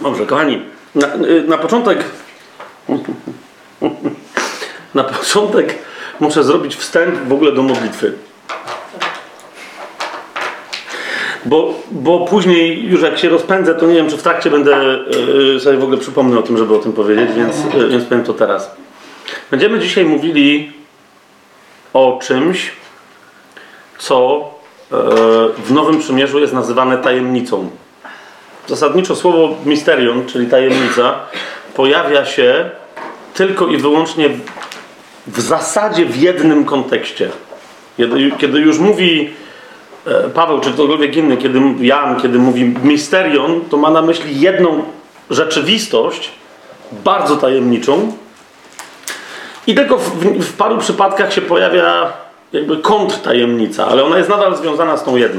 Dobrze, kochani, na początek muszę zrobić wstęp w ogóle do modlitwy. Bo później już jak się rozpędzę, to nie wiem, czy w trakcie będę sobie w ogóle przypomnę o tym, żeby o tym powiedzieć, więc powiem to teraz. Będziemy dzisiaj mówili o czymś, co w Nowym Przymierzu jest nazywane tajemnicą. Zasadniczo słowo misterion, czyli tajemnica, pojawia się tylko i wyłącznie w zasadzie w jednym kontekście. Kiedy już mówi Paweł, czy ktokolwiek inny, kiedy mówi misterion, to ma na myśli jedną rzeczywistość, bardzo tajemniczą, i tylko w paru przypadkach się pojawia jakby kontrtajemnica, ale ona jest nadal związana z tą jedną.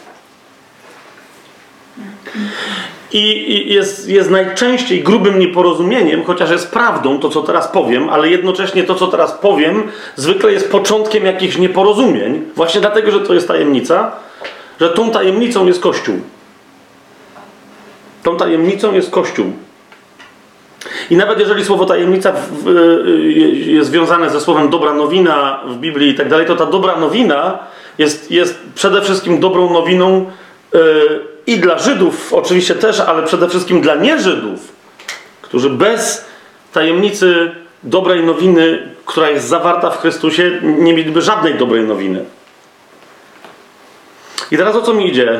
I jest najczęściej grubym nieporozumieniem, chociaż jest prawdą to, co teraz powiem, ale jednocześnie to, co teraz powiem, zwykle jest początkiem jakichś nieporozumień, właśnie dlatego, że to jest tajemnica, że tą tajemnicą jest Kościół. Tą tajemnicą jest Kościół. I nawet jeżeli słowo tajemnica jest związane ze słowem dobra nowina w Biblii i tak dalej, to ta dobra nowina jest przede wszystkim dobrą nowiną i dla Żydów oczywiście też, ale przede wszystkim dla nieżydów, którzy bez tajemnicy dobrej nowiny, która jest zawarta w Chrystusie, nie mieliby żadnej dobrej nowiny. I teraz o co mi idzie?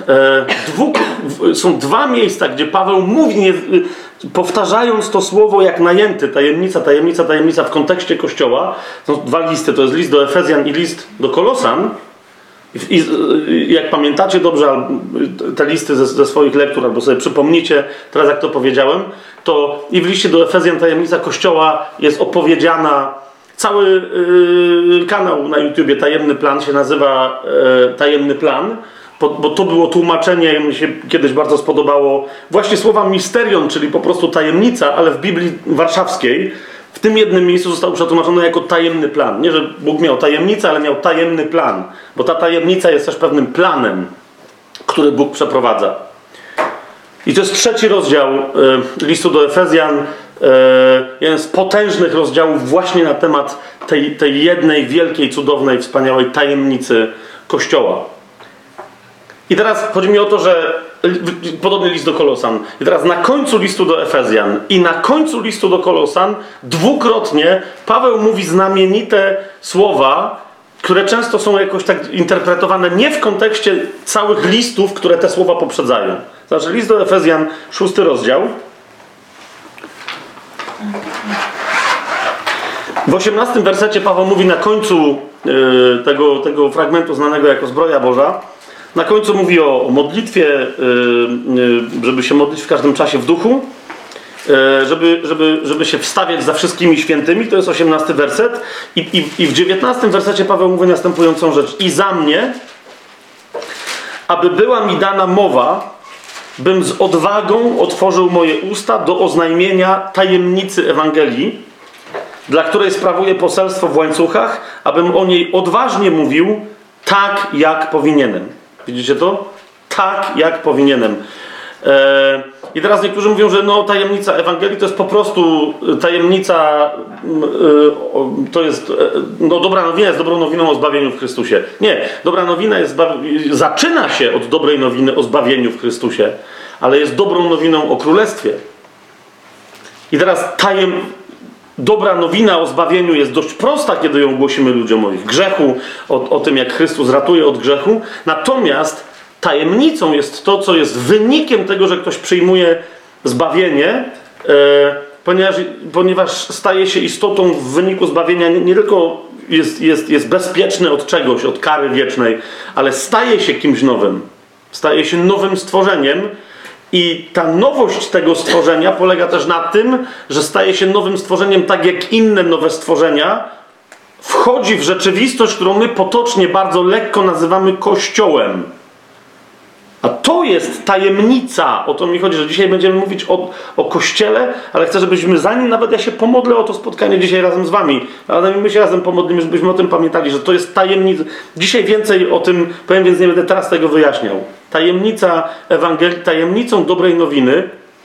Są dwa miejsca, gdzie Paweł mówi, powtarzając to słowo jak najęty, tajemnica, tajemnica, tajemnica w kontekście Kościoła. Są dwa listy, to jest list do Efezjan i list do Kolosan. I jak pamiętacie dobrze te listy ze swoich lektur, albo sobie przypomnicie teraz, jak to powiedziałem, to i w liście do Efezjan tajemnica Kościoła jest opowiedziana. Cały kanał na YouTubie Tajemny Plan się nazywa Tajemny Plan, bo to było tłumaczenie, mi się kiedyś bardzo spodobało, właśnie słowa misterion, czyli po prostu tajemnica, ale w Biblii warszawskiej w tym jednym miejscu zostało przetłumaczone jako tajemny plan. Nie, że Bóg miał tajemnicę, ale miał tajemny plan, bo ta tajemnica jest też pewnym planem, który Bóg przeprowadza. I to jest 3 rozdział listu do Efezjan, jeden z potężnych rozdziałów właśnie na temat tej jednej wielkiej, cudownej, wspaniałej tajemnicy Kościoła. I teraz chodzi mi o to, że podobny list do Kolosan. I teraz na końcu listu do Efezjan i na końcu listu do Kolosan dwukrotnie Paweł mówi znamienite słowa, które często są jakoś tak interpretowane nie w kontekście całych listów, które te słowa poprzedzają. Znaczy list do Efezjan, 6 rozdział. W 18 wersecie Paweł mówi na końcu tego fragmentu znanego jako zbroja Boża. Na końcu mówi o modlitwie, żeby się modlić w każdym czasie w duchu, żeby się wstawiać za wszystkimi świętymi. To jest 18 werset. I w 19 wersecie Paweł mówi następującą rzecz. I za mnie, aby była mi dana mowa, bym z odwagą otworzył moje usta do oznajmienia tajemnicy Ewangelii, dla której sprawuję poselstwo w łańcuchach, abym o niej odważnie mówił tak, jak powinienem. Widzicie to? Tak, jak powinienem. I teraz niektórzy mówią, że tajemnica Ewangelii to jest po prostu tajemnica, to jest, dobra nowina jest dobrą nowiną o zbawieniu w Chrystusie. Nie, dobra nowina zaczyna się od dobrej nowiny o zbawieniu w Chrystusie, ale jest dobrą nowiną o Królestwie. I teraz dobra nowina o zbawieniu jest dość prosta, kiedy ją głosimy ludziom o ich grzechu, o tym, jak Chrystus ratuje od grzechu. Natomiast tajemnicą jest to, co jest wynikiem tego, że ktoś przyjmuje zbawienie, ponieważ staje się istotą w wyniku zbawienia, nie tylko jest bezpieczny od czegoś, od kary wiecznej, ale staje się kimś nowym. Staje się nowym stworzeniem. I ta nowość tego stworzenia polega też na tym, że staje się nowym stworzeniem tak jak inne nowe stworzenia, wchodzi w rzeczywistość, którą my potocznie bardzo lekko nazywamy Kościołem. A to jest tajemnica. O to mi chodzi, że dzisiaj będziemy mówić o Kościele, ale chcę, żebyśmy, zanim nawet ja się pomodlę o to spotkanie dzisiaj razem z wami, ale my się razem pomodlimy, żebyśmy o tym pamiętali, że to jest tajemnica. Dzisiaj więcej o tym powiem, więc nie będę teraz tego wyjaśniał. Tajemnica Ewangelii, tajemnicą dobrej nowiny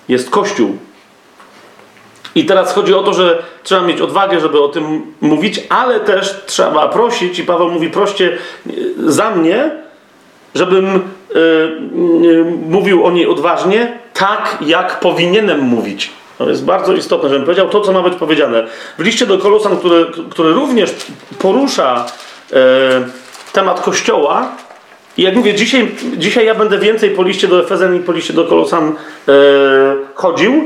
jest Kościół. I teraz chodzi o to, że trzeba mieć odwagę, żeby o tym mówić, ale też trzeba prosić, i Paweł mówi, proście za mnie, żebym mówił o niej odważnie, tak jak powinienem mówić. To jest bardzo istotne, żebym powiedział to, co ma być powiedziane. W liście do Kolosan, który również porusza temat Kościoła, i jak mówię, dzisiaj ja będę więcej po liście do Efezjan i po liście do Kolosan chodził,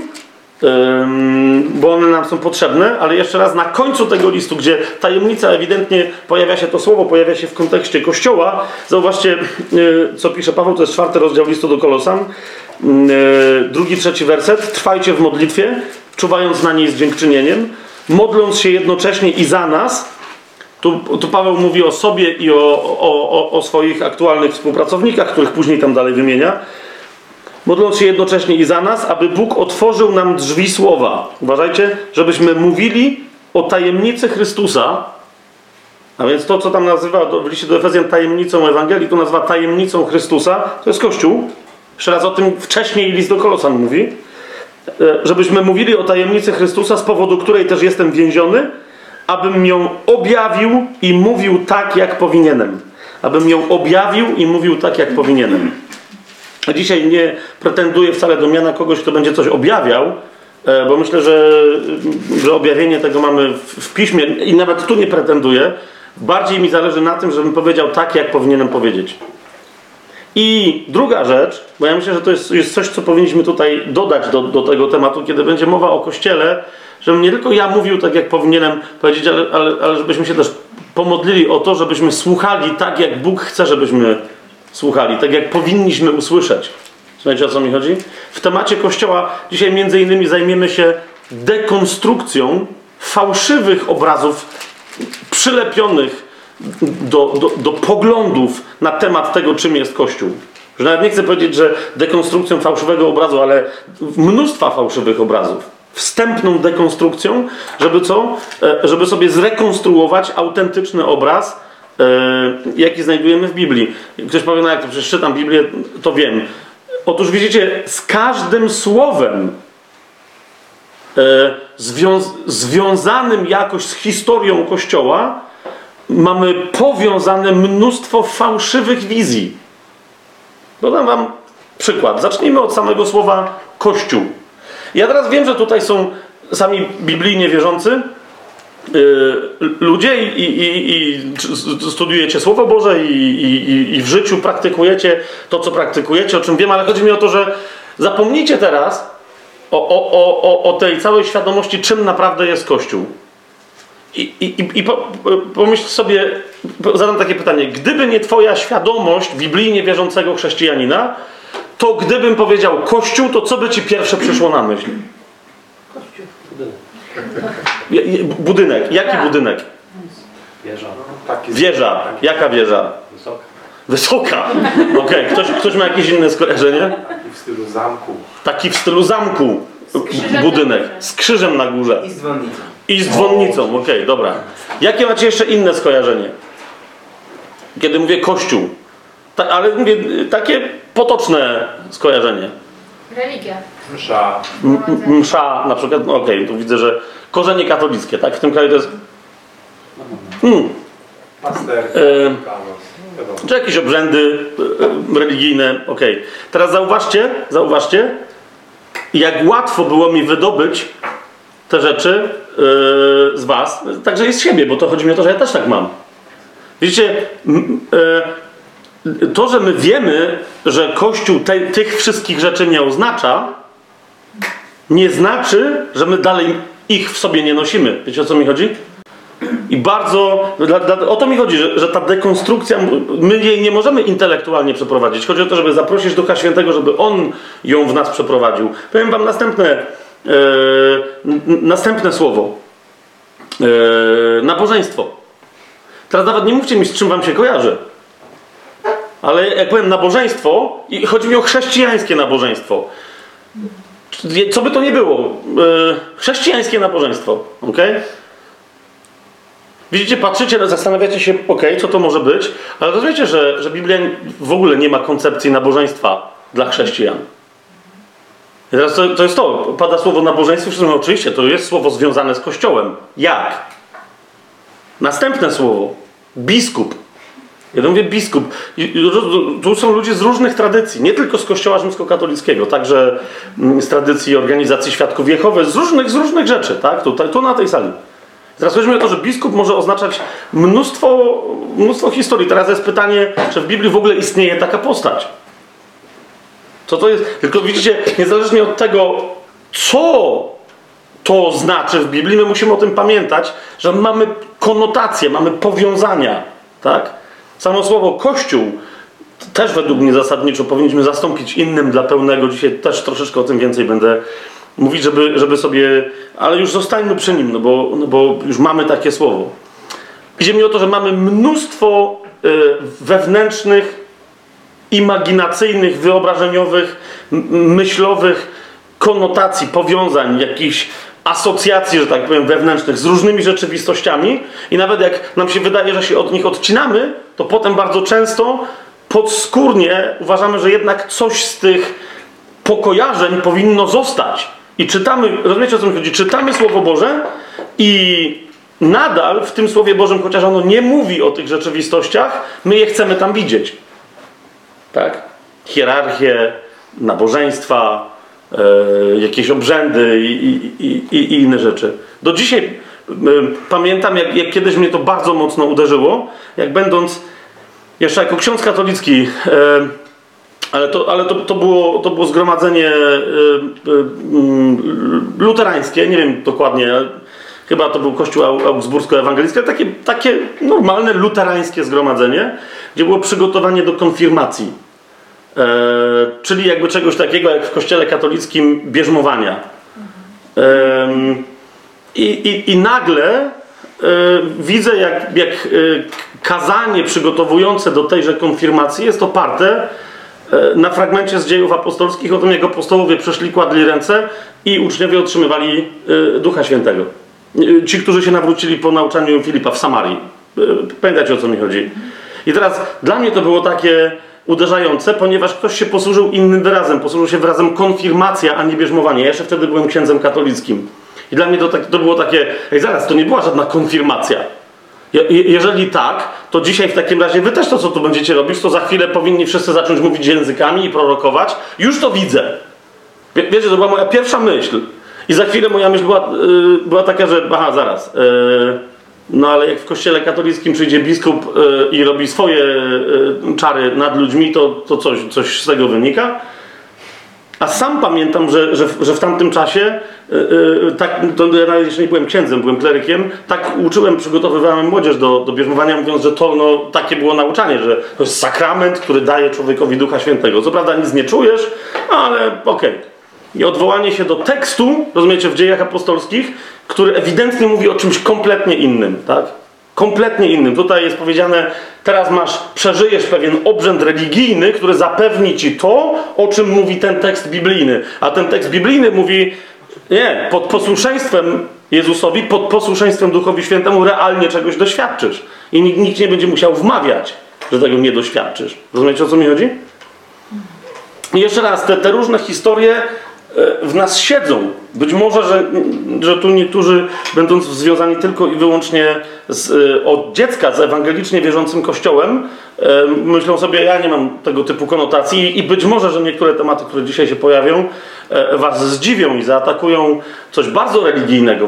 bo one nam są potrzebne, ale jeszcze raz na końcu tego listu, gdzie tajemnica ewidentnie pojawia się, to słowo pojawia się w kontekście Kościoła. Zauważcie, co pisze Paweł, to jest 4 rozdział listu do Kolosan, 2-3 werset. Trwajcie w modlitwie, czuwając na niej z dziękczynieniem, modląc się jednocześnie i za nas. Tu Paweł mówi o sobie i o swoich aktualnych współpracownikach, których później tam dalej wymienia. Modląc się jednocześnie i za nas, aby Bóg otworzył nam drzwi słowa. Uważajcie, żebyśmy mówili o tajemnicy Chrystusa, a więc to, co tam nazywa w liście do Efezjan tajemnicą Ewangelii, to nazywa tajemnicą Chrystusa, to jest Kościół. Jeszcze raz o tym wcześniej list do Kolosan mówi. Żebyśmy mówili o tajemnicy Chrystusa, z powodu której też jestem więziony, abym ją objawił i mówił tak, jak powinienem. Abym ją objawił i mówił tak, jak powinienem. Dzisiaj nie pretenduję wcale do miana kogoś, kto będzie coś objawiał, bo myślę, że objawienie tego mamy w piśmie i nawet tu nie pretenduję. Bardziej mi zależy na tym, żebym powiedział tak, jak powinienem powiedzieć. I druga rzecz, bo ja myślę, że to jest coś, co powinniśmy tutaj dodać do tego tematu, kiedy będzie mowa o Kościele, żebym nie tylko ja mówił tak, jak powinienem powiedzieć, ale żebyśmy się też pomodlili o to, żebyśmy słuchali tak, jak Bóg chce, żebyśmy słuchali, tak jak powinniśmy usłyszeć. Słuchajcie, o co mi chodzi? W temacie Kościoła dzisiaj między innymi zajmiemy się dekonstrukcją fałszywych obrazów przylepionych do poglądów na temat tego, czym jest Kościół. Że nawet nie chcę powiedzieć, że dekonstrukcją fałszywego obrazu, ale mnóstwa fałszywych obrazów. Wstępną dekonstrukcją, żeby co? Żeby sobie zrekonstruować autentyczny obraz, jaki znajdujemy w Biblii. Ktoś powie, no jak to przecież czytam Biblię, to wiem. Otóż widzicie, z każdym słowem związanym jakoś z historią Kościoła mamy powiązane mnóstwo fałszywych wizji. Dodam wam przykład. Zacznijmy od samego słowa Kościół. Ja teraz wiem, że tutaj są sami biblijnie wierzący ludzie i studiujecie Słowo Boże i w życiu praktykujecie to, co praktykujecie, o czym wiem, ale chodzi mi o to, że zapomnijcie teraz o tej całej świadomości, czym naprawdę jest Kościół. Pomyśl sobie, zadam takie pytanie, gdyby nie twoja świadomość biblijnie wierzącego chrześcijanina, to gdybym powiedział Kościół, to co by ci pierwsze przyszło na myśl? Kościół. Budynek. Jaki budynek? Wieża. Wieża. Jaka wieża? Wysoka. Wysoka. Okej. Ktoś ma jakieś inne skojarzenie? Taki w stylu zamku. Taki w stylu zamku. Budynek. Z krzyżem na górze. I z dzwonnicą. I z dzwonnicą. Okej, dobra. Jakie macie jeszcze inne skojarzenie? Kiedy mówię Kościół. Ale mówię takie potoczne skojarzenie. Religia. Msza. Msza na przykład. No okej, tu widzę, że korzenie katolickie, tak? W tym kraju to jest... Pasterka. Czy jakieś obrzędy religijne. Okej. Teraz zauważcie, jak łatwo było mi wydobyć te rzeczy z was, także i z siebie, bo to chodzi mi o to, że ja też tak mam. Widzicie, to, że my wiemy, że Kościół tych wszystkich rzeczy nie oznacza, nie znaczy, że my dalej ich w sobie nie nosimy. Wiecie, o co mi chodzi? I bardzo... o to mi chodzi, że ta dekonstrukcja, my jej nie możemy intelektualnie przeprowadzić. Chodzi o to, żeby zaprosić Ducha Świętego, żeby On ją w nas przeprowadził. Powiem wam następne słowo. Nabożeństwo. Teraz nawet nie mówcie mi, z czym wam się kojarzy. Ale jak powiem nabożeństwo, i chodzi mi o chrześcijańskie nabożeństwo. Co by to nie było? Chrześcijańskie nabożeństwo. Okay? Widzicie, patrzycie, zastanawiacie się, co to może być, ale rozumiecie, że Biblia w ogóle nie ma koncepcji nabożeństwa dla chrześcijan. I teraz to jest to. Pada słowo nabożeństwo, no oczywiście to jest słowo związane z Kościołem. Jak? Następne słowo. Biskup. Ja mówię biskup. Tu są ludzie z różnych tradycji, nie tylko z Kościoła rzymskokatolickiego, także z tradycji organizacji Świadków Jehowy, z różnych rzeczy, tak? Tu na tej sali. Teraz chodzi mi o to, że biskup może oznaczać mnóstwo historii. Teraz jest pytanie, czy w Biblii w ogóle istnieje taka postać. Co to jest? Tylko widzicie, niezależnie od tego, co to znaczy w Biblii, my musimy o tym pamiętać, że mamy konotacje, mamy powiązania, tak? Samo słowo Kościół też według mnie zasadniczo powinniśmy zastąpić innym dla pełnego. Dzisiaj też troszeczkę o tym więcej będę mówić, żeby sobie... Ale już zostańmy przy nim, no bo już mamy takie słowo. Idzie mi o to, że mamy mnóstwo wewnętrznych, imaginacyjnych, wyobrażeniowych, myślowych konotacji, powiązań, jakichś asocjacji, że tak powiem, wewnętrznych z różnymi rzeczywistościami i nawet jak nam się wydaje, że się od nich odcinamy, to potem bardzo często podskórnie uważamy, że jednak coś z tych pokojarzeń powinno zostać. I czytamy, rozumiecie o co mi chodzi? Czytamy Słowo Boże i nadal w tym Słowie Bożym, chociaż ono nie mówi o tych rzeczywistościach, my je chcemy tam widzieć. Tak? Hierarchię, nabożeństwa, jakieś obrzędy i inne rzeczy. Do dzisiaj pamiętam, jak kiedyś mnie to bardzo mocno uderzyło, jak będąc jeszcze jako ksiądz katolicki, ale to było zgromadzenie luterańskie, nie wiem dokładnie, chyba to był kościół augsbursko-ewangelicki, takie normalne luterańskie zgromadzenie, gdzie było przygotowanie do konfirmacji. Czyli jakby czegoś takiego jak w kościele katolickim bierzmowania. I nagle widzę, jak kazanie przygotowujące do tejże konfirmacji jest oparte na fragmencie z Dziejów Apostolskich o tym, jak apostołowie przyszli, kładli ręce i uczniowie otrzymywali Ducha Świętego. Ci, którzy się nawrócili po nauczaniu Filipa w Samarii. Pamiętacie, o co mi chodzi? I teraz dla mnie to było takie uderzające, ponieważ ktoś się posłużył innym wyrazem. Posłużył się wyrazem konfirmacja, a nie bierzmowanie. Ja jeszcze wtedy byłem księdzem katolickim. I dla mnie to było takie, zaraz, to nie była żadna konfirmacja. Jeżeli tak, to dzisiaj w takim razie wy też to, co tu będziecie robić, to za chwilę powinni wszyscy zacząć mówić językami i prorokować. Już to widzę. Wiecie, to była moja pierwsza myśl. I za chwilę moja myśl była taka, że zaraz. No ale jak w kościele katolickim przyjdzie biskup i robi swoje czary nad ludźmi, to coś z tego wynika. A sam pamiętam, że w tamtym czasie, tak, to ja jeszcze nie byłem księdzem, byłem klerykiem, tak uczyłem, przygotowywałem młodzież do bierzmowania, mówiąc, że takie było nauczanie, że to jest sakrament, który daje człowiekowi Ducha Świętego. Co prawda nic nie czujesz, ale okej. I odwołanie się do tekstu, rozumiecie, w Dziejach Apostolskich, który ewidentnie mówi o czymś kompletnie innym, tak? Kompletnie innym. Tutaj jest powiedziane, teraz przeżyjesz pewien obrzęd religijny, który zapewni ci to, o czym mówi ten tekst biblijny. A ten tekst biblijny mówi, nie, pod posłuszeństwem Jezusowi, pod posłuszeństwem Duchowi Świętemu realnie czegoś doświadczysz. I nikt nie będzie musiał wmawiać, że tego nie doświadczysz. Rozumiecie, o co mi chodzi? I jeszcze raz, te różne historie w nas siedzą. Być może, że tu niektórzy, będąc związani tylko i wyłącznie od dziecka z ewangelicznie wierzącym kościołem, myślą sobie, ja nie mam tego typu konotacji i być może, że niektóre tematy, które dzisiaj się pojawią, was zdziwią i zaatakują coś bardzo religijnego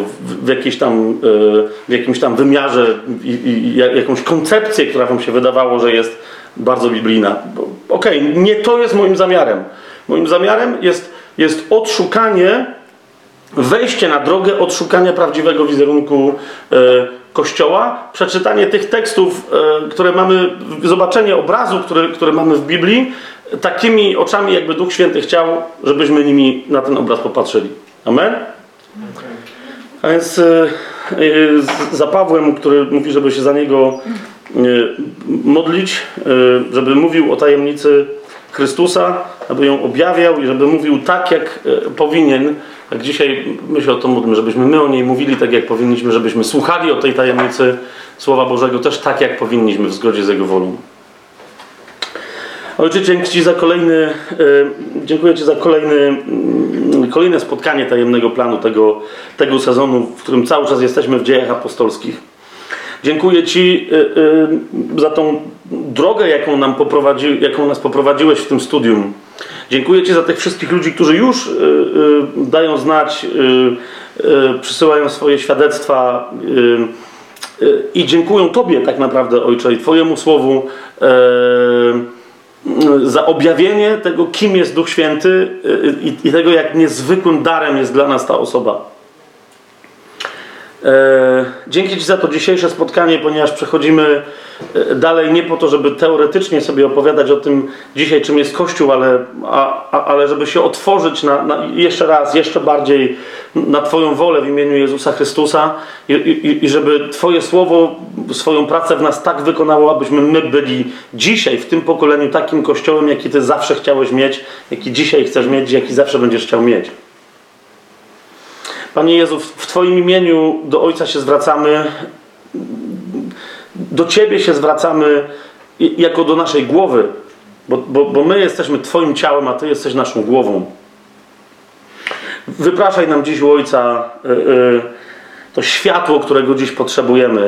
w jakimś tam wymiarze i jakąś koncepcję, która wam się wydawało, że jest bardzo biblijna. Okej, nie to jest moim zamiarem. Moim zamiarem jest odszukanie, wejście na drogę odszukania prawdziwego wizerunku Kościoła, przeczytanie tych tekstów, które mamy, zobaczenie obrazu, który mamy w Biblii, takimi oczami, jakby Duch Święty chciał, żebyśmy nimi na ten obraz popatrzyli. Amen? A więc za Pawłem, który mówi, żeby się za niego modlić, żeby mówił o tajemnicy Chrystusa, aby ją objawiał i żeby mówił tak, jak powinien. Jak dzisiaj myślę o tym, żebyśmy my o niej mówili tak, jak powinniśmy, żebyśmy słuchali o tej tajemnicy Słowa Bożego też tak, jak powinniśmy, w zgodzie z Jego wolą. Ojcze, dziękuję Ci za kolejny kolejne spotkanie tajemnego planu tego sezonu, w którym cały czas jesteśmy w Dziejach Apostolskich. Dziękuję Ci za tą drogę, jaką nas poprowadziłeś w tym studium. Dziękuję Ci za tych wszystkich ludzi, którzy już dają znać, przysyłają swoje świadectwa i dziękuję Tobie tak naprawdę, Ojcze, i Twojemu Słowu za objawienie tego, kim jest Duch Święty i tego, jak niezwykłym darem jest dla nas ta osoba. Dzięki Ci za to dzisiejsze spotkanie, ponieważ przechodzimy dalej nie po to, żeby teoretycznie sobie opowiadać o tym dzisiaj, czym jest Kościół, ale żeby się otworzyć jeszcze raz, jeszcze bardziej na Twoją wolę w imieniu Jezusa Chrystusa i żeby Twoje Słowo, swoją pracę w nas tak wykonało, abyśmy my byli dzisiaj w tym pokoleniu takim Kościołem, jaki Ty zawsze chciałeś mieć, jaki dzisiaj chcesz mieć, jaki zawsze będziesz chciał mieć. Panie Jezu, w Twoim imieniu do Ojca się zwracamy, do Ciebie się zwracamy jako do naszej głowy, bo my jesteśmy Twoim ciałem, a Ty jesteś naszą głową. Wypraszaj nam dziś u Ojca to światło, którego dziś potrzebujemy,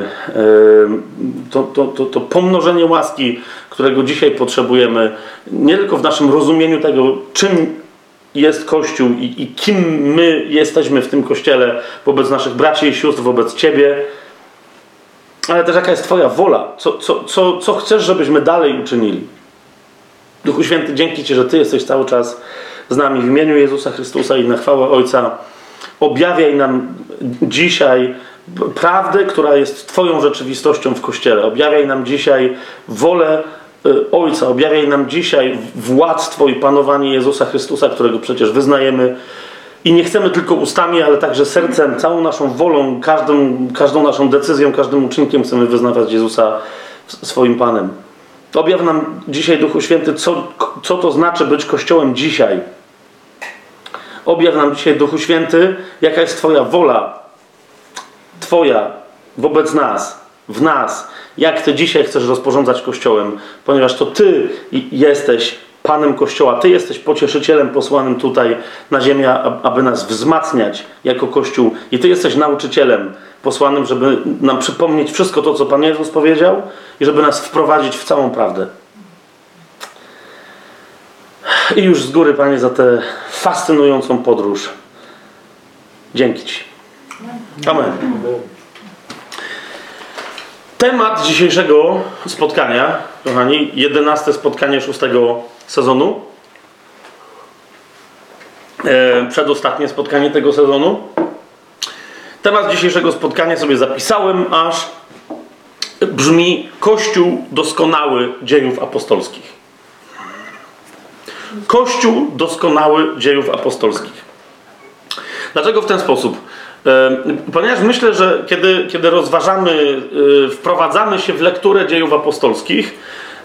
to pomnożenie łaski, którego dzisiaj potrzebujemy, nie tylko w naszym rozumieniu tego, czym jest Kościół i kim my jesteśmy w tym Kościele wobec naszych braci i sióstr, wobec Ciebie, ale też jaka jest Twoja wola, co chcesz, żebyśmy dalej uczynili. Duchu Święty, dzięki Ci, że Ty jesteś cały czas z nami w imieniu Jezusa Chrystusa i na chwałę Ojca. Objawiaj nam dzisiaj prawdę, która jest Twoją rzeczywistością w Kościele. Objawiaj nam dzisiaj wolę Ojca, objawiaj nam dzisiaj władztwo i panowanie Jezusa Chrystusa, którego przecież wyznajemy i nie chcemy tylko ustami, ale także sercem, całą naszą wolą, każdą naszą decyzją, każdym uczynkiem chcemy wyznawać Jezusa swoim Panem. Objaw nam dzisiaj, Duchu Święty, co to znaczy być Kościołem dzisiaj. Objaw nam dzisiaj, Duchu Święty, jaka jest Twoja wola, Twoja wobec nas, w nas, jak Ty dzisiaj chcesz rozporządzać Kościołem, ponieważ to Ty jesteś Panem Kościoła, Ty jesteś pocieszycielem posłanym tutaj na ziemię, aby nas wzmacniać jako Kościół i Ty jesteś nauczycielem posłanym, żeby nam przypomnieć wszystko to, co Pan Jezus powiedział i żeby nas wprowadzić w całą prawdę. I już z góry, Panie, za tę fascynującą podróż. Dzięki Ci. Amen. Temat dzisiejszego spotkania, kochani, 11 spotkanie 6 sezonu. Przedostatnie spotkanie tego sezonu. Temat dzisiejszego spotkania sobie zapisałem, aż brzmi Kościół doskonały dziejów apostolskich. Kościół doskonały dziejów apostolskich. Dlaczego w ten sposób? Ponieważ myślę, że kiedy rozważamy, wprowadzamy się w lekturę dziejów apostolskich,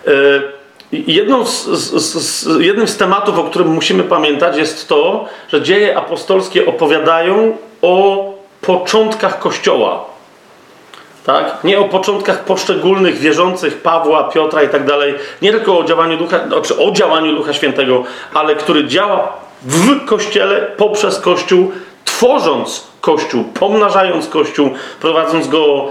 jednym z tematów, o którym musimy pamiętać, jest to, że dzieje apostolskie opowiadają o początkach Kościoła. Tak? Nie o początkach poszczególnych wierzących Pawła, Piotra i tak dalej, nie tylko o działaniu Ducha Świętego, ale który działa w Kościele, poprzez Kościół, tworząc Kościół, pomnażając Kościół, prowadząc go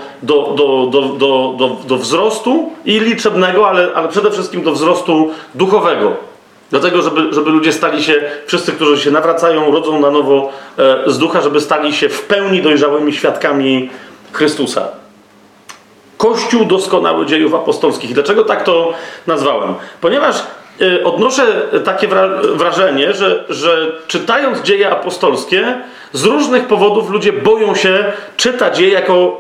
do wzrostu i liczebnego, ale przede wszystkim do wzrostu duchowego. Dlatego, żeby ludzie stali się, wszyscy, którzy się nawracają, rodzą na nowo z ducha, żeby stali się w pełni dojrzałymi świadkami Chrystusa. Kościół doskonały dziejów apostolskich. Dlaczego tak to nazwałem? Ponieważ odnoszę takie wrażenie, że czytając dzieje apostolskie, z różnych powodów ludzie boją się czytać je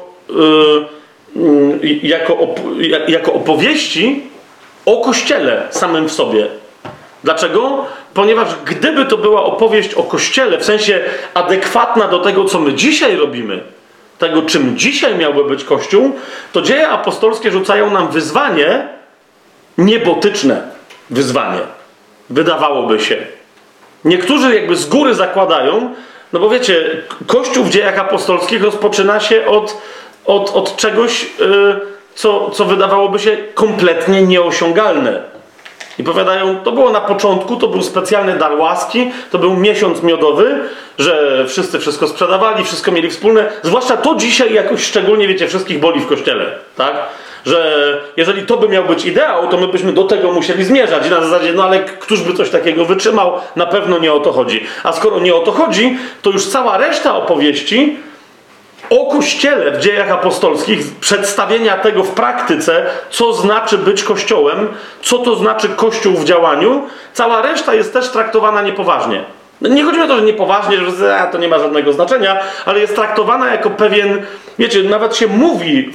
jako opowieści o Kościele samym w sobie. Dlaczego? Ponieważ gdyby to była opowieść o Kościele, w sensie adekwatna do tego, co my dzisiaj robimy, tego, czym dzisiaj miałby być Kościół, to dzieje apostolskie rzucają nam wyzwanie, niebotyczne wyzwanie. Wydawałoby się. Niektórzy jakby z góry zakładają, no bo wiecie, Kościół w dziejach apostolskich rozpoczyna się od czegoś, co wydawałoby się kompletnie nieosiągalne. I powiadają, to było na początku, to był specjalny dar łaski, to był miesiąc miodowy, że wszyscy wszystko sprzedawali, wszystko mieli wspólne. Zwłaszcza to dzisiaj jakoś szczególnie, wiecie, wszystkich boli w kościele, tak? Że jeżeli to by miał być ideał, to my byśmy do tego musieli zmierzać. I na zasadzie, no ale któż by coś takiego wytrzymał? Na pewno nie o to chodzi. A skoro nie o to chodzi, to już cała reszta opowieści o Kościele w dziejach apostolskich, przedstawienia tego w praktyce, co znaczy być Kościołem, co to znaczy Kościół w działaniu, cała reszta jest też traktowana niepoważnie. Nie chodzi o to, że niepoważnie, że to nie ma żadnego znaczenia, ale jest traktowana jako pewien, wiecie, nawet się mówi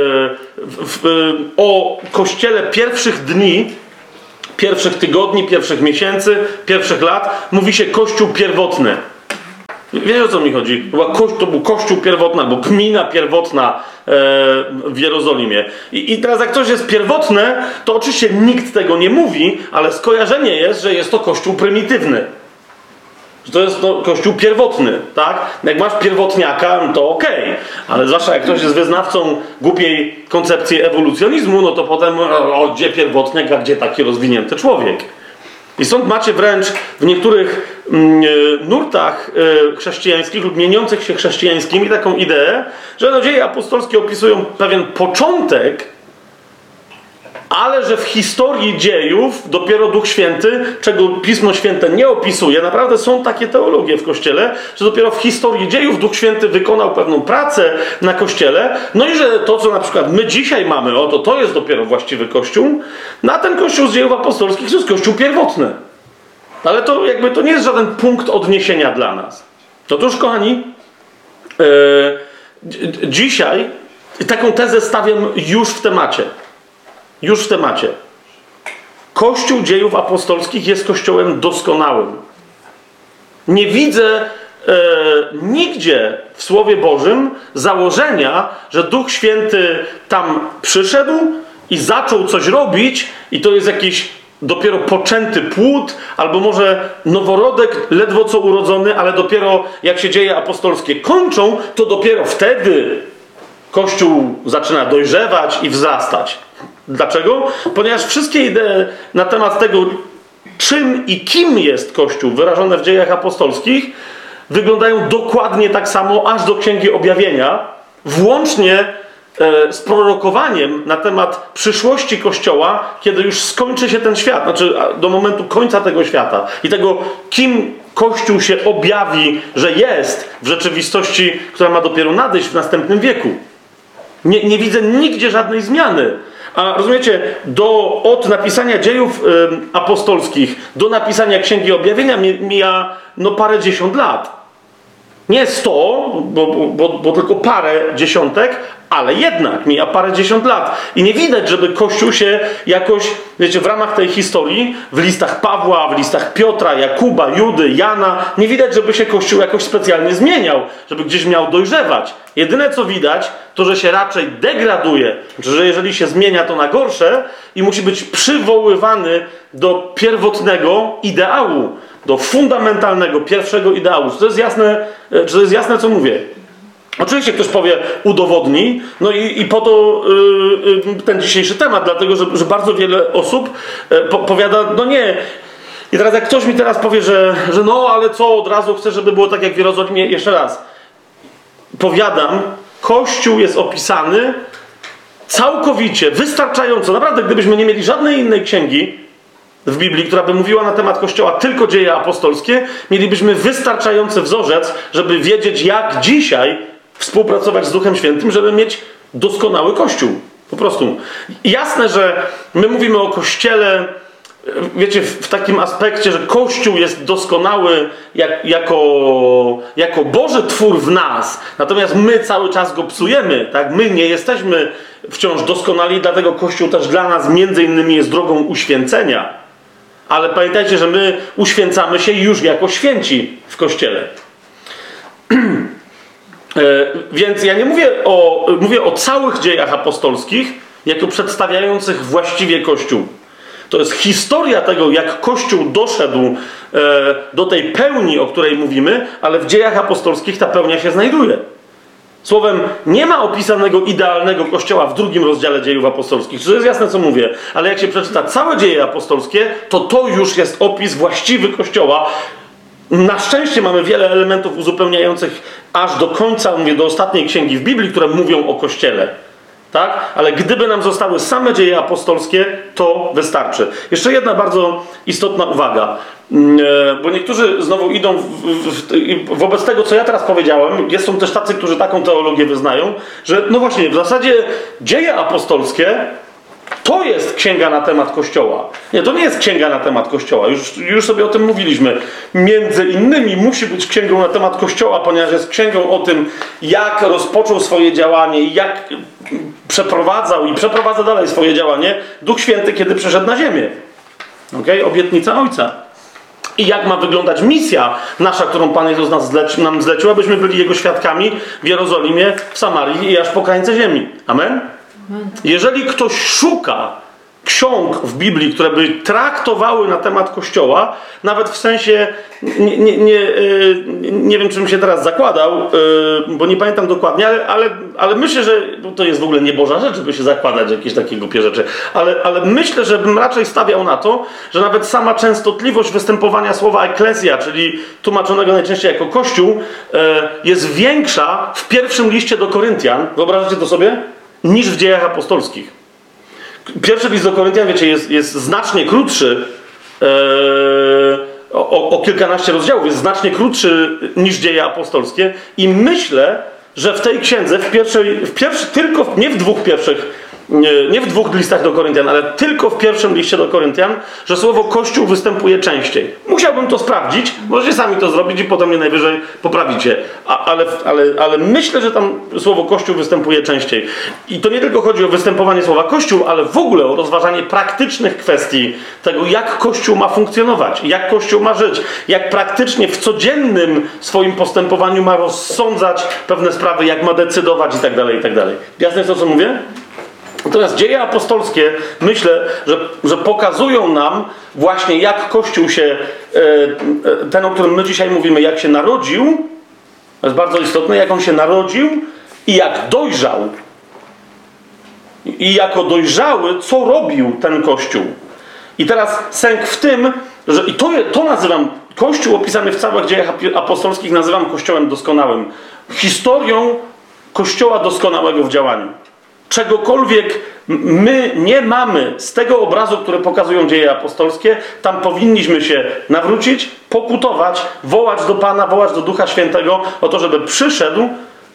o Kościele pierwszych dni, pierwszych tygodni, pierwszych miesięcy, pierwszych lat, mówi się Kościół pierwotny. Wiecie, o co mi chodzi? To był kościół pierwotny, albo gmina pierwotna w Jerozolimie. I teraz jak coś jest pierwotne, to oczywiście nikt tego nie mówi, ale skojarzenie jest, że jest to kościół prymitywny. Że to jest to kościół pierwotny, tak? Jak masz pierwotniaka, to okej. Ale zwłaszcza jak ktoś jest wyznawcą głupiej koncepcji ewolucjonizmu, no to potem gdzie pierwotniak, a gdzie taki rozwinięty człowiek? I stąd macie wręcz w niektórych nurtach chrześcijańskich lub mieniących się chrześcijańskimi taką ideę, że dzieje apostolskie opisują pewien początek, ale że w historii dziejów dopiero Duch Święty, czego Pismo Święte nie opisuje, naprawdę są takie teologie w Kościele, że dopiero w historii dziejów Duch Święty wykonał pewną pracę na Kościele, no i że to, co na przykład my dzisiaj mamy, to jest dopiero właściwy Kościół, a ten Kościół z dziejów apostolskich to jest Kościół pierwotny. Ale to jakby to nie jest żaden punkt odniesienia dla nas. Otóż, kochani, dzisiaj taką tezę stawiam już w temacie. Już w temacie. Kościół dziejów apostolskich jest kościołem doskonałym. Nie widzę nigdzie w Słowie Bożym założenia, że Duch Święty tam przyszedł i zaczął coś robić i to jest jakiś dopiero poczęty płód, albo może noworodek ledwo co urodzony, ale dopiero jak się dzieje apostolskie kończą, to dopiero wtedy Kościół zaczyna dojrzewać i wzrastać. Dlaczego? Ponieważ wszystkie idee na temat tego, czym i kim jest Kościół, wyrażone w dziejach apostolskich, wyglądają dokładnie tak samo, aż do Księgi Objawienia, włącznie z prorokowaniem na temat przyszłości Kościoła, kiedy już skończy się ten świat, znaczy do momentu końca tego świata i tego, kim Kościół się objawi, że jest w rzeczywistości, która ma dopiero nadejść w następnym wieku. Nie widzę nigdzie żadnej zmiany. A rozumiecie, od napisania dziejów apostolskich do napisania Księgi Objawienia mija parę dziesiąt lat. Nie 100, bo tylko parę dziesiątek, ale jednak mija parę dziesiąt lat. I nie widać, żeby Kościół się jakoś, wiecie, w ramach tej historii, w listach Pawła, w listach Piotra, Jakuba, Judy, Jana, nie widać, żeby się Kościół jakoś specjalnie zmieniał, żeby gdzieś miał dojrzewać. Jedyne, co widać, to, że się raczej degraduje, że jeżeli się zmienia, to na gorsze i musi być przywoływany do pierwotnego ideału, do fundamentalnego, pierwszego ideału. Czy to jest jasne, co mówię? Oczywiście ktoś powie, udowodnij, no i po to ten dzisiejszy temat, dlatego że bardzo wiele osób powiada, no nie. I teraz jak ktoś mi teraz powie, że no, ale co, od razu chcę, żeby było tak jak w Jerozolimie, jeszcze raz. Powiadam, Kościół jest opisany całkowicie, wystarczająco. Naprawdę, gdybyśmy nie mieli żadnej innej księgi w Biblii, która by mówiła na temat Kościoła tylko dzieje apostolskie, mielibyśmy wystarczający wzorzec, żeby wiedzieć, jak dzisiaj współpracować z Duchem Świętym, żeby mieć doskonały Kościół. Po prostu. Jasne, że my mówimy o Kościele, wiecie, w takim aspekcie, że Kościół jest doskonały jako Boży twór w nas, natomiast my cały czas go psujemy, tak? My nie jesteśmy wciąż doskonali, dlatego Kościół też dla nas między innymi jest drogą uświęcenia. Ale pamiętajcie, że my uświęcamy się już jako święci w Kościele. Więc ja nie mówię o całych dziejach apostolskich, jako przedstawiających właściwie Kościół. To jest historia tego, jak Kościół doszedł do tej pełni, o której mówimy, ale w dziejach apostolskich ta pełnia się znajduje. Słowem, nie ma opisanego idealnego kościoła w 2 rozdziale Dziejów Apostolskich. Czy to jest jasne, co mówię? Ale jak się przeczyta całe Dzieje Apostolskie, to już jest opis właściwy kościoła. Na szczęście mamy wiele elementów uzupełniających aż do końca, mówię, do ostatniej księgi w Biblii, które mówią o Kościele. Tak? Ale gdyby nam zostały same Dzieje Apostolskie, to wystarczy. Jeszcze jedna bardzo istotna uwaga. Bo niektórzy znowu idą wobec tego, co ja teraz powiedziałem, są też tacy, którzy taką teologię wyznają, że no właśnie, w zasadzie Dzieje Apostolskie to jest księga na temat Kościoła. Nie, to nie jest księga na temat Kościoła. Już sobie o tym mówiliśmy. Między innymi musi być księgą na temat Kościoła, ponieważ jest księgą o tym, jak rozpoczął swoje działanie i jak przeprowadzał i przeprowadza dalej swoje działanie Duch Święty, kiedy przyszedł na ziemię. Okay? Obietnica Ojca. I jak ma wyglądać misja nasza, którą Pan Jezus nam zlecił, abyśmy byli Jego świadkami w Jerozolimie, w Samarii i aż po krańce ziemi. Amen? Jeżeli ktoś szuka ksiąg w Biblii, które by traktowały na temat Kościoła, nawet w sensie, nie wiem, czym się teraz zakładał, bo nie pamiętam dokładnie, ale myślę, że to jest w ogóle nieboża rzecz, żeby się zakładać jakieś takie głupie rzeczy, ale myślę, że bym raczej stawiał na to, że nawet sama częstotliwość występowania słowa eklezja, czyli tłumaczonego najczęściej jako Kościół, jest większa w pierwszym liście do Koryntian, wyobrażacie to sobie? Niż w Dziejach Apostolskich. Pierwszy list do Koryntian, wiecie, jest znacznie krótszy, o kilkanaście rozdziałów, jest znacznie krótszy niż Dzieje Apostolskie i myślę, że w tej księdze, tylko nie w 2 pierwszych, nie w 2 listach do Koryntian, ale tylko w pierwszym liście do Koryntian, że słowo Kościół występuje częściej. Musiałbym to sprawdzić, możecie sami to zrobić i potem mnie najwyżej poprawicie. Ale myślę, że tam słowo Kościół występuje częściej. I to nie tylko chodzi o występowanie słowa Kościół, ale w ogóle o rozważanie praktycznych kwestii tego, jak Kościół ma funkcjonować, jak Kościół ma żyć, jak praktycznie w codziennym swoim postępowaniu ma rozsądzać pewne sprawy, jak ma decydować i tak dalej, i tak dalej. Jasne jest to, co mówię? Natomiast Dzieje Apostolskie, myślę, że pokazują nam właśnie, jak Kościół się, ten, o którym my dzisiaj mówimy, jak się narodził, to jest bardzo istotne, jak on się narodził i jak dojrzał. I jako dojrzały, co robił ten Kościół. I teraz sęk w tym, że i to nazywam, Kościół opisany w całych Dziejach Apostolskich nazywam Kościołem doskonałym. Historią Kościoła doskonałego w działaniu. Czegokolwiek my nie mamy z tego obrazu, który pokazują Dzieje Apostolskie, tam powinniśmy się nawrócić, pokutować, wołać do Pana, wołać do Ducha Świętego o to, żeby przyszedł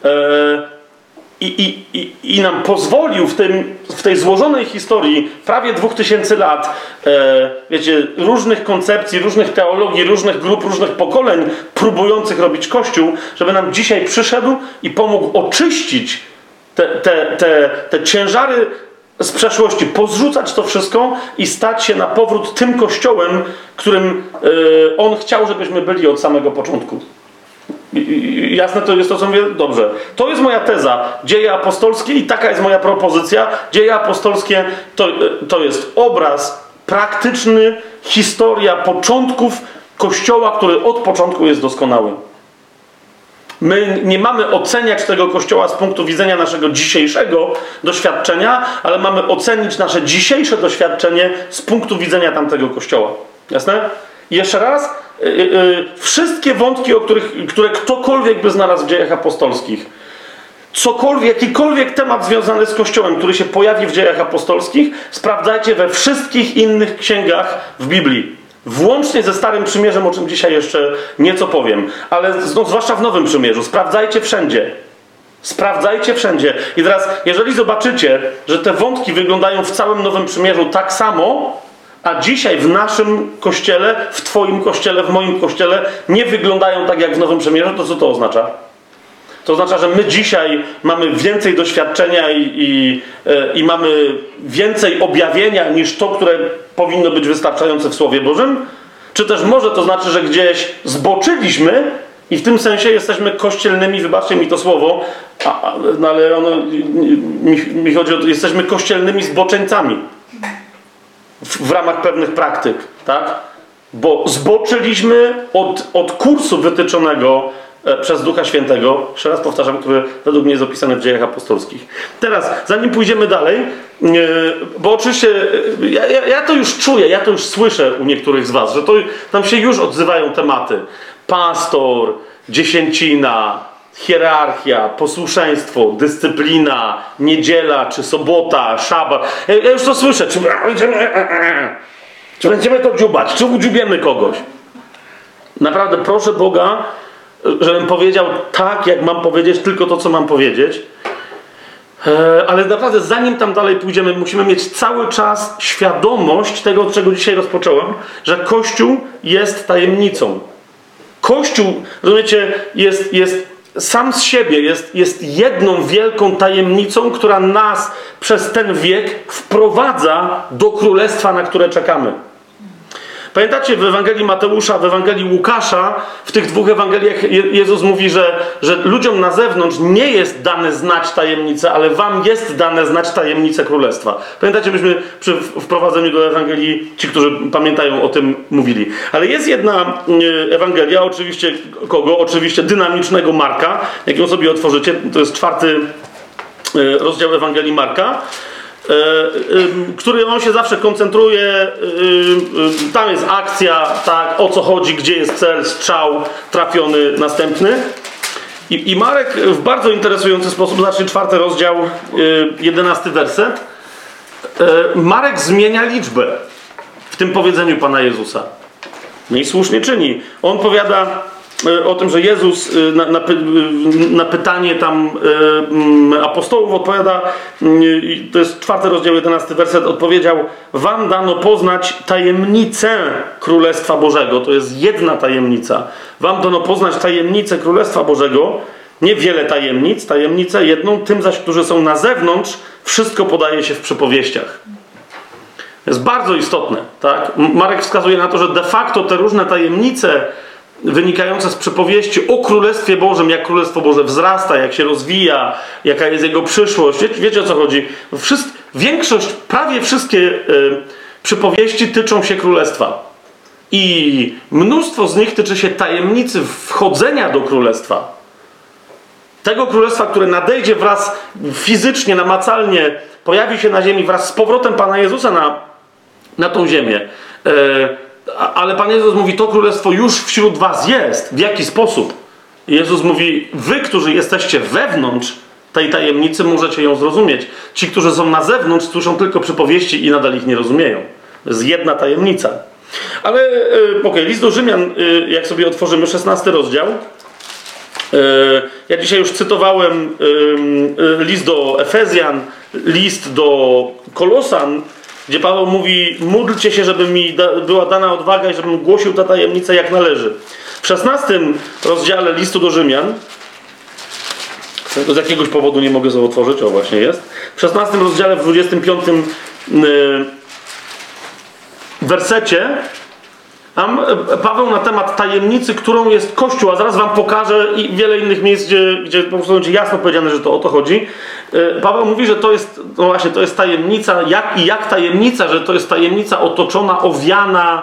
i nam pozwolił w tej złożonej historii prawie 2000 lat, wiecie, różnych koncepcji, różnych teologii, różnych grup, różnych pokoleń próbujących robić Kościół, żeby nam dzisiaj przyszedł i pomógł oczyścić te ciężary z przeszłości, pozrzucać to wszystko i stać się na powrót tym Kościołem, którym On chciał, żebyśmy byli od samego początku. Jasne to jest to, co mówię? Dobrze. To jest moja teza. Dzieje apostolskie i taka jest moja propozycja. Dzieje apostolskie to jest obraz praktyczny, historia początków Kościoła, który od początku jest doskonały. My nie mamy oceniać tego Kościoła z punktu widzenia naszego dzisiejszego doświadczenia, ale mamy ocenić nasze dzisiejsze doświadczenie z punktu widzenia tamtego Kościoła. Jasne? I jeszcze raz, wszystkie wątki, które ktokolwiek by znalazł w Dziejach Apostolskich, jakikolwiek temat związany z Kościołem, który się pojawi w Dziejach Apostolskich, sprawdzajcie we wszystkich innych księgach w Biblii. Włącznie ze Starym Przymierzem, o czym dzisiaj jeszcze nieco powiem, ale zwłaszcza w Nowym Przymierzu. Sprawdzajcie wszędzie. Sprawdzajcie wszędzie. I teraz, jeżeli zobaczycie, że te wątki wyglądają w całym Nowym Przymierzu tak samo, a dzisiaj w naszym Kościele, w Twoim Kościele, w moim Kościele nie wyglądają tak jak w Nowym Przymierzu, to co to oznacza? To oznacza, że my dzisiaj mamy więcej doświadczenia i mamy więcej objawienia niż to, które powinno być wystarczające w Słowie Bożym? Czy też może to znaczy, że gdzieś zboczyliśmy i w tym sensie jesteśmy kościelnymi, wybaczcie mi to słowo, no ale mi chodzi o to, jesteśmy kościelnymi zboczeńcami w ramach pewnych praktyk, tak? Bo zboczyliśmy od kursu wytyczonego przez Ducha Świętego, jeszcze raz powtarzam, który według mnie jest opisany w Dziejach Apostolskich. Teraz, zanim pójdziemy dalej, bo oczywiście ja to już czuję, ja to już słyszę u niektórych z was, że to, tam się już odzywają tematy. Pastor, dziesięcina, hierarchia, posłuszeństwo, dyscyplina, niedziela czy sobota, szabat. Ja już to słyszę. Czy będziemy to dziubać? Czy udziubiemy kogoś? Naprawdę proszę Boga, żebym powiedział tak, jak mam powiedzieć, tylko to, co mam powiedzieć. Ale naprawdę, zanim tam dalej pójdziemy, musimy mieć cały czas świadomość tego, od czego dzisiaj rozpocząłem, że Kościół jest tajemnicą. Kościół, rozumiecie, jest sam z siebie, jest jedną wielką tajemnicą, która nas przez ten wiek wprowadza do królestwa, na które czekamy. Pamiętacie, w Ewangelii Mateusza, w Ewangelii Łukasza, w tych dwóch Ewangeliach Jezus mówi, że ludziom na zewnątrz nie jest dane znać tajemnicę, ale wam jest dane znać tajemnicę Królestwa. Pamiętacie, myśmy przy wprowadzeniu do Ewangelii, ci, którzy pamiętają, o tym mówili. Ale jest jedna Ewangelia, oczywiście kogo? Oczywiście dynamicznego Marka. Jak ją sobie otworzycie, to jest 4 rozdział Ewangelii Marka, który on się zawsze koncentruje, tam jest akcja, tak, o co chodzi, gdzie jest cel, strzał, trafiony, następny. I Marek w bardzo interesujący sposób, znaczy 4 rozdział, 11 werset, Marek zmienia liczbę w tym powiedzeniu Pana Jezusa. No i słusznie czyni. On powiada o tym, że Jezus na pytanie tam apostołów odpowiada, to jest 4 rozdział, 11 werset, odpowiedział: wam dano poznać tajemnicę Królestwa Bożego. To jest jedna tajemnica. Wam dano poznać tajemnicę Królestwa Bożego. Nie wiele tajemnic, tajemnicę jedną, tym zaś, którzy są na zewnątrz, wszystko podaje się w przypowieściach. To jest bardzo istotne, tak? Marek wskazuje na to, że de facto te różne tajemnice wynikające z przypowieści o Królestwie Bożym, jak Królestwo Boże wzrasta, jak się rozwija, jaka jest jego przyszłość. Wiecie, o co chodzi? Większość, prawie wszystkie przypowieści tyczą się Królestwa. I mnóstwo z nich tyczy się tajemnicy wchodzenia do Królestwa. Tego Królestwa, które nadejdzie wraz fizycznie, namacalnie, pojawi się na ziemi wraz z powrotem Pana Jezusa na tą ziemię. Ale Pan Jezus mówi, to Królestwo już wśród was jest. W jaki sposób? Jezus mówi, wy, którzy jesteście wewnątrz tej tajemnicy, możecie ją zrozumieć. Ci, którzy są na zewnątrz, słyszą tylko przypowieści i nadal ich nie rozumieją. To jest jedna tajemnica. Ale list do Rzymian, jak sobie otworzymy 16 rozdział. Ja dzisiaj już cytowałem list do Efezjan, list do Kolosan, gdzie Paweł mówi, módlcie się, żeby mi była dana odwaga i żebym głosił tę tajemnicę jak należy. W 16 rozdziale listu do Rzymian, z jakiegoś powodu nie mogę sobie otworzyć, o właśnie jest, w 16 rozdziale, w 25 wersecie, Paweł na temat tajemnicy, którą jest Kościół, a zaraz wam pokażę i wiele innych miejsc, gdzie po prostu będzie jasno powiedziane, że to o to chodzi. Paweł mówi, że to jest, no właśnie, to jest tajemnica, jak tajemnica, że to jest tajemnica otoczona, owiana,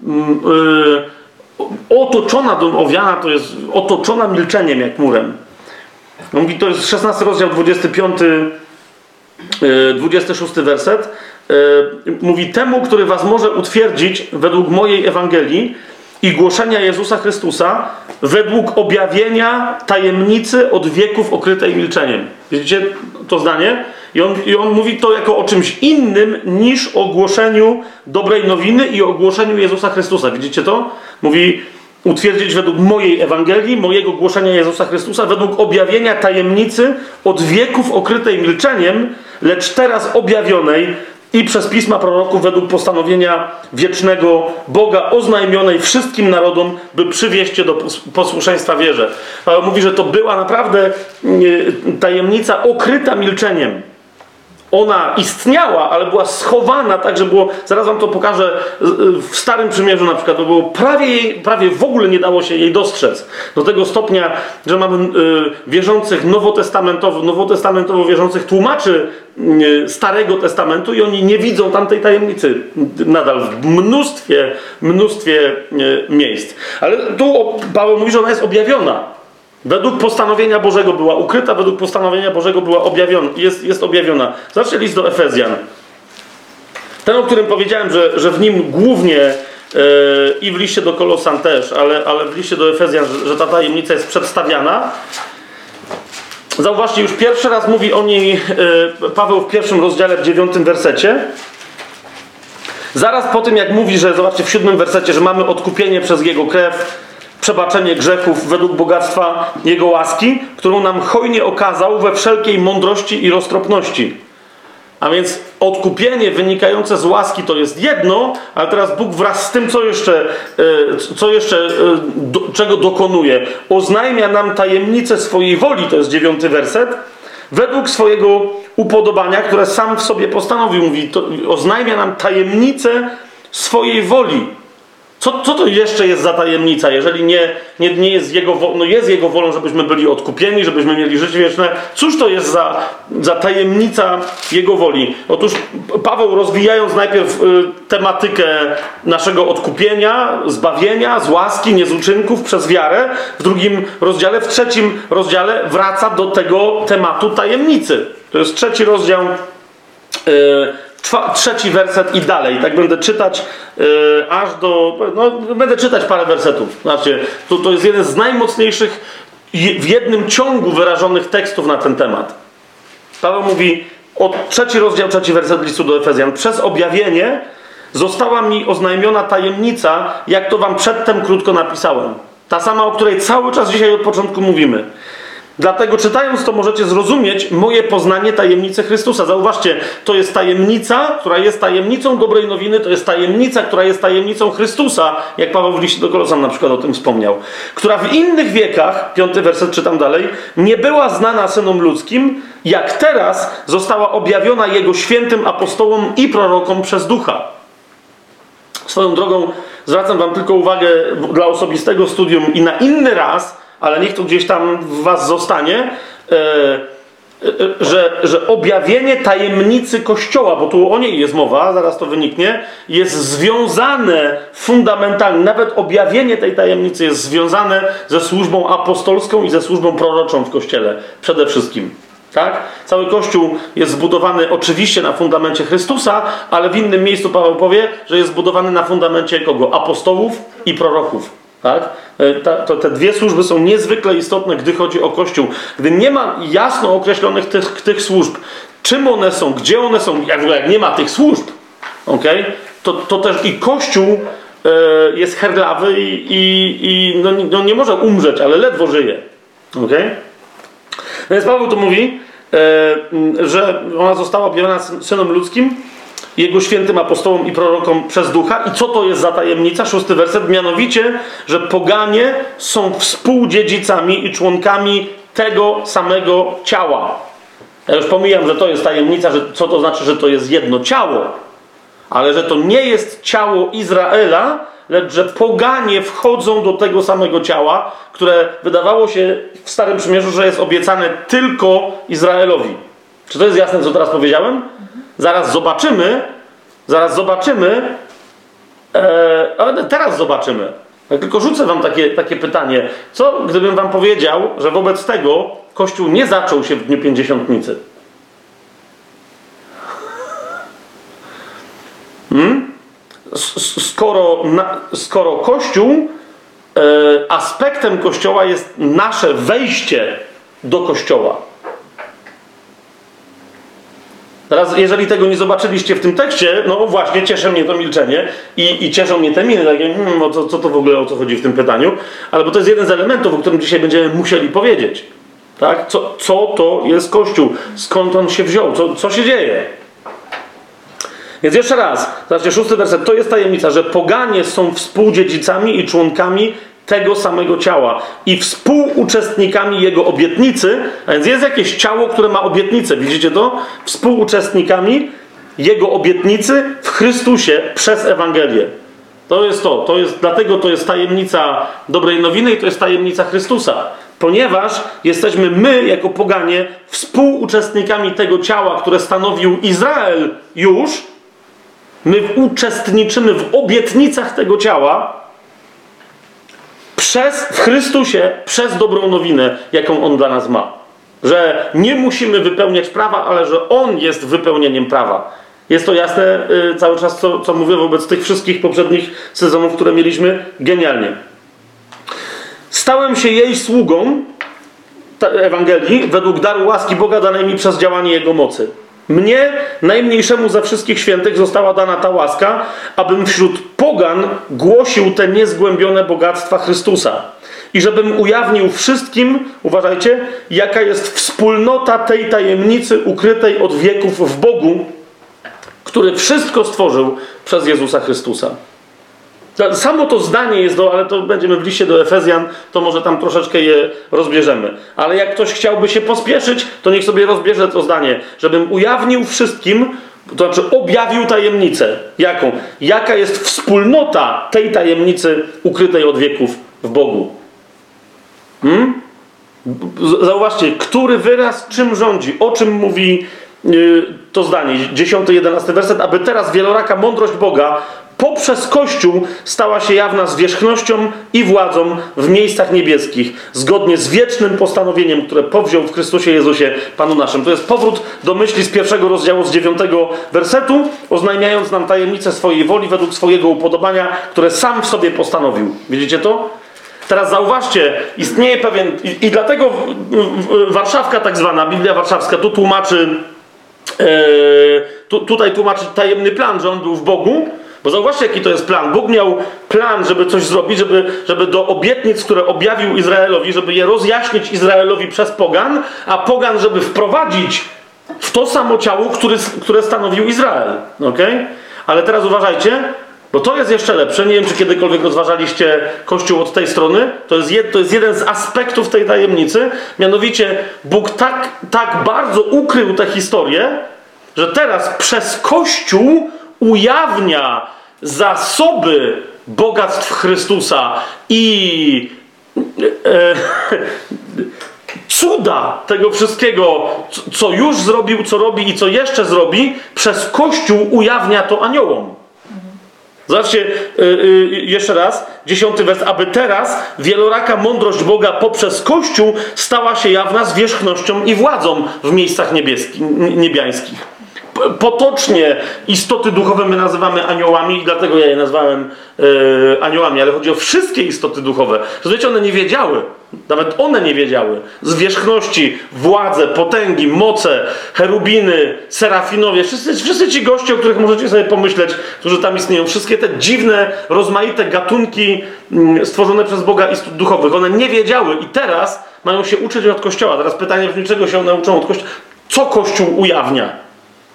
owiana to jest otoczona milczeniem jak murem. On mówi, to jest 16 rozdział, 25, 26 werset. Mówi, temu, który was może utwierdzić według mojej Ewangelii i głoszenia Jezusa Chrystusa według objawienia tajemnicy od wieków okrytej milczeniem. Widzicie to zdanie? I on mówi to jako o czymś innym niż o głoszeniu dobrej nowiny i o głoszeniu Jezusa Chrystusa. Widzicie to? Mówi, utwierdzić według mojej Ewangelii, mojego głoszenia Jezusa Chrystusa, według objawienia tajemnicy od wieków okrytej milczeniem, lecz teraz objawionej i przez pisma proroków według postanowienia wiecznego Boga oznajmionej wszystkim narodom, by przywieść je do posłuszeństwa wierze. Paweł mówi, że to była naprawdę tajemnica okryta milczeniem. Ona istniała, ale była schowana tak, że było, zaraz wam to pokażę, w Starym Przymierzu na przykład, to było prawie w ogóle nie dało się jej dostrzec. Do tego stopnia, że mamy wierzących nowotestamentowo wierzących tłumaczy Starego Testamentu i oni nie widzą tamtej tajemnicy nadal w mnóstwie miejsc. Ale tu Paweł mówi, że ona jest objawiona. Według postanowienia Bożego była ukryta, według postanowienia Bożego była objawiona, jest objawiona. Zobaczcie list do Efezjan. Ten, o którym powiedziałem, że w nim głównie i w liście do Kolosan też, ale w liście do Efezjan, że ta tajemnica jest przedstawiana. Zauważcie, już pierwszy raz mówi o niej Paweł w 1 rozdziale, w 9 wersecie. Zaraz po tym, jak mówi, że, zobaczcie, w 7 wersecie, że mamy odkupienie przez Jego krew, przebaczenie grzechów według bogactwa Jego łaski, którą nam hojnie okazał we wszelkiej mądrości i roztropności. A więc odkupienie wynikające z łaski to jest jedno, ale teraz Bóg wraz z tym, czego dokonuje, oznajmia nam tajemnicę swojej woli, to jest 9 werset, według swojego upodobania, które sam w sobie postanowił, mówi, to oznajmia nam tajemnicę swojej woli. Co to jeszcze jest za tajemnica, jeżeli nie jest jest Jego wolą, żebyśmy byli odkupieni, żebyśmy mieli życie wieczne? Cóż to jest za tajemnica Jego woli? Otóż Paweł, rozwijając najpierw tematykę naszego odkupienia, zbawienia, z łaski, nie z uczynków, przez wiarę, w 2 rozdziale, w 3 rozdziale wraca do tego tematu tajemnicy. To jest 3 rozdział, 3 werset i dalej. Tak będę czytać aż do... będę czytać parę wersetów. Znaczy, to jest jeden z najmocniejszych w jednym ciągu wyrażonych tekstów na ten temat. Paweł mówi, 3 rozdział, 3 werset listu do Efezjan. Przez objawienie została mi oznajmiona tajemnica, jak to wam przedtem krótko napisałem. Ta sama, o której cały czas dzisiaj od początku mówimy. Dlatego czytając to możecie zrozumieć moje poznanie tajemnicy Chrystusa. Zauważcie, to jest tajemnica, która jest tajemnicą dobrej nowiny, to jest tajemnica, która jest tajemnicą Chrystusa, jak Paweł w liście do Kolosan na przykład o tym wspomniał, która w innych wiekach, 5 werset czytam dalej, nie była znana synom ludzkim, jak teraz została objawiona Jego świętym apostołom i prorokom przez Ducha. Swoją drogą zwracam wam tylko uwagę dla osobistego studium i na inny raz, ale niech to gdzieś tam w was zostanie, że objawienie tajemnicy Kościoła, bo tu o niej jest mowa, zaraz to wyniknie, jest związane fundamentalnie, nawet objawienie tej tajemnicy jest związane ze służbą apostolską i ze służbą proroczą w Kościele. Przede wszystkim. Tak? Cały Kościół jest zbudowany oczywiście na fundamencie Chrystusa, ale w innym miejscu Paweł powie, że jest zbudowany na fundamencie kogo? Apostołów i proroków. Tak? Te dwie służby są niezwykle istotne, gdy chodzi o Kościół. Gdy nie ma jasno określonych tych służb, czym one są, gdzie one są, jak nie ma tych służb, okay? to też i Kościół jest herlawy i nie może umrzeć, ale ledwo żyje. Okay? Więc Paweł tu mówi, że ona została objawiona synom ludzkim, Jego świętym apostołom i prorokom przez Ducha. I co to jest za tajemnica? 6 werset. Mianowicie, że poganie są współdziedzicami i członkami tego samego ciała. Ja już pomijam, że to jest tajemnica, że co to znaczy, że to jest jedno ciało. Ale że to nie jest ciało Izraela, lecz że poganie wchodzą do tego samego ciała, które wydawało się w Starym Przymierzu, że jest obiecane tylko Izraelowi. Czy to jest jasne, co teraz powiedziałem? Zaraz zobaczymy, ale teraz zobaczymy. Ja tylko rzucę wam takie pytanie. Co gdybym wam powiedział, że wobec tego Kościół nie zaczął się w dniu Pięćdziesiątnicy? Skoro Kościół, aspektem Kościoła jest nasze wejście do Kościoła. Teraz, jeżeli tego nie zobaczyliście w tym tekście, no właśnie, cieszy mnie to milczenie i cieszą mnie te miny, takie, co to w ogóle, o co chodzi w tym pytaniu, ale bo to jest jeden z elementów, o którym dzisiaj będziemy musieli powiedzieć. Tak? Co to jest Kościół? Skąd on się wziął? Co się dzieje? Więc jeszcze raz, zobaczcie, 6 werset, to jest tajemnica, że poganie są współdziedzicami i członkami tego samego ciała i współuczestnikami Jego obietnicy, a więc jest jakieś ciało, które ma obietnicę, widzicie to? Współuczestnikami Jego obietnicy w Chrystusie przez Ewangelię. Dlatego to jest tajemnica dobrej nowiny i to jest tajemnica Chrystusa. Ponieważ jesteśmy my, jako poganie, współuczestnikami tego ciała, które stanowił Izrael już, my uczestniczymy w obietnicach tego ciała w Chrystusie, przez dobrą nowinę, jaką On dla nas ma. Że nie musimy wypełniać prawa, ale że On jest wypełnieniem prawa. Jest to jasne cały czas, co mówię wobec tych wszystkich poprzednich sezonów, które mieliśmy? Genialnie. Stałem się jej sługą, Ewangelii, według daru łaski Boga danej mi przez działanie Jego mocy. Mnie, najmniejszemu ze wszystkich świętych, została dana ta łaska, abym wśród pogan głosił te niezgłębione bogactwa Chrystusa. I żebym ujawnił wszystkim, uważajcie, jaka jest wspólnota tej tajemnicy ukrytej od wieków w Bogu, który wszystko stworzył przez Jezusa Chrystusa. Samo to zdanie jest, ale to będziemy w liście do Efezjan, to może tam troszeczkę je rozbierzemy. Ale jak ktoś chciałby się pospieszyć, to niech sobie rozbierze to zdanie. Żebym ujawnił wszystkim, to znaczy objawił tajemnicę. Jaką? Jaka jest wspólnota tej tajemnicy ukrytej od wieków w Bogu. Zauważcie, który wyraz czym rządzi, o czym mówi to zdanie, 10-11 werset, aby teraz wieloraka mądrość Boga poprzez Kościół stała się jawna zwierzchnością i władzą w miejscach niebieskich, zgodnie z wiecznym postanowieniem, które powziął w Chrystusie Jezusie, Panu naszym. To jest powrót do myśli z 1 rozdziału, z 9 wersetu, oznajmiając nam tajemnicę swojej woli według swojego upodobania, które sam w sobie postanowił. Widzicie to? Teraz zauważcie, istnieje pewien... I dlatego Warszawka tak zwana, Biblia Warszawska, tu tłumaczy... tutaj tłumaczy tajemny plan, że on był w Bogu, bo zauważcie, jaki to jest plan. Bóg miał plan, żeby coś zrobić, żeby do obietnic, które objawił Izraelowi, żeby je rozjaśnić Izraelowi przez pogan, a pogan, żeby wprowadzić w to samo ciało, które stanowił Izrael. Okay? Ale teraz uważajcie, bo to jest jeszcze lepsze. Nie wiem, czy kiedykolwiek rozważaliście Kościół od tej strony. To jest jeden z aspektów tej tajemnicy. Mianowicie Bóg tak bardzo ukrył tę historię, że teraz przez Kościół ujawnia zasoby bogactw Chrystusa i cuda tego wszystkiego, co już zrobił, co robi i co jeszcze zrobi, przez Kościół ujawnia to aniołom. Zobaczcie, jeszcze raz, 10 wers, aby teraz wieloraka mądrość Boga poprzez Kościół stała się jawna zwierzchnością i władzą w miejscach niebiańskich. Potocznie istoty duchowe my nazywamy aniołami i dlatego ja je nazwałem aniołami, ale chodzi o wszystkie istoty duchowe. Rozumiecie, one nie wiedziały, nawet one nie wiedziały zwierzchności, władze, potęgi, moce, cherubiny, serafinowie, wszyscy ci goście, o których możecie sobie pomyśleć, którzy tam istnieją, wszystkie te dziwne, rozmaite gatunki stworzone przez Boga istot duchowych, one nie wiedziały i teraz mają się uczyć od Kościoła. Teraz pytanie brzmi, czego się nauczą od Kościoła? Co Kościół ujawnia?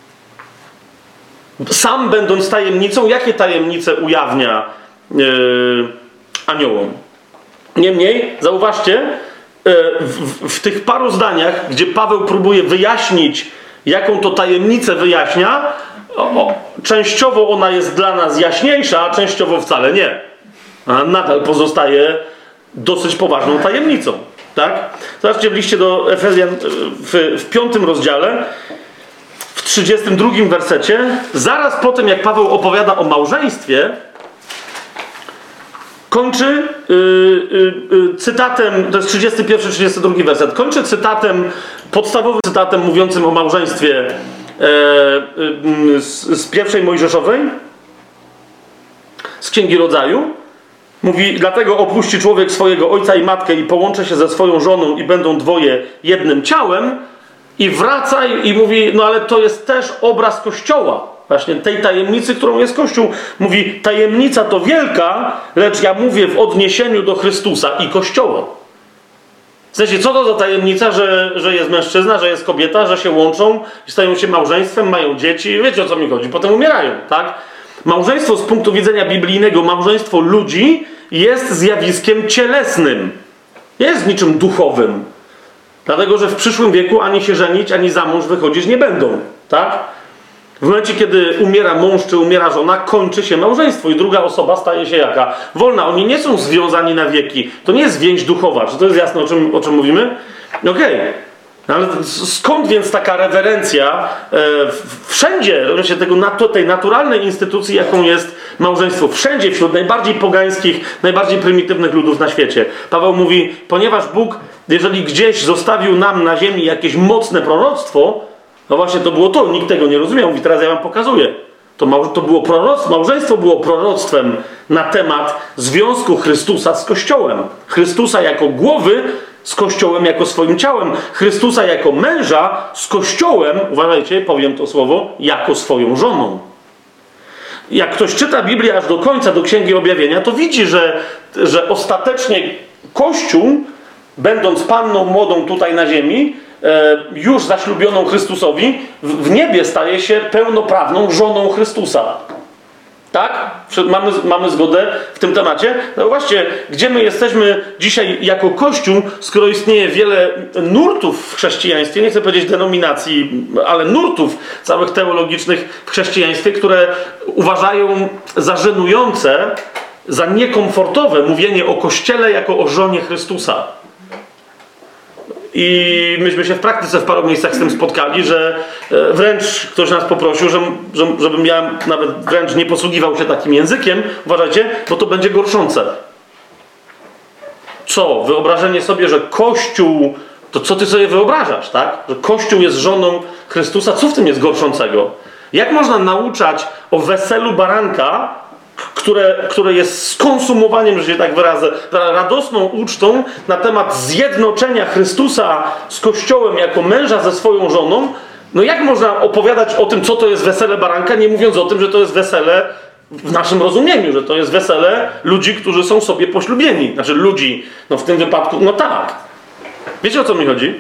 Sam będąc tajemnicą, jakie tajemnice ujawnia aniołom? Niemniej, zauważcie, w tych paru zdaniach, gdzie Paweł próbuje wyjaśnić, jaką to tajemnicę wyjaśnia, częściowo ona jest dla nas jaśniejsza, a częściowo wcale nie. A nadal pozostaje dosyć poważną tajemnicą. Tak? Zobaczcie w liście do Efezjan w 5 rozdziale, w 32 wersecie, zaraz po tym, jak Paweł opowiada o małżeństwie, kończy cytatem, to jest 31-32 werset, kończy cytatem, podstawowym cytatem mówiącym o małżeństwie z pierwszej Mojżeszowej, z Księgi Rodzaju. Mówi, dlatego opuści człowiek swojego ojca i matkę i połączy się ze swoją żoną i będą dwoje jednym ciałem. I wraca i mówi, no ale to jest też obraz Kościoła. Właśnie tej tajemnicy, którą jest Kościół. Mówi, tajemnica to wielka, lecz ja mówię w odniesieniu do Chrystusa i Kościoła. W sensie, co to za tajemnica, że jest mężczyzna, że jest kobieta, że się łączą, stają się małżeństwem, mają dzieci. Wiecie, o co mi chodzi. Potem umierają, tak? Małżeństwo z punktu widzenia biblijnego, małżeństwo ludzi jest zjawiskiem cielesnym. Nie jest niczym duchowym. Dlatego, że w przyszłym wieku ani się żenić, ani za mąż wychodzić nie będą. Tak? W momencie, kiedy umiera mąż czy umiera żona, kończy się małżeństwo i druga osoba staje się jaka? Wolna. Oni nie są związani na wieki. To nie jest więź duchowa. Czy to jest jasne, o czym mówimy? Okej. Ale skąd więc taka rewerencja wszędzie, tej naturalnej instytucji, jaką jest małżeństwo? Wszędzie, wśród najbardziej pogańskich, najbardziej prymitywnych ludów na świecie. Paweł mówi, ponieważ Bóg, jeżeli gdzieś zostawił nam na ziemi jakieś mocne proroctwo, no właśnie to było to, nikt tego nie rozumiał. Mówi, teraz ja wam pokazuję. To było proroctwo, małżeństwo było proroctwem na temat związku Chrystusa z Kościołem. Chrystusa jako głowy z Kościołem jako swoim ciałem. Chrystusa jako męża z Kościołem, uważajcie, powiem to słowo, jako swoją żoną. Jak ktoś czyta Biblię aż do końca, do Księgi Objawienia, to widzi, że ostatecznie Kościół, będąc panną młodą tutaj na ziemi, już zaślubioną Chrystusowi, w niebie staje się pełnoprawną żoną Chrystusa. Tak? Mamy zgodę w tym temacie? No właśnie, gdzie my jesteśmy dzisiaj jako Kościół, skoro istnieje wiele nurtów w chrześcijaństwie, nie chcę powiedzieć denominacji, ale nurtów całych teologicznych w chrześcijaństwie, które uważają za żenujące, za niekomfortowe mówienie o Kościele jako o żonie Chrystusa. I myśmy się w praktyce w paru miejscach z tym spotkali, że wręcz ktoś nas poprosił, żebym ja nawet wręcz nie posługiwał się takim językiem, uważajcie, bo to będzie gorszące. Co? Wyobrażenie sobie, że Kościół, to co ty sobie wyobrażasz, tak? Że Kościół jest żoną Chrystusa, co w tym jest gorszącego? Jak można nauczać o weselu baranka, które jest skonsumowaniem, że się tak wyrazę, radosną ucztą na temat zjednoczenia Chrystusa z Kościołem jako męża ze swoją żoną? No jak można opowiadać o tym, co to jest wesele baranka, nie mówiąc o tym, że to jest wesele w naszym rozumieniu, że to jest wesele ludzi, którzy są sobie poślubieni. Znaczy ludzi, no w tym wypadku, no tak. Wiecie, o co mi chodzi?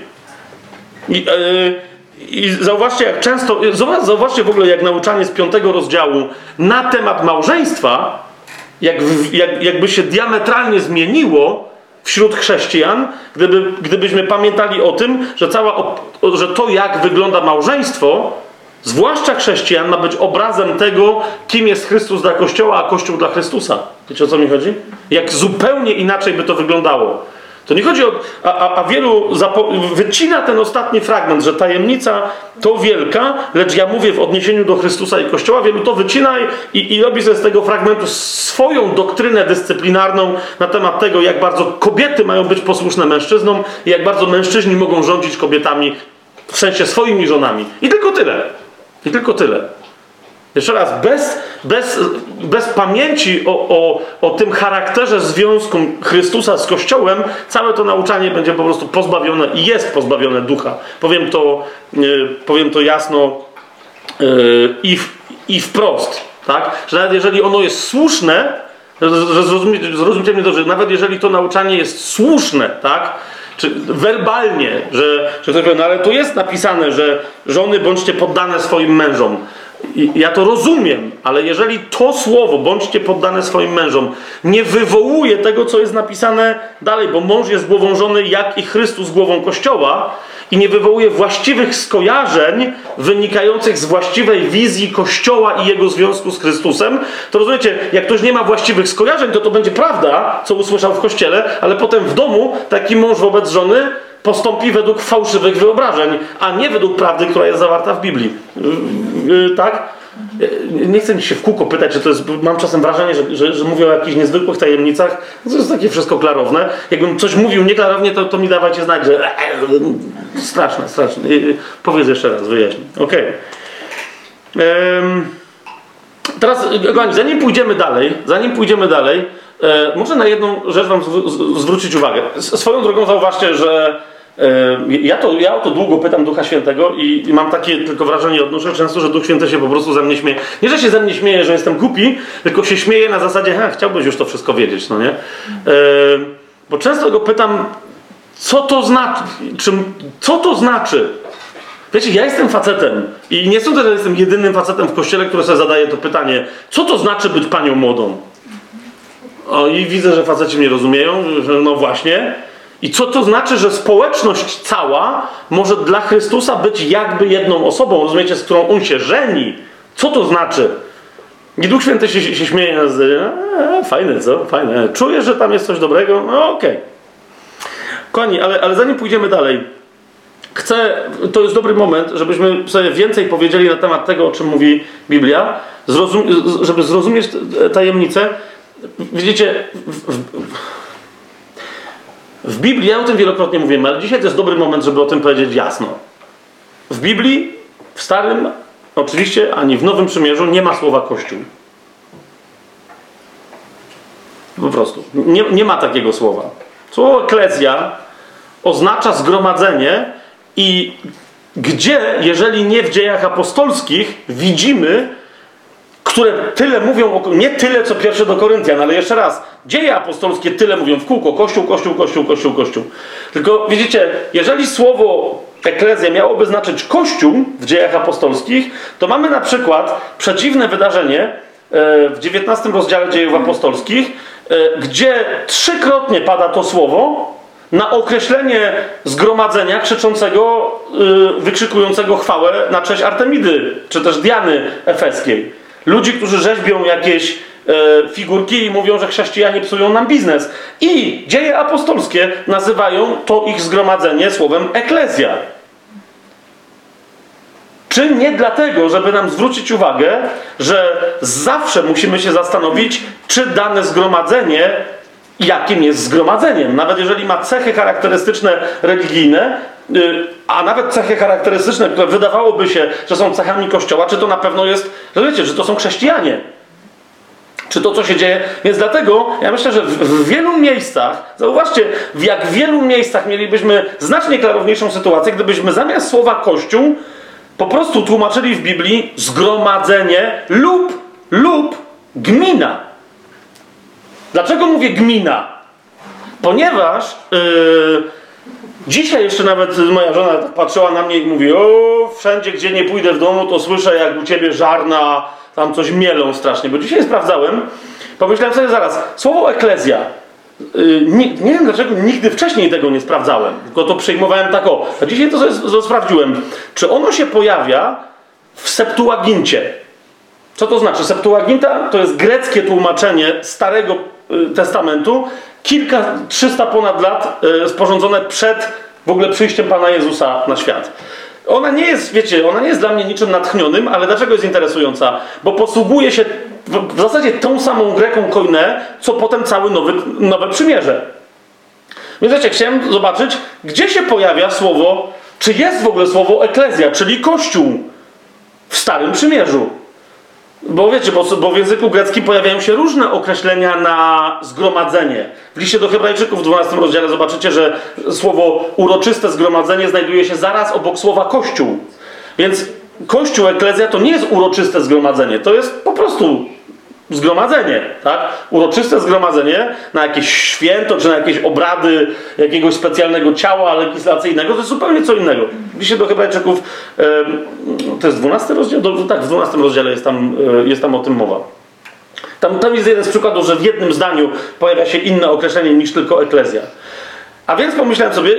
I zauważcie, jak często, zauważcie w ogóle, jak nauczanie z 5 rozdziału na temat małżeństwa, jakby się diametralnie zmieniło wśród chrześcijan, gdybyśmy pamiętali o tym, że to, jak wygląda małżeństwo, zwłaszcza chrześcijan, ma być obrazem tego, kim jest Chrystus dla Kościoła, a Kościół dla Chrystusa. Wiecie, o co mi chodzi? Jak zupełnie inaczej by to wyglądało. To nie chodzi o... A wielu wycina ten ostatni fragment, że tajemnica to wielka, lecz ja mówię w odniesieniu do Chrystusa i Kościoła, wielu to wycina i robi sobie z tego fragmentu swoją doktrynę dyscyplinarną na temat tego, jak bardzo kobiety mają być posłuszne mężczyznom i jak bardzo mężczyźni mogą rządzić kobietami, w sensie swoimi żonami. I tylko tyle. I tylko tyle. Jeszcze raz, bez pamięci o tym charakterze związku Chrystusa z Kościołem, całe to nauczanie będzie po prostu pozbawione i jest pozbawione ducha. Powiem to jasno i wprost. Tak? Że nawet jeżeli ono jest słuszne, zrozumcie mnie dobrze, nawet jeżeli to nauczanie jest słuszne, tak? Czy werbalnie, że ktoś powie, no ale tu jest napisane, że żony bądźcie poddane swoim mężom. I ja to rozumiem, ale jeżeli to słowo, bądźcie poddane swoim mężom, nie wywołuje tego, co jest napisane dalej, bo mąż jest głową żony, jak i Chrystus głową Kościoła, i nie wywołuje właściwych skojarzeń wynikających z właściwej wizji Kościoła i jego związku z Chrystusem, to rozumiecie, jak ktoś nie ma właściwych skojarzeń, to będzie prawda, co usłyszał w Kościele, ale potem w domu taki mąż wobec żony postąpi według fałszywych wyobrażeń, a nie według prawdy, która jest zawarta w Biblii. Tak? Nie chcę mi się w kółko pytać, czy to jest... Mam czasem wrażenie, że mówię o jakichś niezwykłych tajemnicach. To jest takie wszystko klarowne. Jakbym coś mówił nieklarownie, to mi dawajcie znać, że... Straszne. Powiedz jeszcze raz, wyjaśnij. Okej. Teraz, kochani, zanim pójdziemy dalej, muszę na jedną rzecz wam zwrócić uwagę. Swoją drogą zauważcie, że ja o to długo pytam Ducha Świętego i mam takie tylko wrażenie, odnoszę często, że Duch Święty się po prostu ze mnie śmieje. Nie, że się ze mnie śmieje, że jestem głupi, tylko się śmieje na zasadzie, chciałbyś już to wszystko wiedzieć, no nie? Bo często go pytam, co to znaczy? Co to znaczy? Wiecie, ja jestem facetem i nie sądzę, że jestem jedynym facetem w Kościele, który sobie zadaje to pytanie, co to znaczy być panią młodą? I widzę, że faceci mnie rozumieją, że no właśnie. I co to znaczy, że społeczność cała może dla Chrystusa być jakby jedną osobą, rozumiecie, z którą On się żeni? Co to znaczy? I Duch Święty się śmieje na zasadzie, fajne, co? Fajne. Czujesz, że tam jest coś dobrego? No okej. Kochani, ale zanim pójdziemy dalej, to jest dobry moment, żebyśmy sobie więcej powiedzieli na temat tego, o czym mówi Biblia, żeby zrozumieć tajemnicę. Widzicie, w Biblii, ja o tym wielokrotnie mówiłem, ale dzisiaj to jest dobry moment, żeby o tym powiedzieć jasno. W Biblii, w Starym, oczywiście, ani w Nowym Przymierzu nie ma słowa Kościół. Po prostu. Nie ma takiego słowa. Słowo eklezja oznacza zgromadzenie i gdzie, jeżeli nie w dziejach apostolskich, widzimy, które tyle mówią, nie tyle co pierwsze do Koryntian, ale jeszcze raz, dzieje apostolskie tyle mówią w kółko, Kościół, Kościół, Kościół, Kościół, Kościół. Tylko widzicie, jeżeli słowo eklezja miałoby znaczyć Kościół w dziejach apostolskich, to mamy na przykład przeciwne wydarzenie w 19 rozdziale dziejów apostolskich, gdzie 3-krotnie pada to słowo na określenie zgromadzenia krzyczącego, wykrzykującego chwałę na cześć Artemidy, czy też Diany Efeskiej. Ludzi, którzy rzeźbią jakieś figurki i mówią, że chrześcijanie psują nam biznes. I dzieje apostolskie nazywają to ich zgromadzenie słowem eklezja. Czy nie dlatego, żeby nam zwrócić uwagę, że zawsze musimy się zastanowić, czy dane zgromadzenie, jakim jest zgromadzeniem. Nawet jeżeli ma cechy charakterystyczne religijne, a nawet cechy charakterystyczne, które wydawałoby się, że są cechami Kościoła, czy to na pewno jest, że wiecie, że to są chrześcijanie. Czy to, co się dzieje. Więc dlatego ja myślę, że w wielu miejscach, zauważcie, w jak wielu miejscach mielibyśmy znacznie klarowniejszą sytuację, gdybyśmy zamiast słowa Kościół po prostu tłumaczyli w Biblii zgromadzenie lub gmina. Dlaczego mówię gmina? Ponieważ dzisiaj jeszcze nawet moja żona tak patrzyła na mnie i mówi: o, wszędzie gdzie nie pójdę w domu, to słyszę, jak u ciebie żarna, tam coś mielą strasznie. Bo dzisiaj sprawdzałem, pomyślałem sobie zaraz, słowo eklezja. Nie wiem dlaczego nigdy wcześniej tego nie sprawdzałem, tylko to przyjmowałem tak o. A dzisiaj to sobie sprawdziłem. Czy ono się pojawia w Septuagincie? Co to znaczy? Septuaginta to jest greckie tłumaczenie Starego Testamentu, 300 ponad lat sporządzone przed w ogóle przyjściem Pana Jezusa na świat. Ona nie jest, wiecie, ona nie jest dla mnie niczym natchnionym, ale dlaczego jest interesująca? Bo posługuje się w zasadzie tą samą greką koinę, co potem całe Nowe Przymierze. Więc wiecie, chciałem zobaczyć, gdzie się pojawia słowo, czy jest w ogóle słowo eklezja, czyli Kościół w Starym Przymierzu. Bo wiecie, bo w języku greckim pojawiają się różne określenia na zgromadzenie. W liście do Hebrajczyków w 12 rozdziale zobaczycie, że słowo uroczyste zgromadzenie znajduje się zaraz obok słowa Kościół. Więc Kościół, eklezja to nie jest uroczyste zgromadzenie, to jest po prostu zgromadzenie, tak? Uroczyste zgromadzenie na jakieś święto, czy na jakieś obrady jakiegoś specjalnego ciała legislacyjnego, to jest zupełnie co innego. W liście do Hebrajczyków, to jest 12 rozdział? Tak, w 12 rozdziale jest tam o tym mowa. Tam jest jeden z przykładów, że w jednym zdaniu pojawia się inne określenie niż tylko eklezja. A więc pomyślałem sobie,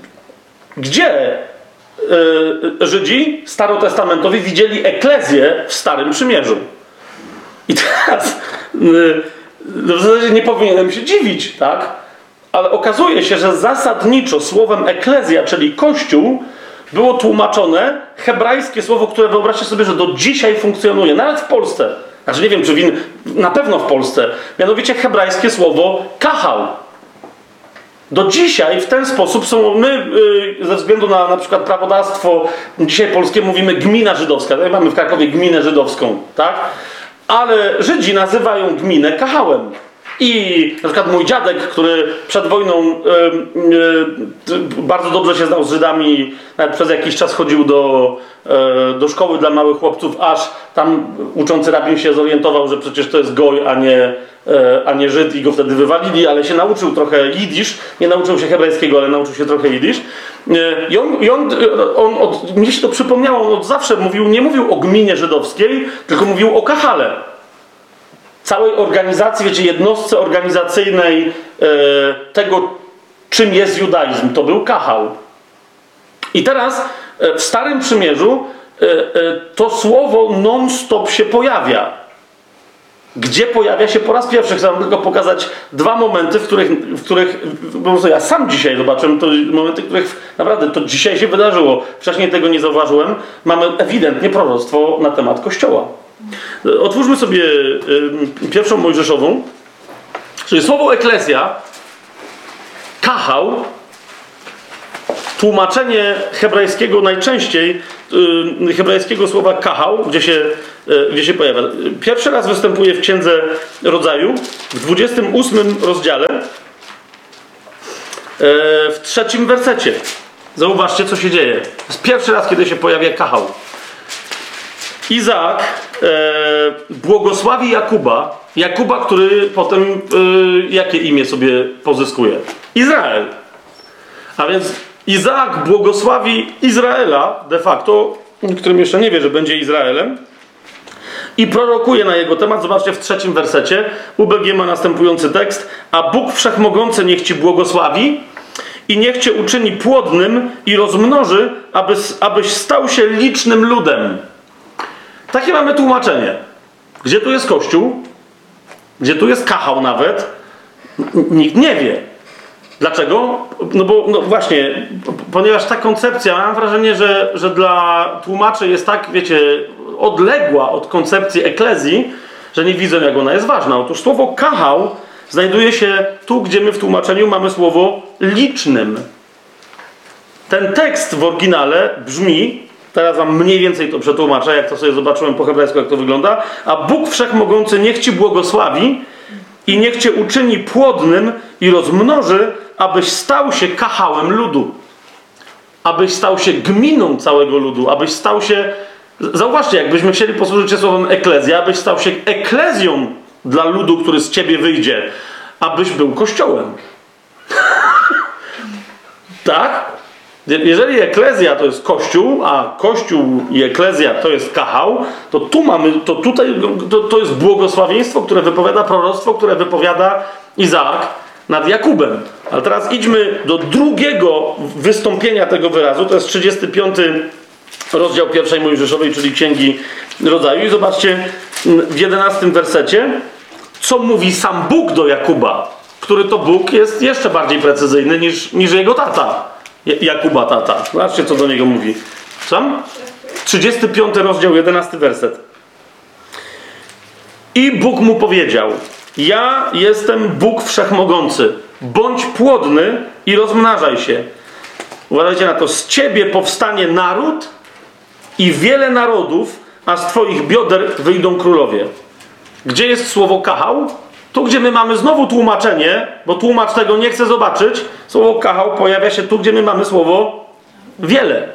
gdzie Żydzi starotestamentowi widzieli eklezję w Starym Przymierzu. I teraz w zasadzie nie powinienem się dziwić, tak? Ale okazuje się, że zasadniczo słowem eklezja, czyli Kościół, było tłumaczone hebrajskie słowo, które wyobraźcie sobie, że do dzisiaj funkcjonuje, nawet w Polsce. Znaczy nie wiem, czy na pewno w Polsce. Mianowicie hebrajskie słowo kahał. Do dzisiaj w ten sposób są my, ze względu na przykład prawodawstwo dzisiaj polskie, mówimy gmina żydowska. Tutaj mamy w Krakowie gminę żydowską, tak? Ale Żydzi nazywają gminę kahałem. I na przykład mój dziadek, który przed wojną bardzo dobrze się znał z Żydami, nawet przez jakiś czas chodził do szkoły dla małych chłopców, aż tam uczący rabin się zorientował, że przecież to jest goj, a nie Żyd, i go wtedy wywalili, ale się nauczył trochę jidysz, nie nauczył się hebrajskiego, ale nauczył się trochę jidysz. Mnie się to przypomniało, on od zawsze nie mówił o gminie żydowskiej, tylko mówił o kahale. Całej organizacji, wiecie, jednostce organizacyjnej tego, czym jest judaizm, to był kahał. I teraz w Starym Przymierzu to słowo non-stop się pojawia. gdzie pojawia się po raz pierwszy. Chcę wam tylko pokazać dwa momenty, w których po prostu ja sam dzisiaj zobaczyłem, to momenty, w których naprawdę to dzisiaj się wydarzyło. Wcześniej tego nie zauważyłem. Mamy ewidentnie proroctwo na temat Kościoła. Otwórzmy sobie pierwszą Mojżeszową, czyli słowo eklezja, kahał, tłumaczenie hebrajskiego najczęściej, hebrajskiego słowa kahał, gdzie się pojawia. Pierwszy raz występuje w Księdze Rodzaju, w 28 rozdziale, w 3 wersecie. Zauważcie, co się dzieje. To jest pierwszy raz, kiedy się pojawia kahał. Izaak błogosławi Jakuba, który potem jakie imię sobie pozyskuje? Izrael. A więc Izaak błogosławi Izraela, de facto, którym jeszcze nie wie, że będzie Izraelem, i prorokuje na jego temat. Zobaczcie w 3 wersecie. UBG ma następujący tekst. A Bóg Wszechmogący niech ci błogosławi i niech cię uczyni płodnym i rozmnoży, abyś stał się licznym ludem. Takie mamy tłumaczenie. Gdzie tu jest Kościół? Gdzie tu jest kahał nawet? Nikt nie wie. Dlaczego? No właśnie, ponieważ ta koncepcja, mam wrażenie, że dla tłumaczy jest tak, wiecie, odległa od koncepcji eklezji, że nie widzą, jak ona jest ważna. Otóż słowo kahał znajduje się tu, gdzie my w tłumaczeniu mamy słowo licznym. Ten tekst w oryginale brzmi, teraz wam mniej więcej to przetłumaczę, jak to sobie zobaczyłem po hebrajsku, jak to wygląda. A Bóg Wszechmogący niech ci błogosławi i niech cię uczyni płodnym i rozmnoży, abyś stał się kahałem ludu. Abyś stał się gminą całego ludu. Abyś stał się... Zauważcie, jakbyśmy chcieli posłużyć się słowem eklezja, abyś stał się eklezją dla ludu, który z ciebie wyjdzie. Abyś był kościołem. Tak? Jeżeli eklezja to jest kościół, a kościół i eklezja to jest kahał, to tu mamy, to jest błogosławieństwo, które wypowiada proroctwo, które wypowiada Izaak nad Jakubem. Ale teraz idźmy do drugiego wystąpienia tego wyrazu, to jest 35 rozdział 1 Mojżeszowej, czyli Księgi Rodzaju. I zobaczcie w 11 wersecie, co mówi sam Bóg do Jakuba, który to Bóg jest jeszcze bardziej precyzyjny niż jego tata. Jakuba tata. Zobaczcie, co do niego mówi. Sam? 35 rozdział, 11 werset. I Bóg mu powiedział: ja jestem Bóg Wszechmogący. Bądź płodny i rozmnażaj się. Uważajcie na to. Z ciebie powstanie naród i wiele narodów, a z twoich bioder wyjdą królowie. Gdzie jest słowo kahał? Tu, gdzie my mamy znowu tłumaczenie, bo tłumacz tego nie chce zobaczyć, słowo kahał pojawia się tu, gdzie my mamy słowo wiele.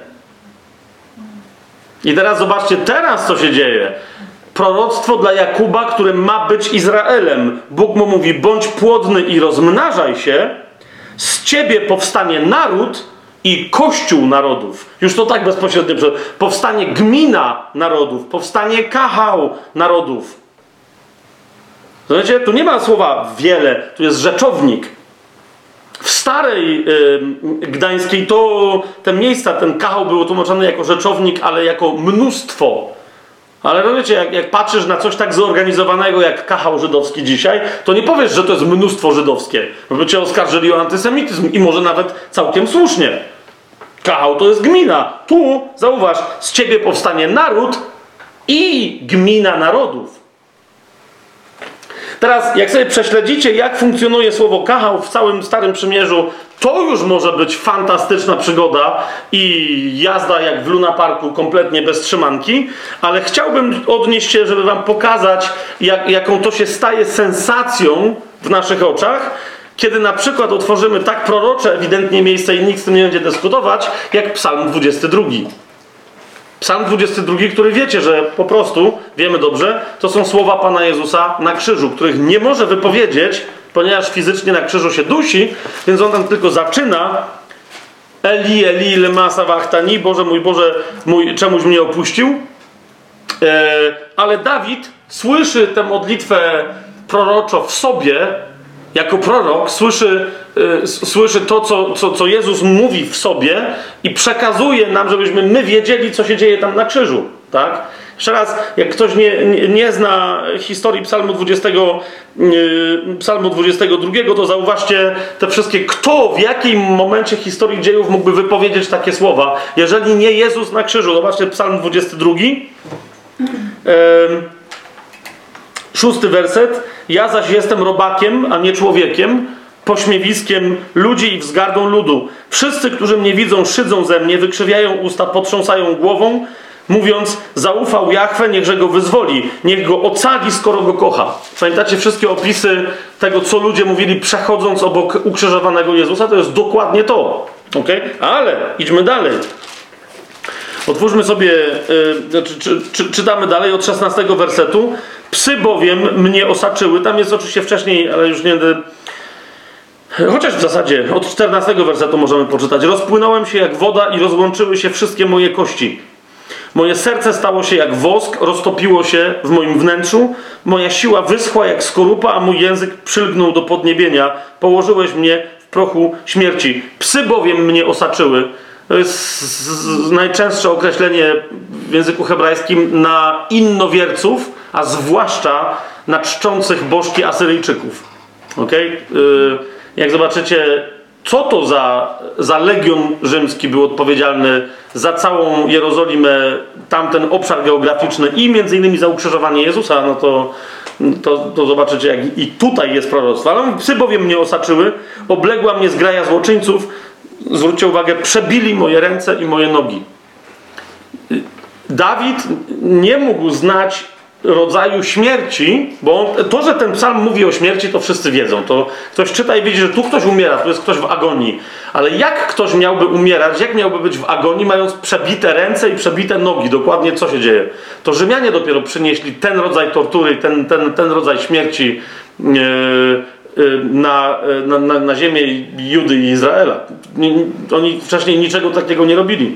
I teraz zobaczcie, teraz co się dzieje. Proroctwo dla Jakuba, który ma być Izraelem. Bóg mu mówi: bądź płodny i rozmnażaj się, z ciebie powstanie naród i kościół narodów. Już to tak bezpośrednio. Powstanie gmina narodów, powstanie kahał narodów. Zobaczcie, tu nie ma słowa wiele, tu jest rzeczownik. W starej gdańskiej te miejsca, ten kahał był tłumaczony jako rzeczownik, ale jako mnóstwo. Ale no wiecie, jak patrzysz na coś tak zorganizowanego jak kahał żydowski dzisiaj, to nie powiesz, że to jest mnóstwo żydowskie. Bo cię oskarżyli o antysemityzm i może nawet całkiem słusznie. Kahał to jest gmina. Tu, zauważ, z ciebie powstanie naród i gmina narodów. Teraz, jak sobie prześledzicie, jak funkcjonuje słowo kahał w całym Starym Przymierzu, to już może być fantastyczna przygoda i jazda jak w Luna Parku, kompletnie bez trzymanki, ale chciałbym odnieść się, żeby wam pokazać, jaką to się staje sensacją w naszych oczach, kiedy na przykład otworzymy tak prorocze ewidentnie miejsce i nikt z tym nie będzie dyskutować, jak Psalm 22. Psalm 22, który wiecie, że po prostu, wiemy dobrze, to są słowa Pana Jezusa na krzyżu, których nie może wypowiedzieć, ponieważ fizycznie na krzyżu się dusi, więc on tam tylko zaczyna: Eli, Eli, lema sabachthani, Boże, mój, czemuś mnie opuścił. Ale Dawid słyszy tę modlitwę proroczo w sobie, jako prorok, słyszy to, co Jezus mówi w sobie i przekazuje nam, żebyśmy my wiedzieli, co się dzieje tam na krzyżu. Tak? Jeszcze raz, jak ktoś nie zna historii Psalmu 22, to zauważcie te wszystkie, kto w jakim momencie historii dziejów mógłby wypowiedzieć takie słowa, jeżeli nie Jezus na krzyżu. Zobaczcie Psalm 22, 6 werset. Ja zaś jestem robakiem, a nie człowiekiem, pośmiewiskiem ludzi i wzgardą ludu. Wszyscy, którzy mnie widzą, szydzą ze mnie, wykrzywiają usta, potrząsają głową, mówiąc, zaufał Jahwe, niechże go wyzwoli, niech go ocali, skoro go kocha. Pamiętacie wszystkie opisy tego, co ludzie mówili, przechodząc obok ukrzyżowanego Jezusa? To jest dokładnie to. Okay? Ale idźmy dalej. Otwórzmy sobie, czytamy dalej od 16 wersetu. Psy bowiem mnie osaczyły. Tam jest oczywiście wcześniej, ale już nie będę... Chociaż w zasadzie od 14 wersetu możemy poczytać. Rozpłynąłem się jak woda i rozłączyły się wszystkie moje kości. Moje serce stało się jak wosk, roztopiło się w moim wnętrzu. Moja siła wyschła jak skorupa, a mój język przylgnął do podniebienia. Położyłeś mnie w prochu śmierci. Psy bowiem mnie osaczyły. To jest najczęstsze określenie w języku hebrajskim na innowierców, a zwłaszcza na czczących bożki Asyryjczyków. Okay? Jak zobaczycie, co to za legion rzymski był odpowiedzialny za całą Jerozolimę, tamten obszar geograficzny i między innymi za ukrzyżowanie Jezusa, no to zobaczycie, jak i tutaj jest proroctwo. Ale psy bowiem mnie osaczyły, obległa mnie zgraja złoczyńców, zwróćcie uwagę, przebili moje ręce i moje nogi. Dawid nie mógł znać rodzaju śmierci, bo to, że ten psalm mówi o śmierci, to wszyscy wiedzą. To ktoś czyta i widzi, że tu ktoś umiera, tu jest ktoś w agonii. Ale jak ktoś miałby umierać, jak miałby być w agonii, mając przebite ręce i przebite nogi? Dokładnie co się dzieje? To Rzymianie dopiero przynieśli ten rodzaj tortury, ten rodzaj śmierci na ziemię Judy i Izraela. Oni wcześniej niczego takiego nie robili.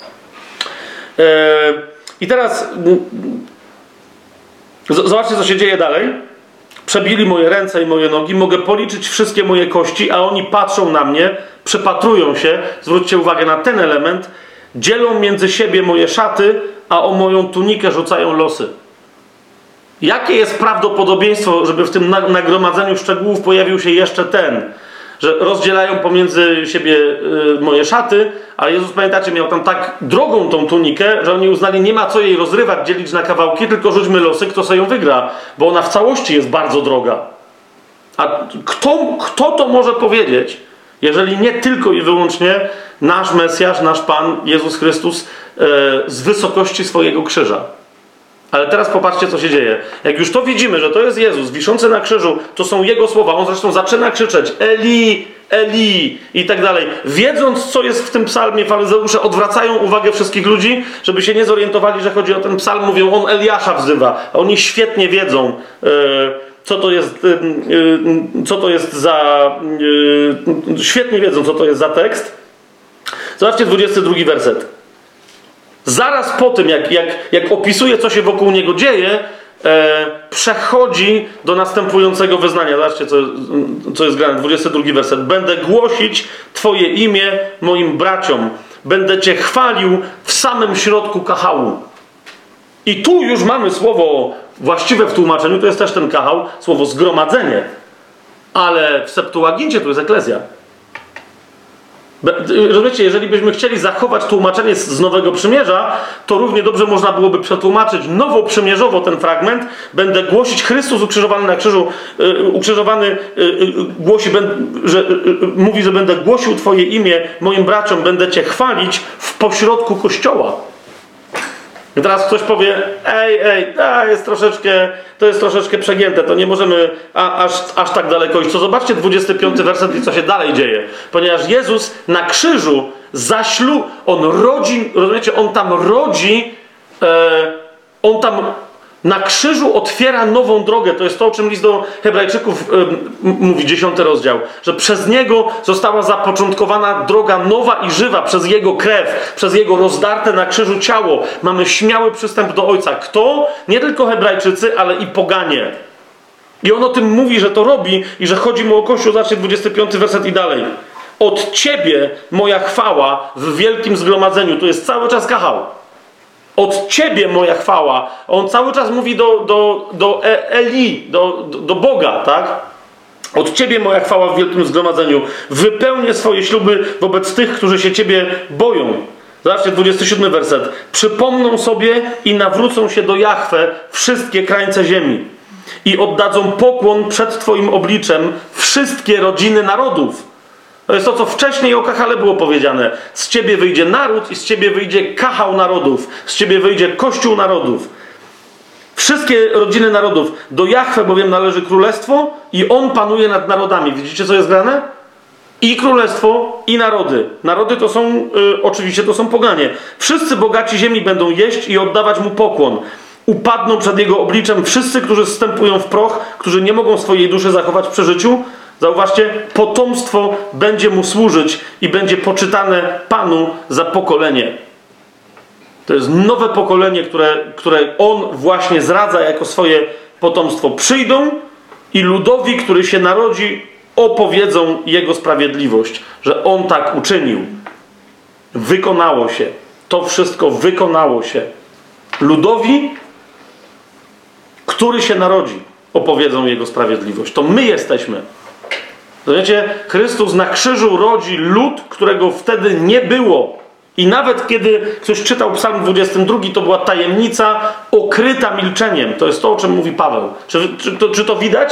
I teraz zobaczcie, co się dzieje dalej. Przebili moje ręce i moje nogi, mogę policzyć wszystkie moje kości, a oni patrzą na mnie, przypatrują się, zwróćcie uwagę na ten element, dzielą między siebie moje szaty, a o moją tunikę rzucają losy. Jakie jest prawdopodobieństwo, żeby w tym nagromadzeniu szczegółów pojawił się jeszcze ten, że rozdzielają pomiędzy siebie moje szaty, a Jezus, pamiętacie, miał tam tak drogą tą tunikę, że oni uznali, nie ma co jej rozrywać, dzielić na kawałki, tylko rzućmy losy, kto sobie ją wygra, bo ona w całości jest bardzo droga. A kto to może powiedzieć, jeżeli nie tylko i wyłącznie nasz Mesjasz, nasz Pan, Jezus Chrystus z wysokości swojego krzyża? Ale teraz popatrzcie, co się dzieje. Jak już to widzimy, że to jest Jezus wiszący na krzyżu, to są Jego słowa. On zresztą zaczyna krzyczeć Eli, Eli i tak dalej. Wiedząc, co jest w tym psalmie, faryzeusze odwracają uwagę wszystkich ludzi, żeby się nie zorientowali, że chodzi o ten psalm. Mówią, on Eliasza wzywa. A oni świetnie wiedzą, świetnie wiedzą, co to jest za tekst. Zobaczcie 22 werset. Zaraz po tym, jak opisuje, co się wokół niego dzieje, przechodzi do następującego wyznania. Zobaczcie, co jest grane. 22 werset. Będę głosić Twoje imię moim braciom. Będę Cię chwalił w samym środku kachału. I tu już mamy słowo właściwe w tłumaczeniu, to jest też ten kachał, słowo zgromadzenie. Ale w Septuagincie to jest eklezja. Rozumiecie, jeżeli byśmy chcieli zachować tłumaczenie z Nowego Przymierza, to równie dobrze można byłoby przetłumaczyć nowoprzymierzowo ten fragment. Będę głosić, Chrystus ukrzyżowany na krzyżu, mówi, że będę głosił Twoje imię moim braciom, będę Cię chwalić w pośrodku Kościoła. I teraz ktoś powie, to jest troszeczkę przegięte, to nie możemy aż tak daleko iść. To zobaczcie 25 werset i co się dalej dzieje. Ponieważ Jezus na krzyżu on rodzi, rozumiecie, on tam na krzyżu otwiera nową drogę. To jest to, o czym list do Hebrajczyków mówi, 10 rozdział. Że przez Niego została zapoczątkowana droga nowa i żywa, przez Jego krew, przez Jego rozdarte na krzyżu ciało. Mamy śmiały przystęp do Ojca. Kto? Nie tylko Hebrajczycy, ale i poganie. I on o tym mówi, że to robi i że chodzi mu o Kościół. Zobaczcie 25 werset i dalej. Od Ciebie moja chwała w wielkim zgromadzeniu. To jest cały czas kachał. Od Ciebie moja chwała. On cały czas mówi do Eli, do Boga, tak? Od Ciebie moja chwała w wielkim zgromadzeniu. Wypełnię swoje śluby wobec tych, którzy się Ciebie boją. Zobaczcie, 27 werset. Przypomną sobie i nawrócą się do Jahwe wszystkie krańce ziemi i oddadzą pokłon przed Twoim obliczem wszystkie rodziny narodów. To jest to, co wcześniej o Kahale było powiedziane. Z Ciebie wyjdzie naród i z Ciebie wyjdzie Kahał narodów. Z Ciebie wyjdzie Kościół narodów. Wszystkie rodziny narodów. Do Jahwe bowiem należy królestwo i On panuje nad narodami. Widzicie, co jest grane? I królestwo, i narody. Narody to są, oczywiście to są poganie. Wszyscy bogaci ziemi będą jeść i oddawać Mu pokłon. Upadną przed Jego obliczem wszyscy, którzy zstępują w proch, którzy nie mogą swojej duszy zachować przy życiu. Zauważcie, potomstwo będzie Mu służyć i będzie poczytane Panu za pokolenie. To jest nowe pokolenie, które On właśnie zradza jako swoje potomstwo. Przyjdą i ludowi, który się narodzi, opowiedzą Jego sprawiedliwość, że On tak uczynił. Wykonało się. To wszystko wykonało się. Ludowi, który się narodzi, opowiedzą Jego sprawiedliwość. To my jesteśmy. Wiecie, Chrystus na krzyżu rodzi lud, którego wtedy nie było. I nawet kiedy ktoś czytał Psalm 22, to była tajemnica okryta milczeniem. To jest to, o czym mówi Paweł. Czy to widać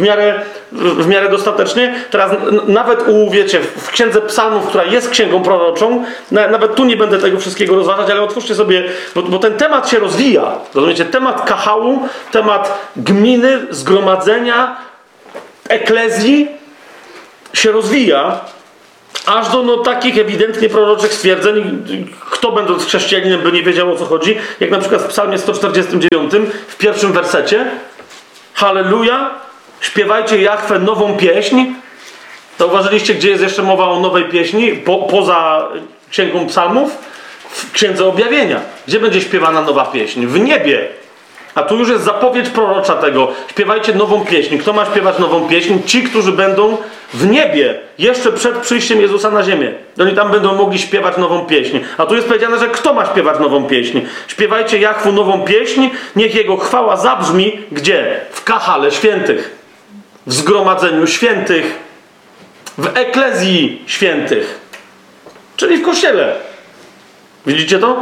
w miarę dostatecznie? Teraz nawet wiecie, w Księdze Psalmów, która jest księgą proroczą, nawet tu nie będę tego wszystkiego rozważać, ale otwórzcie sobie, bo ten temat się rozwija. Rozumiecie? Temat Kahału, temat gminy, zgromadzenia, eklezji się rozwija, aż do takich ewidentnie proroczych stwierdzeń, kto będąc chrześcijaninem by nie wiedział, o co chodzi, jak na przykład w Psalmie 149, w pierwszym wersecie: Halleluja, śpiewajcie Jahwe nową pieśń. Zauważyliście, gdzie jest jeszcze mowa o nowej pieśni, poza Księgą Psalmów? W Księdze Objawienia. Gdzie będzie śpiewana nowa pieśń? W niebie. A tu już jest zapowiedź prorocza tego. Śpiewajcie nową pieśń. Kto ma śpiewać nową pieśń? Ci, którzy będą w niebie, jeszcze przed przyjściem Jezusa na ziemię. Oni tam będą mogli śpiewać nową pieśń. A tu jest powiedziane, że kto ma śpiewać nową pieśń? Śpiewajcie Jahwu nową pieśń, niech Jego chwała zabrzmi. Gdzie? W Kahale świętych. W zgromadzeniu świętych. W eklezji świętych. Czyli w kościele. Widzicie to?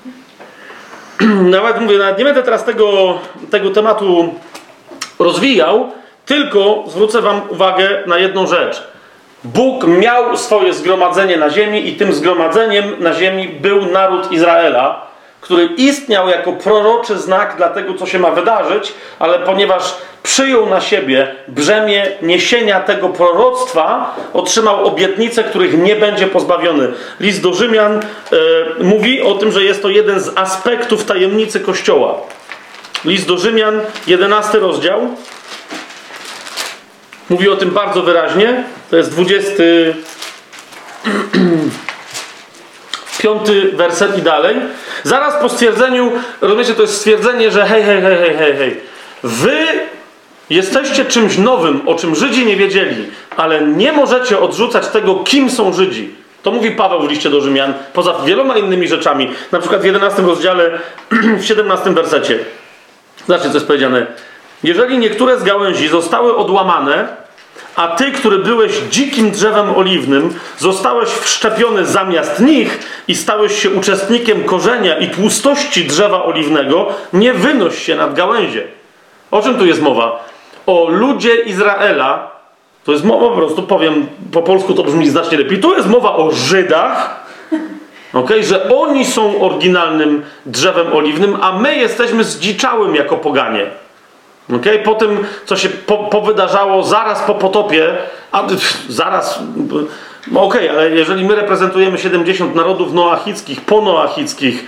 Nawet nie będę teraz tego tematu rozwijał, tylko zwrócę wam uwagę na jedną rzecz. Bóg miał swoje zgromadzenie na ziemi i tym zgromadzeniem na ziemi był naród Izraela, który istniał jako proroczy znak dla tego, co się ma wydarzyć, ale ponieważ przyjął na siebie brzemię niesienia tego proroctwa, otrzymał obietnice, których nie będzie pozbawiony. List do Rzymian mówi o tym, że jest to jeden z aspektów tajemnicy Kościoła. List do Rzymian, 11 rozdział. Mówi o tym bardzo wyraźnie. To jest 25 werset i dalej. Zaraz po stwierdzeniu, rozumiecie, to jest stwierdzenie, że hej. Wy jesteście czymś nowym, o czym Żydzi nie wiedzieli, ale nie możecie odrzucać tego, kim są Żydzi. To mówi Paweł w liście do Rzymian, poza wieloma innymi rzeczami. Na przykład w 11 rozdziale, w 17 wersecie. Zobaczcie, co jest powiedziane. Jeżeli niektóre z gałęzi zostały odłamane, a ty, który byłeś dzikim drzewem oliwnym, zostałeś wszczepiony zamiast nich i stałeś się uczestnikiem korzenia i tłustości drzewa oliwnego, nie wynoś się nad gałęzie. O czym tu jest mowa? O ludzie Izraela. To jest mowa, po prostu powiem, po polsku to brzmi znacznie lepiej. Tu jest mowa o Żydach, że oni są oryginalnym drzewem oliwnym, a my jesteśmy zdziczałym jako poganie. Po tym, co się powydarzało zaraz po potopie, ale jeżeli my reprezentujemy 70 narodów noachickich, ponoachickich,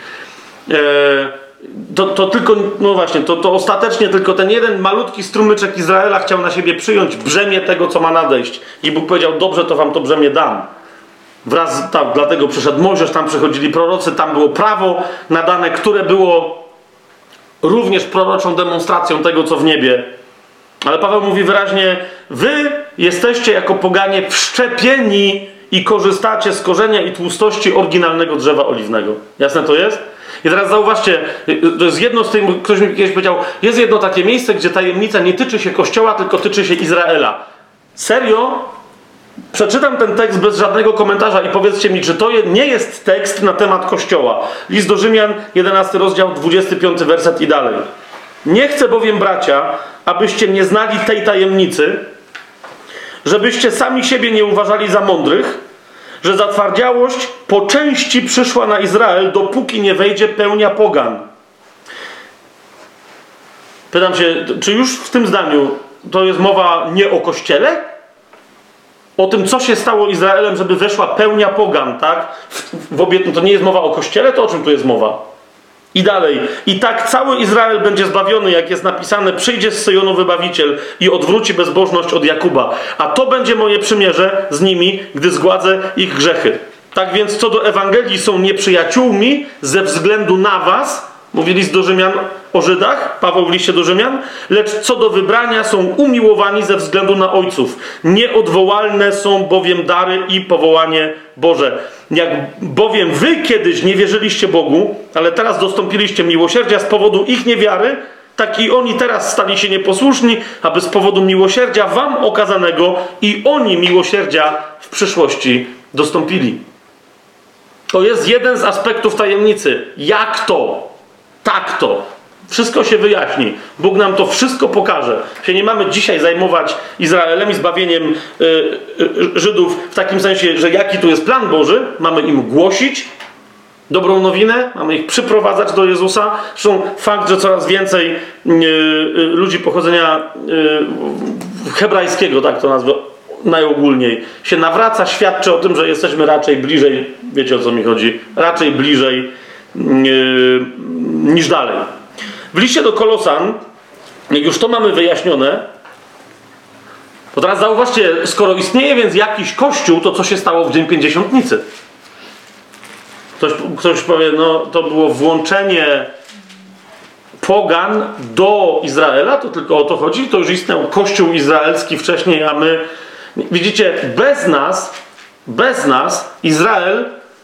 to tylko, no właśnie, to ostatecznie tylko ten jeden malutki strumyczek Izraela chciał na siebie przyjąć brzemię tego, co ma nadejść. I Bóg powiedział: dobrze, to wam to brzemię dam. Dlatego przyszedł Mojżesz, tam przychodzili prorocy, tam było prawo nadane, które było również proroczą demonstracją tego, co w niebie. Ale Paweł mówi wyraźnie: wy jesteście jako poganie wszczepieni i korzystacie z korzenia i tłustości oryginalnego drzewa oliwnego. Jasne to jest? I teraz zauważcie, to jest jedno z tych, ktoś mi kiedyś powiedział, jest jedno takie miejsce, gdzie tajemnica nie tyczy się Kościoła, tylko tyczy się Izraela. Serio? Przeczytam ten tekst bez żadnego komentarza i powiedzcie mi, czy to nie jest tekst na temat Kościoła. List do Rzymian, 11 rozdział, 25 werset i dalej. Nie chcę bowiem, bracia, abyście nie znali tej tajemnicy, żebyście sami siebie nie uważali za mądrych, że zatwardziałość po części przyszła na Izrael, dopóki nie wejdzie pełnia pogan. Pytam się, czy już w tym zdaniu to jest mowa nie o Kościele? O tym, co się stało Izraelem, żeby weszła pełnia pogan, tak? To nie jest mowa o Kościele, to o czym tu jest mowa? I dalej. I tak cały Izrael będzie zbawiony, jak jest napisane, przyjdzie z Syjonu wybawiciel i odwróci bezbożność od Jakuba. A to będzie moje przymierze z nimi, gdy zgładzę ich grzechy. Tak więc co do Ewangelii są nieprzyjaciółmi ze względu na was, mówi list do Rzymian o Żydach, Paweł w liście do Rzymian, lecz co do wybrania są umiłowani ze względu na ojców. Nieodwołalne są bowiem dary i powołanie Boże. Jak bowiem wy kiedyś nie wierzyliście Bogu, ale teraz dostąpiliście miłosierdzia z powodu ich niewiary, tak i oni teraz stali się nieposłuszni, aby z powodu miłosierdzia wam okazanego i oni miłosierdzia w przyszłości dostąpili. To jest jeden z aspektów tajemnicy. Jak to? Tak to. Wszystko się wyjaśni. Bóg nam to wszystko pokaże. Się nie mamy dzisiaj zajmować Izraelem i zbawieniem Żydów w takim sensie, że jaki tu jest plan Boży. Mamy im głosić dobrą nowinę, mamy ich przyprowadzać do Jezusa. Zresztą fakt, że coraz więcej ludzi pochodzenia hebrajskiego, tak to nazwę najogólniej, się nawraca, świadczy o tym, że jesteśmy raczej bliżej, wiecie o co mi chodzi, raczej bliżej niż dalej. W liście do Kolosan, jak już to mamy wyjaśnione, to teraz zauważcie, skoro istnieje więc jakiś kościół, to co się stało w Dzień Pięćdziesiątnicy? Ktoś powie, no to było włączenie pogan do Izraela, to tylko o to chodzi, to już istniał kościół izraelski wcześniej, a my, widzicie, bez nas Izrael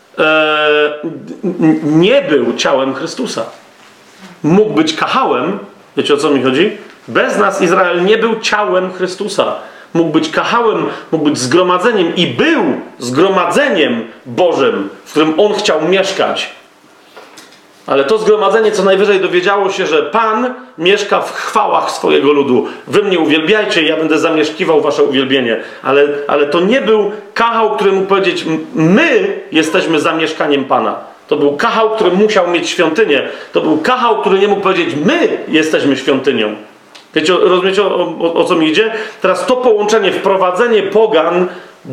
nie był ciałem Chrystusa. Mógł być kahałem, wiecie o co mi chodzi? Bez nas Izrael nie był ciałem Chrystusa. Mógł być kahałem, mógł być zgromadzeniem i był zgromadzeniem Bożym, w którym On chciał mieszkać. Ale to zgromadzenie co najwyżej dowiedziało się, że Pan mieszka w chwałach swojego ludu. Wy mnie uwielbiajcie i ja będę zamieszkiwał wasze uwielbienie. Ale to nie był kahał, który mógł powiedzieć, my jesteśmy zamieszkaniem Pana. To był kahał, który musiał mieć świątynię. To był kahał, który nie mógł powiedzieć, my jesteśmy świątynią. Wiecie, rozumiecie o co mi idzie? Teraz to połączenie, wprowadzenie pogan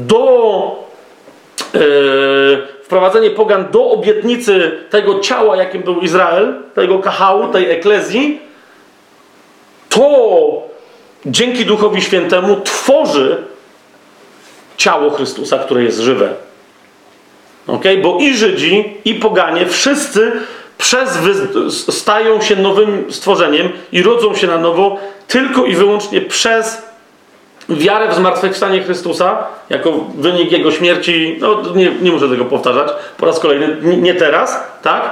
do obietnicy tego ciała, jakim był Izrael, tego kahału, tej eklezji, to dzięki Duchowi Świętemu tworzy ciało Chrystusa, które jest żywe. Okay? Bo i Żydzi, i poganie, wszyscy stają się nowym stworzeniem i rodzą się na nowo tylko i wyłącznie przez wiarę w zmartwychwstanie Chrystusa, jako wynik Jego śmierci, no nie muszę tego powtarzać po raz kolejny, nie teraz, tak?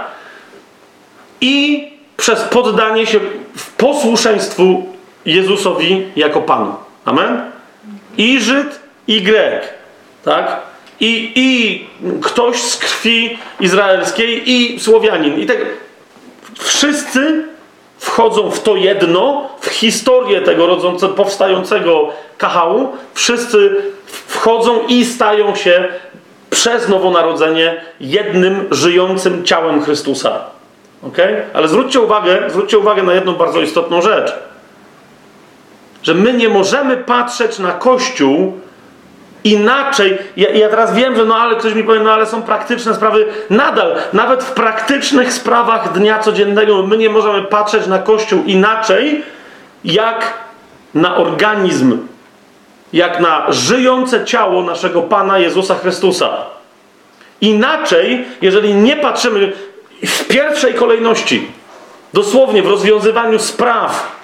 I przez poddanie się w posłuszeństwu Jezusowi jako Panu. Amen? I Żyd, i Grek, tak? I ktoś z krwi izraelskiej, i Słowianin. I tak wszyscy wchodzą w to jedno, w historię tego powstającego kahału. Wszyscy wchodzą i stają się przez nowonarodzenie jednym żyjącym ciałem Chrystusa. Okay? Ale zwróćcie uwagę na jedną bardzo istotną rzecz. Że my nie możemy patrzeć na Kościół inaczej. Ja teraz wiem, że ale ktoś mi powie, ale są praktyczne sprawy. Nadal, nawet w praktycznych sprawach dnia codziennego my nie możemy patrzeć na Kościół inaczej, jak na organizm, jak na żyjące ciało naszego Pana Jezusa Chrystusa. Inaczej, jeżeli nie patrzymy w pierwszej kolejności, dosłownie w rozwiązywaniu spraw.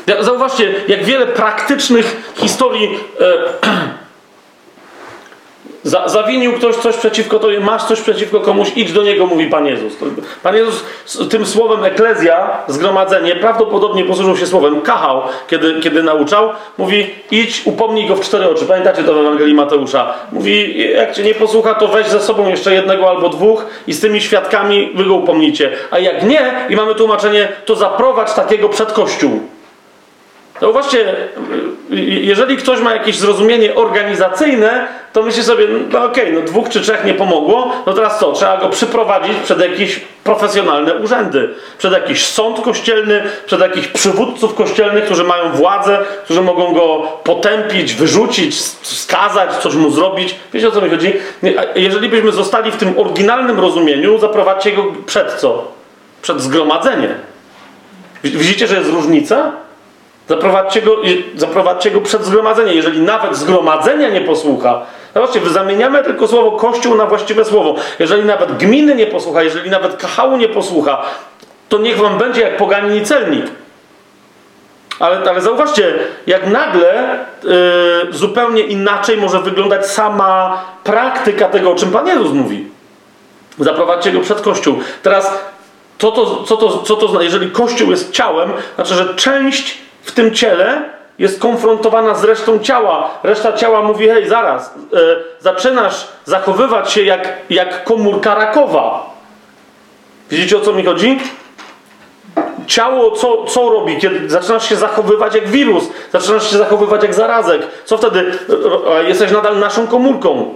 Zauważcie, jak wiele praktycznych historii Zawinił ktoś coś przeciwko tobie, masz coś przeciwko komuś, idź do niego, mówi Pan Jezus. Pan Jezus tym słowem eklezja, zgromadzenie, prawdopodobnie posłużył się słowem kahał, kiedy nauczał. Mówi, idź, upomnij go w 4 oczy. Pamiętacie to w Ewangelii Mateusza? Mówi, jak cię nie posłucha, to weź ze sobą jeszcze 1 albo 2 i z tymi świadkami wy go upomnijcie. A jak nie, i mamy tłumaczenie, to zaprowadź takiego przed Kościół. Zauważcie, jeżeli ktoś ma jakieś zrozumienie organizacyjne, to myśli sobie, no okej, no 2 czy 3 nie pomogło, no teraz co? Trzeba go przyprowadzić przed jakieś profesjonalne urzędy, przed jakiś sąd kościelny, przed jakichś przywódców kościelnych, którzy mają władzę, którzy mogą go potępić, wyrzucić, skazać, coś mu zrobić. Wiecie, o co mi chodzi? Jeżeli byśmy zostali w tym oryginalnym rozumieniu, zaprowadźcie go przed co? Przed zgromadzenie. Widzicie, że jest różnica? Zaprowadźcie go przed zgromadzenie. Jeżeli nawet zgromadzenia nie posłucha, zobaczcie, zamieniamy tylko słowo Kościół na właściwe słowo. Jeżeli nawet gminy nie posłucha, jeżeli nawet kahału nie posłucha, to niech wam będzie jak poganin i celnik. Ale zauważcie, jak nagle zupełnie inaczej może wyglądać sama praktyka tego, o czym Pan Jezus mówi. Zaprowadźcie go przed Kościół. Teraz, co to znaczy? Jeżeli Kościół jest ciałem, znaczy, że część w tym ciele jest konfrontowana z resztą ciała. Reszta ciała mówi, hej, zaraz, zaczynasz zachowywać się jak komórka rakowa. Widzicie, o co mi chodzi? Ciało co robi? Kiedy zaczynasz się zachowywać jak wirus, zaczynasz się zachowywać jak zarazek. Co wtedy? Jesteś nadal naszą komórką.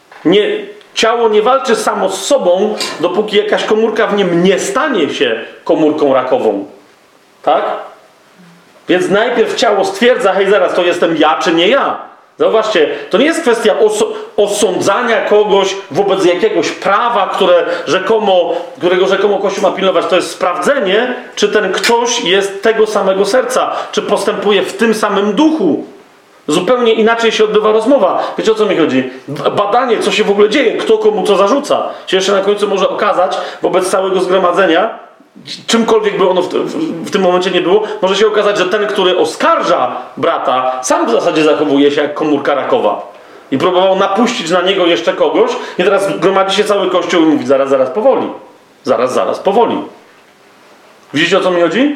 Ciało nie walczy samo z sobą, dopóki jakaś komórka w nim nie stanie się komórką rakową. Tak? Więc najpierw ciało stwierdza, hej, zaraz, to jestem ja, czy nie ja. Zauważcie, to nie jest kwestia osądzania kogoś wobec jakiegoś prawa, którego rzekomo Kościół ma pilnować. To jest sprawdzenie, czy ten ktoś jest tego samego serca, czy postępuje w tym samym duchu. Zupełnie inaczej się odbywa rozmowa. Wiecie, o co mi chodzi? Badanie, co się w ogóle dzieje, kto komu co zarzuca, się jeszcze na końcu może okazać wobec całego zgromadzenia, czymkolwiek by ono w tym momencie nie było, może się okazać, że ten, który oskarża brata, sam w zasadzie zachowuje się jak komórka rakowa. I próbował napuścić na niego jeszcze kogoś i teraz gromadzi się cały Kościół i mówi, zaraz, powoli. Zaraz, powoli. Widzicie, o co mi chodzi?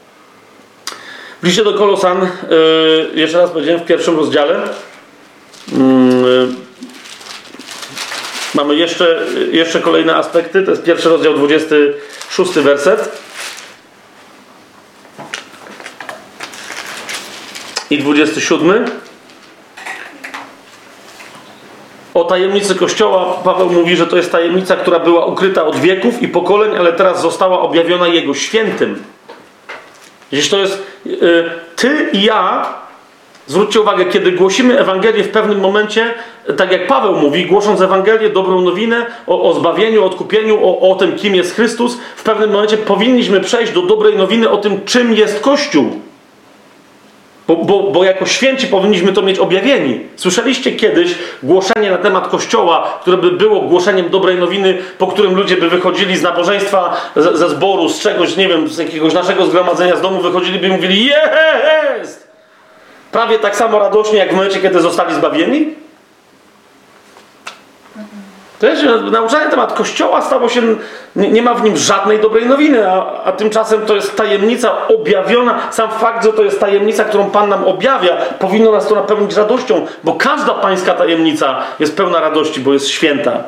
W liście do Kolosan, jeszcze raz powiedziałem, w 1 rozdziale mamy jeszcze kolejne aspekty. To jest 1 rozdział, 26 werset i 27. O tajemnicy Kościoła Paweł mówi, że to jest tajemnica, która była ukryta od wieków i pokoleń, ale teraz została objawiona Jego świętym. Gdzieś to jest ty i ja, zwróćcie uwagę, kiedy głosimy Ewangelię w pewnym momencie, tak jak Paweł mówi, głosząc Ewangelię, dobrą nowinę o zbawieniu, odkupieniu, o tym, kim jest Chrystus, w pewnym momencie powinniśmy przejść do dobrej nowiny o tym, czym jest Kościół. Bo jako święci powinniśmy to mieć objawieni. Słyszeliście kiedyś głoszenie na temat Kościoła, które by było głoszeniem dobrej nowiny, po którym ludzie by wychodzili z nabożeństwa, ze zboru, z czegoś, nie wiem, z jakiegoś naszego zgromadzenia z domu, wychodzili i mówili, jest! Prawie tak samo radośnie, jak w momencie, kiedy zostali zbawieni? To jest, że nauczanie na temat Kościoła stało się, nie ma w nim żadnej dobrej nowiny, a tymczasem to jest tajemnica objawiona. Sam fakt, że to jest tajemnica, którą Pan nam objawia, powinno nas to napełnić radością, bo każda pańska tajemnica jest pełna radości, bo jest święta.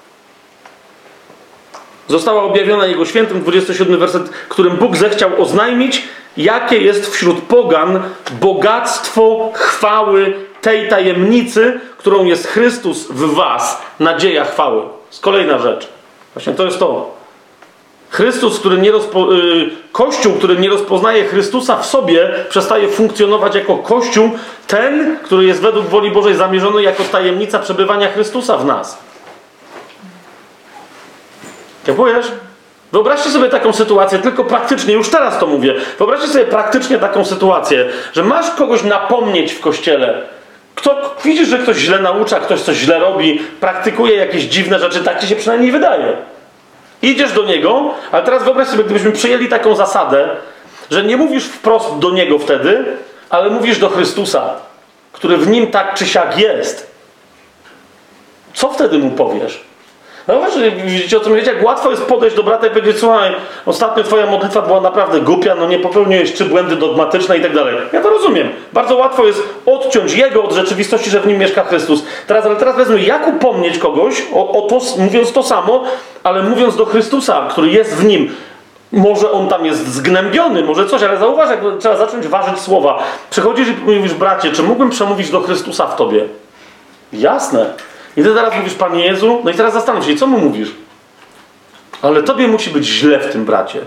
Została objawiona Jego świętym, 27 werset, którym Bóg zechciał oznajmić, jakie jest wśród pogan bogactwo chwały tej tajemnicy, którą jest Chrystus w was, nadzieja chwały. To jest kolejna rzecz. Właśnie to jest to. Chrystus, Kościół, który nie rozpoznaje Chrystusa w sobie, przestaje funkcjonować jako Kościół, ten, który jest według woli Bożej zamierzony jako tajemnica przebywania Chrystusa w nas. Kapujesz? Wyobraźcie sobie taką sytuację, tylko praktycznie, już teraz to mówię, wyobraźcie sobie praktycznie taką sytuację, że masz kogoś napomnieć w kościele. Widzisz, że ktoś źle naucza, ktoś coś źle robi, praktykuje jakieś dziwne rzeczy, tak ci się przynajmniej wydaje. Idziesz do niego, ale teraz wyobraź sobie, gdybyśmy przyjęli taką zasadę, że nie mówisz wprost do niego wtedy, ale mówisz do Chrystusa, który w nim tak czy siak jest. Co wtedy mu powiesz? No właśnie, widzicie o co mi, jak łatwo jest podejść do brata i powiedzieć: słuchaj, ostatnio twoja modlitwa była naprawdę głupia, no nie popełniłeś 3 błędy dogmatyczne i tak dalej. Ja to rozumiem. Bardzo łatwo jest odciąć jego od rzeczywistości, że w nim mieszka Chrystus. Ale teraz wezmę, jak upomnieć kogoś o to, mówiąc to samo, ale mówiąc do Chrystusa, który jest w nim. Może on tam jest zgnębiony, może coś, ale zauważ, jak trzeba zacząć ważyć słowa. Przychodzisz i mówisz: bracie, czy mógłbym przemówić do Chrystusa w tobie? Jasne. I ty teraz mówisz: Panie Jezu, no i teraz zastanów się, co mu mówisz? Ale tobie musi być źle w tym bracie.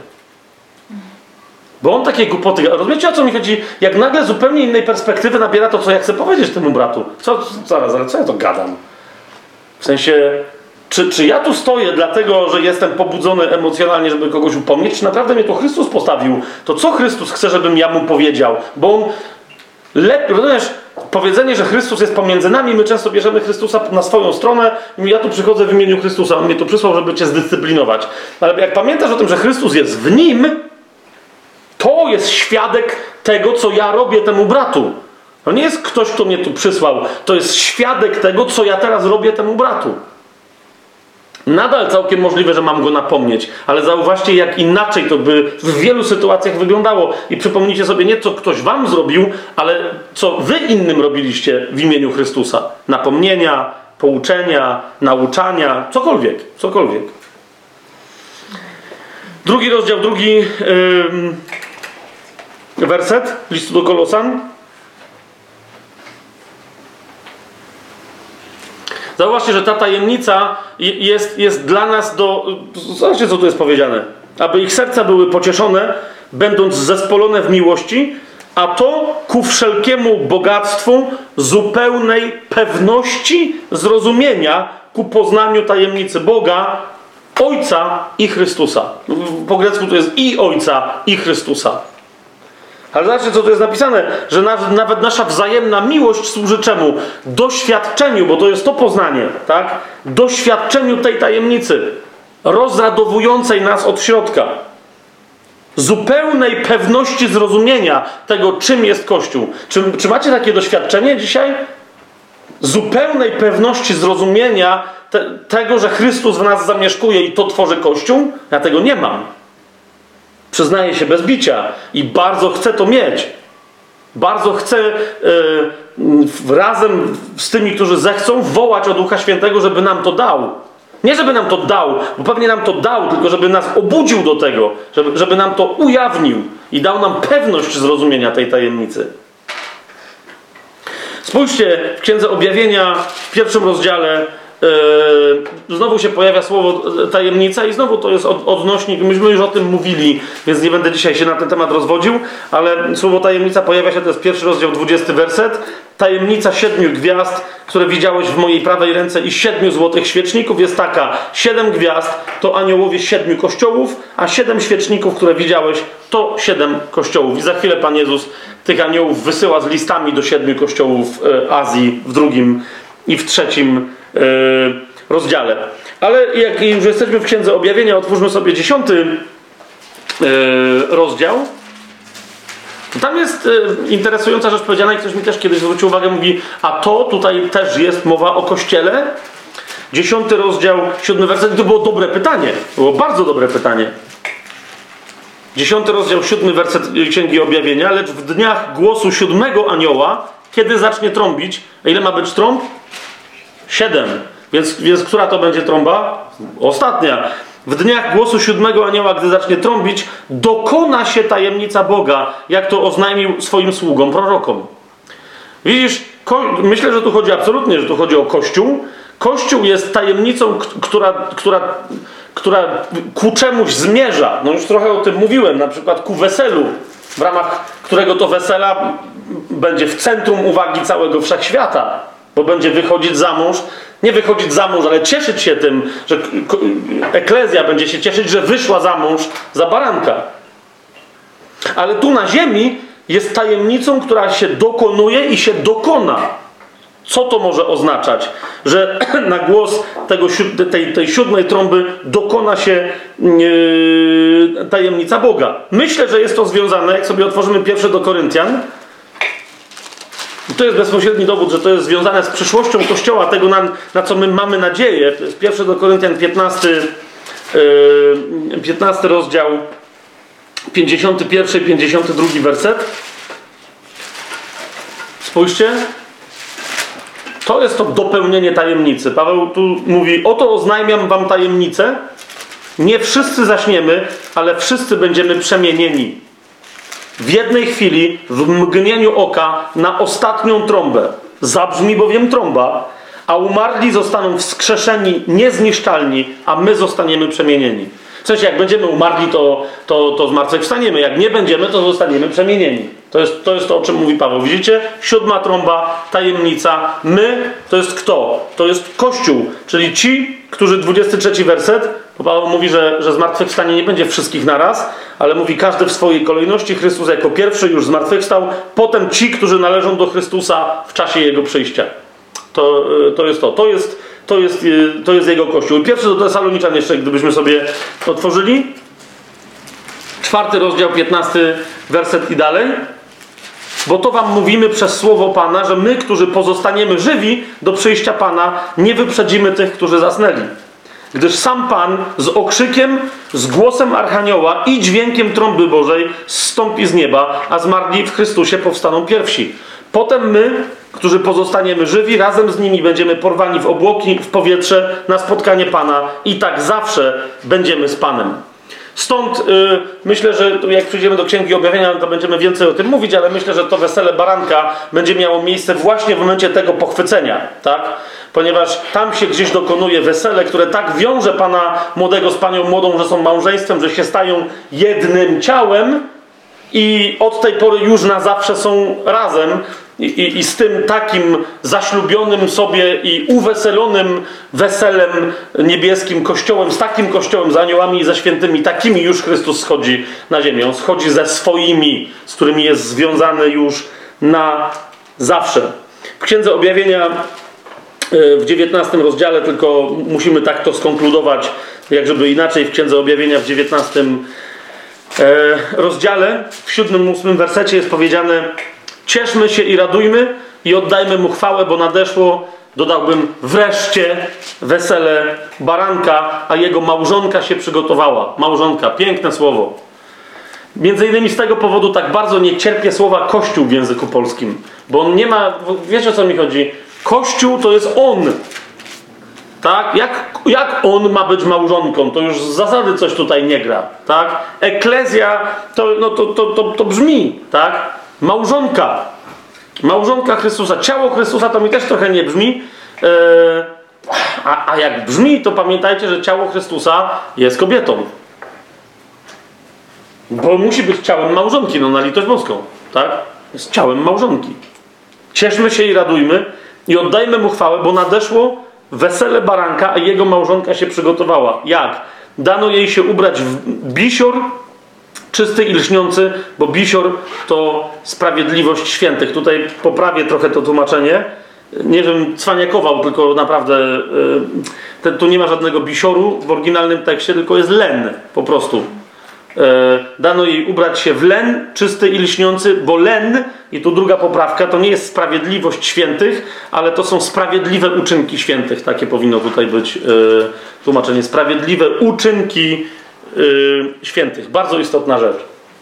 Bo on takie głupoty... Rozumiecie, o co mi chodzi? Jak nagle zupełnie innej perspektywy nabiera to, co ja chcę powiedzieć temu bratu. Zaraz, ale co ja to gadam? W sensie, czy ja tu stoję dlatego, że jestem pobudzony emocjonalnie, żeby kogoś upomnieć, czy naprawdę mnie to Chrystus postawił? To co Chrystus chce, żebym ja mu powiedział? Bo on... Rozumiesz, powiedzenie, że Chrystus jest pomiędzy nami, my często bierzemy Chrystusa na swoją stronę i ja tu przychodzę w imieniu Chrystusa, on mnie tu przysłał, żeby cię zdyscyplinować. Ale jak pamiętasz o tym, że Chrystus jest w nim, to jest świadek tego, co ja robię temu bratu. To nie jest ktoś, kto mnie tu przysłał, to jest świadek tego, co ja teraz robię temu bratu. Nadal całkiem możliwe, że mam go napomnieć, ale zauważcie, jak inaczej to by w wielu sytuacjach wyglądało. I przypomnijcie sobie nie, co ktoś wam zrobił, ale co wy innym robiliście w imieniu Chrystusa. Napomnienia, pouczenia, nauczania, cokolwiek. 2 rozdział, 2 werset listu do Kolosan. Zauważcie, że ta tajemnica jest dla nas Zobaczcie, co tu jest powiedziane. Aby ich serca były pocieszone, będąc zespolone w miłości, a to ku wszelkiemu bogactwu zupełnej pewności zrozumienia, ku poznaniu tajemnicy Boga, Ojca i Chrystusa. Po grecku to jest i Ojca, i Chrystusa. Ale zobaczcie, co tu jest napisane, że nawet nasza wzajemna miłość służy czemu? Doświadczeniu, bo to jest to poznanie, tak? Doświadczeniu tej tajemnicy, rozradowującej nas od środka. Zupełnej pewności zrozumienia tego, czym jest Kościół. Czy macie takie doświadczenie dzisiaj? Zupełnej pewności zrozumienia tego, że Chrystus w nas zamieszkuje i to tworzy Kościół? Ja tego nie mam. Przyznaję się bez bicia i bardzo chcę to mieć. Bardzo chcę razem z tymi, którzy zechcą, wołać o Ducha Świętego, żeby nam to dał. Nie żeby nam to dał, bo pewnie nam to dał, tylko żeby nas obudził do tego, żeby nam to ujawnił i dał nam pewność zrozumienia tej tajemnicy. Spójrzcie, w Księdze Objawienia, w 1 rozdziale, znowu się pojawia słowo tajemnica i znowu to jest odnośnik, myśmy już o tym mówili, więc nie będę dzisiaj się na ten temat rozwodził, ale słowo tajemnica pojawia się, to jest 1 rozdział, 20 werset. Tajemnica 7 gwiazd, które widziałeś w mojej prawej ręce i 7 złotych świeczników jest taka: 7 gwiazd to aniołowie 7 kościołów, a 7 świeczników, które widziałeś, to 7 kościołów. I za chwilę Pan Jezus tych aniołów wysyła z listami do 7 kościołów Azji w 2 i w 3 rozdziale. Ale jak już jesteśmy w Księdze Objawienia, otwórzmy sobie 10 rozdział. Tam jest interesująca rzecz powiedziana i ktoś mi też kiedyś zwrócił uwagę, mówi: a to tutaj też jest mowa o Kościele? 10 rozdział, 7 werset. To było dobre pytanie. Było bardzo dobre pytanie. 10 rozdział, 7 werset Księgi Objawienia. Lecz w dniach głosu 7 anioła, kiedy zacznie trąbić, a ile ma być trąb? 7. Więc która to będzie trąba? Ostatnia. W dniach głosu 7 anioła, gdy zacznie trąbić, dokona się tajemnica Boga, jak to oznajmił swoim sługom, prorokom. Widzisz, myślę, że tu chodzi absolutnie, że tu chodzi o Kościół. Kościół jest tajemnicą, która ku czemuś zmierza. No już trochę o tym mówiłem, na przykład ku weselu, w ramach którego to wesela będzie w centrum uwagi całego wszechświata, bo będzie wychodzić za mąż, nie wychodzić za mąż, ale cieszyć się tym, że eklezja będzie się cieszyć, że wyszła za mąż za baranka. Ale tu na ziemi jest tajemnicą, która się dokonuje i się dokona. Co to może oznaczać? Że na głos tej 7 trąby dokona się tajemnica Boga. Myślę, że jest to związane, jak sobie otworzymy 1 do Koryntian, To jest bezpośredni dowód, że to jest związane z przyszłością Kościoła, tego na co my mamy nadzieję. To jest 1 do Koryntian 15 rozdział, 51 i 52 werset. Spójrzcie. To jest to dopełnienie tajemnicy. Paweł tu mówi, oto oznajmiam wam tajemnicę. Nie wszyscy zaśniemy, ale wszyscy będziemy przemienieni. W jednej chwili, w mgnieniu oka, na ostatnią trąbę. Zabrzmi bowiem trąba, a umarli zostaną wskrzeszeni, niezniszczalni, a my zostaniemy przemienieni. W sensie, jak będziemy umarli, to zmartwychwstaniemy. Jak nie będziemy, to zostaniemy przemienieni. To jest to, o czym mówi Paweł. Widzicie? 7. trąba, tajemnica. My, to jest kto? To jest Kościół. Czyli ci, którzy, 23 werset, bo Paweł mówi, że zmartwychwstanie nie będzie wszystkich naraz, ale mówi każdy w swojej kolejności. Chrystus jako pierwszy już zmartwychwstał. Potem ci, którzy należą do Chrystusa w czasie Jego przyjścia. To jest to. To jest Jego Kościół. Pierwszy do Tesaloniczan jeszcze, gdybyśmy sobie otworzyli. 4 rozdział, 15 werset i dalej. Bo to wam mówimy przez słowo Pana, że my, którzy pozostaniemy żywi do przyjścia Pana, nie wyprzedzimy tych, którzy zasnęli. Gdyż sam Pan z okrzykiem, z głosem Archanioła i dźwiękiem trąby Bożej zstąpi z nieba, a zmarli w Chrystusie powstaną pierwsi. Potem my, którzy pozostaniemy żywi, razem z nimi będziemy porwani w obłoki, w powietrze, na spotkanie Pana i tak zawsze będziemy z Panem. Stąd myślę, że jak przyjdziemy do Księgi Objawienia, to będziemy więcej o tym mówić, ale myślę, że to wesele baranka będzie miało miejsce właśnie w momencie tego pochwycenia, tak? Ponieważ tam się gdzieś dokonuje wesele, które tak wiąże Pana młodego z Panią młodą, że są małżeństwem, że się stają jednym ciałem i od tej pory już na zawsze są razem. I z tym takim zaślubionym sobie i uweselonym weselem niebieskim Kościołem, z takim Kościołem, z aniołami i ze świętymi, takimi już Chrystus schodzi na ziemię. On schodzi ze swoimi, z którymi jest związany już na zawsze. W Księdze Objawienia w 19 rozdziale, tylko musimy tak to skonkludować, jak żeby inaczej, w Księdze Objawienia w 19 rozdziale, w 7-8 wersecie jest powiedziane: cieszmy się i radujmy i oddajmy Mu chwałę, bo nadeszło, dodałbym, wreszcie wesele baranka, a jego małżonka się przygotowała. Małżonka, piękne słowo. Między innymi z tego powodu tak bardzo nie cierpię słowa Kościół w języku polskim, bo on nie ma, wiecie o co mi chodzi? Kościół to jest on. Tak? Jak on ma być małżonką? To już z zasady coś tutaj nie gra. Tak? Eklezja to brzmi, tak? Małżonka. Małżonka Chrystusa. Ciało Chrystusa to mi też trochę nie brzmi. A jak brzmi, to pamiętajcie, że ciało Chrystusa jest kobietą. Bo musi być ciałem małżonki, no na litość boską. Tak? Jest ciałem małżonki. Cieszmy się i radujmy i oddajmy Mu chwałę, bo nadeszło wesele baranka, a jego małżonka się przygotowała. Jak? Dano jej się ubrać w bisior czysty i lśniący, bo bisior to sprawiedliwość świętych. Tutaj poprawię trochę to tłumaczenie. Nie żebym cwaniakował, tylko naprawdę tu nie ma żadnego bisioru w oryginalnym tekście, tylko jest len po prostu. Dano jej ubrać się w len czysty i lśniący, bo len, i tu druga poprawka, to nie jest sprawiedliwość świętych, ale to są sprawiedliwe uczynki świętych. Takie powinno tutaj być tłumaczenie. Sprawiedliwe uczynki świętych. Bardzo istotna rzecz.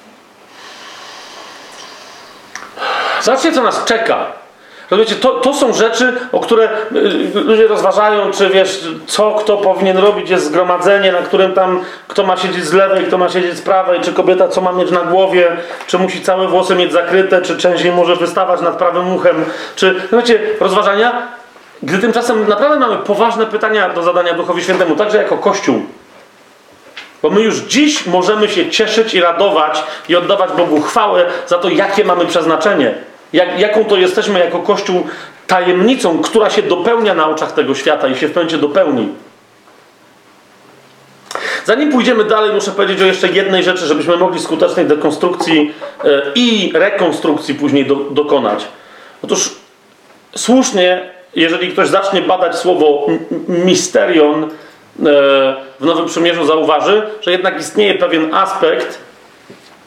Zobaczcie, co nas czeka. Rozumiecie, to są rzeczy, o które ludzie rozważają, czy wiesz, kto powinien robić, jest zgromadzenie, na którym tam kto ma siedzieć z lewej, kto ma siedzieć z prawej, czy kobieta co ma mieć na głowie, czy musi całe włosy mieć zakryte, czy część nie może wystawać nad prawym uchem, czy, rozumiecie, rozważania, gdy tymczasem naprawdę mamy poważne pytania do zadania Duchowi Świętemu, także jako Kościół. Bo my już dziś możemy się cieszyć i radować i oddawać Bogu chwałę za to, jakie mamy przeznaczenie. Jaką to jesteśmy jako Kościół tajemnicą, która się dopełnia na oczach tego świata i się w pewnym dopełni. Zanim pójdziemy dalej, muszę powiedzieć o jeszcze jednej rzeczy, żebyśmy mogli skutecznej dekonstrukcji i rekonstrukcji później dokonać. Otóż słusznie, jeżeli ktoś zacznie badać słowo misterion w Nowym Przymierzu, zauważy, że jednak istnieje pewien aspekt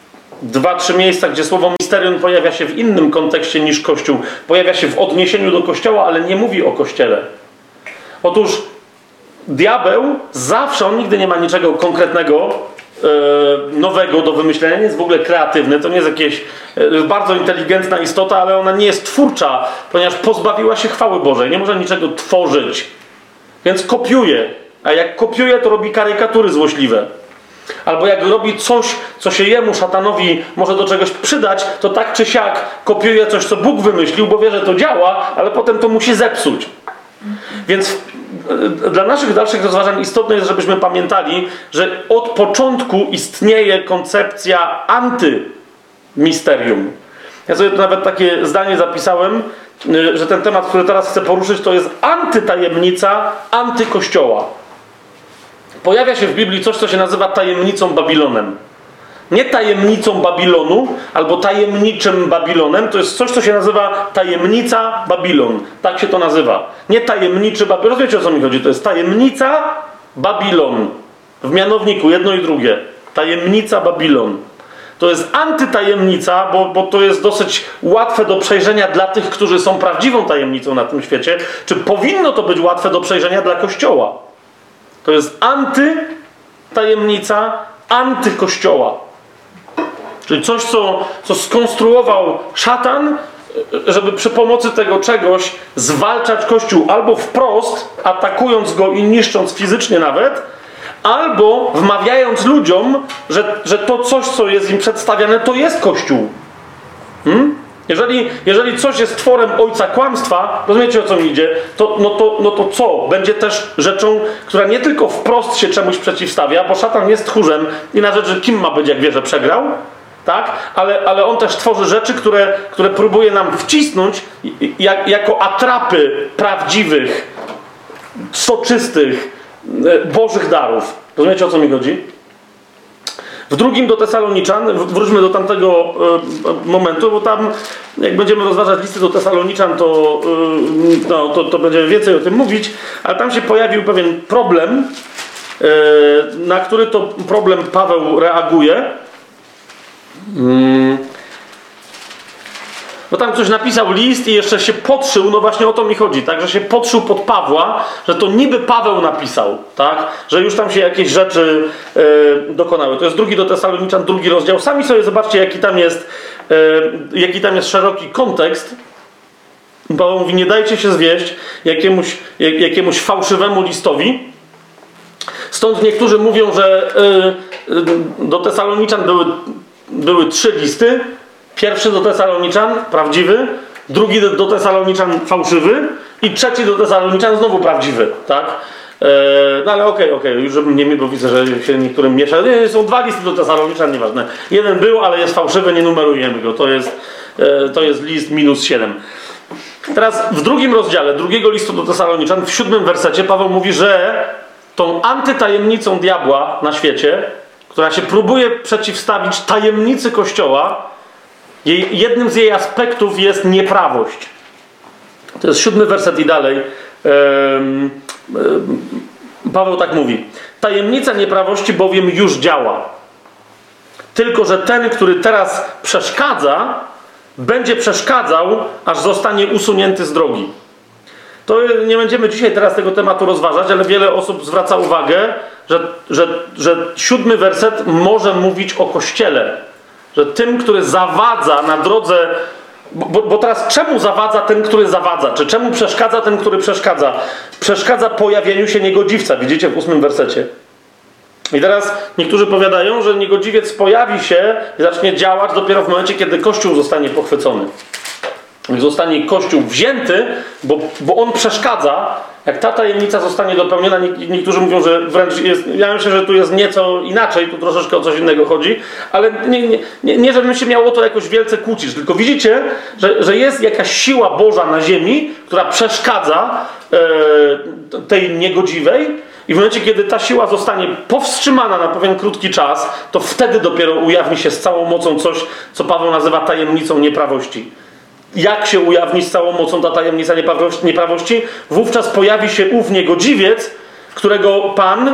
2-3 miejsca, gdzie słowo misterium pojawia się w innym kontekście niż Kościół. Pojawia się w odniesieniu do Kościoła, ale nie mówi o Kościele. Otóż diabeł zawsze, on nigdy nie ma niczego konkretnego, nowego do wymyślenia, nie jest w ogóle kreatywny, to nie jest jakieś bardzo inteligentna istota, ale ona nie jest twórcza, ponieważ pozbawiła się chwały Bożej, nie może niczego tworzyć, więc kopiuje, a jak kopiuje, to robi karykatury złośliwe. Albo jak robi coś, co się jemu, szatanowi, może do czegoś przydać, to tak czy siak kopiuje coś, co Bóg wymyślił, bo wie, że to działa, ale potem to musi zepsuć. Więc dla naszych dalszych rozważań istotne jest, żebyśmy pamiętali, że od początku istnieje koncepcja antymisterium. Ja sobie tu nawet takie zdanie zapisałem, że ten temat, który teraz chcę poruszyć, to jest antytajemnica antykościoła. Pojawia się w Biblii coś, co się nazywa tajemnicą Babilonem. Nie tajemnicą Babilonu, albo tajemniczym Babilonem, to jest coś, co się nazywa tajemnica Babilon. Tak się to nazywa. Nie tajemniczy Babilon. Rozumiecie, o co mi chodzi? To jest tajemnica Babilon. W mianowniku jedno i drugie. Tajemnica Babilon. To jest antytajemnica, bo to jest dosyć łatwe do przejrzenia dla tych, którzy są prawdziwą tajemnicą na tym świecie. Czy powinno to być łatwe do przejrzenia dla Kościoła? To jest antytajemnica antykościoła. Czyli coś, co skonstruował szatan, żeby przy pomocy tego czegoś zwalczać Kościół albo wprost, atakując go i niszcząc fizycznie nawet, albo wmawiając ludziom, że to coś, co jest im przedstawiane, to jest Kościół. Jeżeli coś jest tworem ojca kłamstwa, rozumiecie, o co mi idzie, to co? Będzie też rzeczą, która nie tylko wprost się czemuś przeciwstawia, bo szatan jest tchórzem i na rzecz, że kim ma być, jak wie, że przegrał, tak? Ale on też tworzy rzeczy, które próbuje nam wcisnąć jako atrapy prawdziwych, soczystych, bożych darów. Rozumiecie, o co mi chodzi? W drugim do Tesaloniczan, wróćmy do tamtego momentu, bo tam, jak będziemy rozważać listy do Tesaloniczan, to będziemy więcej o tym mówić, ale tam się pojawił pewien problem, na który to problem Paweł reaguje. Bo tam ktoś napisał list i jeszcze się podszył, no właśnie o to mi chodzi, tak, że się podszył pod Pawła, że to niby Paweł napisał, tak, że już tam się jakieś rzeczy dokonały. To jest drugi do Tesaloniczan, 2 rozdział. Sami sobie zobaczcie, jaki tam jest szeroki kontekst. Paweł mówi, nie dajcie się zwieść jakiemuś fałszywemu listowi. Stąd niektórzy mówią, że do Tesaloniczan były 3 listy. Pierwszy do Tesaloniczan, prawdziwy, drugi do Tesaloniczan, fałszywy i trzeci do Tesaloniczan, znowu prawdziwy, tak? No ale okej, już żebym nie miał, bo widzę, że się niektórym miesza. Nie, są 2 listy do Tesaloniczan, nieważne. Jeden był, ale jest fałszywy, nie numerujemy go. To jest list -7. Teraz w 2 rozdziale, 2 listu do Tesaloniczan, w 7 wersecie Paweł mówi, że tą antytajemnicą diabła na świecie, która się próbuje przeciwstawić tajemnicy Kościoła, jednym z jej aspektów jest nieprawość. To jest 7 werset i dalej. Paweł tak mówi. Tajemnica nieprawości bowiem już działa. Tylko że ten, który teraz przeszkadza, będzie przeszkadzał, aż zostanie usunięty z drogi. To nie będziemy dzisiaj teraz tego tematu rozważać, ale wiele osób zwraca uwagę, że 7 werset może mówić o Kościele. Że tym, który zawadza na drodze... Bo teraz czemu zawadza ten, który zawadza? Czy czemu przeszkadza ten, który przeszkadza? Przeszkadza pojawieniu się niegodziwca. Widzicie w 8 wersecie. I teraz niektórzy powiadają, że niegodziwiec pojawi się i zacznie działać dopiero w momencie, kiedy Kościół zostanie pochwycony. Zostanie Kościół wzięty, bo on przeszkadza. Jak ta tajemnica zostanie dopełniona, niektórzy mówią, że wręcz jest... Ja myślę, że tu jest nieco inaczej, tu troszeczkę o coś innego chodzi, ale nie żebym się miało to jakoś wielce kłócić, tylko widzicie, że jest jakaś siła Boża na ziemi, która przeszkadza tej niegodziwej i w momencie, kiedy ta siła zostanie powstrzymana na pewien krótki czas, to wtedy dopiero ujawni się z całą mocą coś, co Paweł nazywa tajemnicą nieprawości. Jak się ujawni z całą mocą ta tajemnica nieprawości? Wówczas pojawi się ów niegodziwiec, którego Pan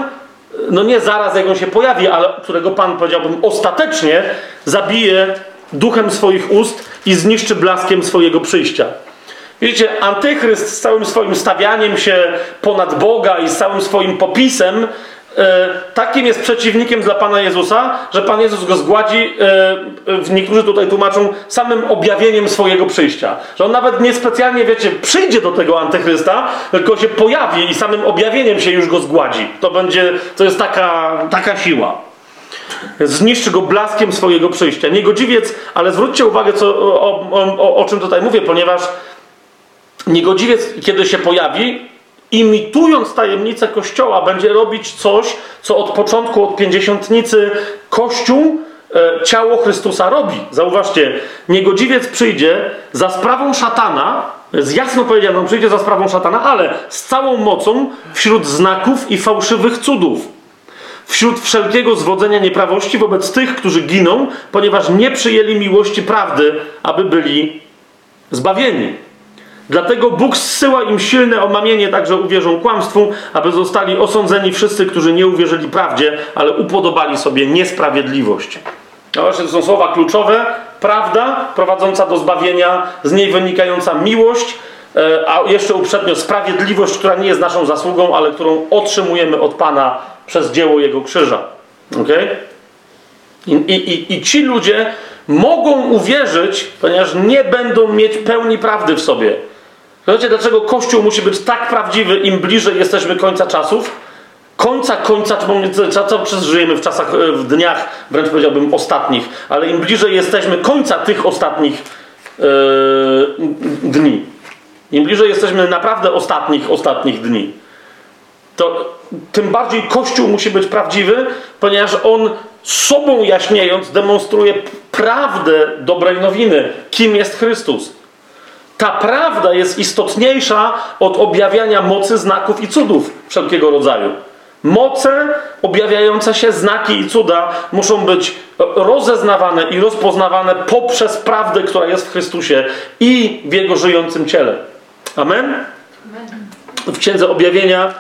no nie zaraz jak on się pojawi, ale którego Pan, powiedziałbym, ostatecznie zabije duchem swoich ust i zniszczy blaskiem swojego przyjścia. Widzicie, antychryst z całym swoim stawianiem się ponad Boga i z całym swoim popisem takim jest przeciwnikiem dla Pana Jezusa, że Pan Jezus go zgładzi, niektórzy tutaj tłumaczą, samym objawieniem swojego przyjścia. Że on nawet niespecjalnie, wiecie, przyjdzie do tego antychrysta, tylko się pojawi i samym objawieniem się już go zgładzi. To jest taka siła. Zniszczy go blaskiem swojego przyjścia. Niegodziwiec, ale zwróćcie uwagę, o czym tutaj mówię, ponieważ niegodziwiec, kiedy się pojawi, imitując tajemnicę Kościoła, będzie robić coś, co od początku, od pięćdziesiątnicy Kościół, ciało Chrystusa robi. Zauważcie, niegodziwiec przyjdzie za sprawą szatana, jest jasno powiedziane, on przyjdzie za sprawą szatana, ale z całą mocą wśród znaków i fałszywych cudów. Wśród wszelkiego zwodzenia nieprawości wobec tych, którzy giną, ponieważ nie przyjęli miłości prawdy, aby byli zbawieni. Dlatego Bóg zsyła im silne omamienie, tak że uwierzą kłamstwu, aby zostali osądzeni wszyscy, którzy nie uwierzyli prawdzie, ale upodobali sobie niesprawiedliwość. No właśnie, to są słowa kluczowe. Prawda prowadząca do zbawienia, z niej wynikająca miłość, a jeszcze uprzednio sprawiedliwość, która nie jest naszą zasługą, ale którą otrzymujemy od Pana przez dzieło Jego krzyża. Okay? I ci ludzie mogą uwierzyć, ponieważ nie będą mieć pełni prawdy w sobie. Wiecie, dlaczego Kościół musi być tak prawdziwy, im bliżej jesteśmy końca czasów? Końca, cały czas żyjemy w czasach, w dniach, wręcz powiedziałbym ostatnich, ale im bliżej jesteśmy końca tych ostatnich dni, im bliżej jesteśmy naprawdę ostatnich dni, to tym bardziej Kościół musi być prawdziwy, ponieważ on sobą jaśniejąc demonstruje prawdę dobrej nowiny, kim jest Chrystus. Ta prawda jest istotniejsza od objawiania mocy, znaków i cudów wszelkiego rodzaju. Moce objawiające się, znaki i cuda muszą być rozeznawane i rozpoznawane poprzez prawdę, która jest w Chrystusie i w Jego żyjącym ciele. Amen? W Księdze Objawienia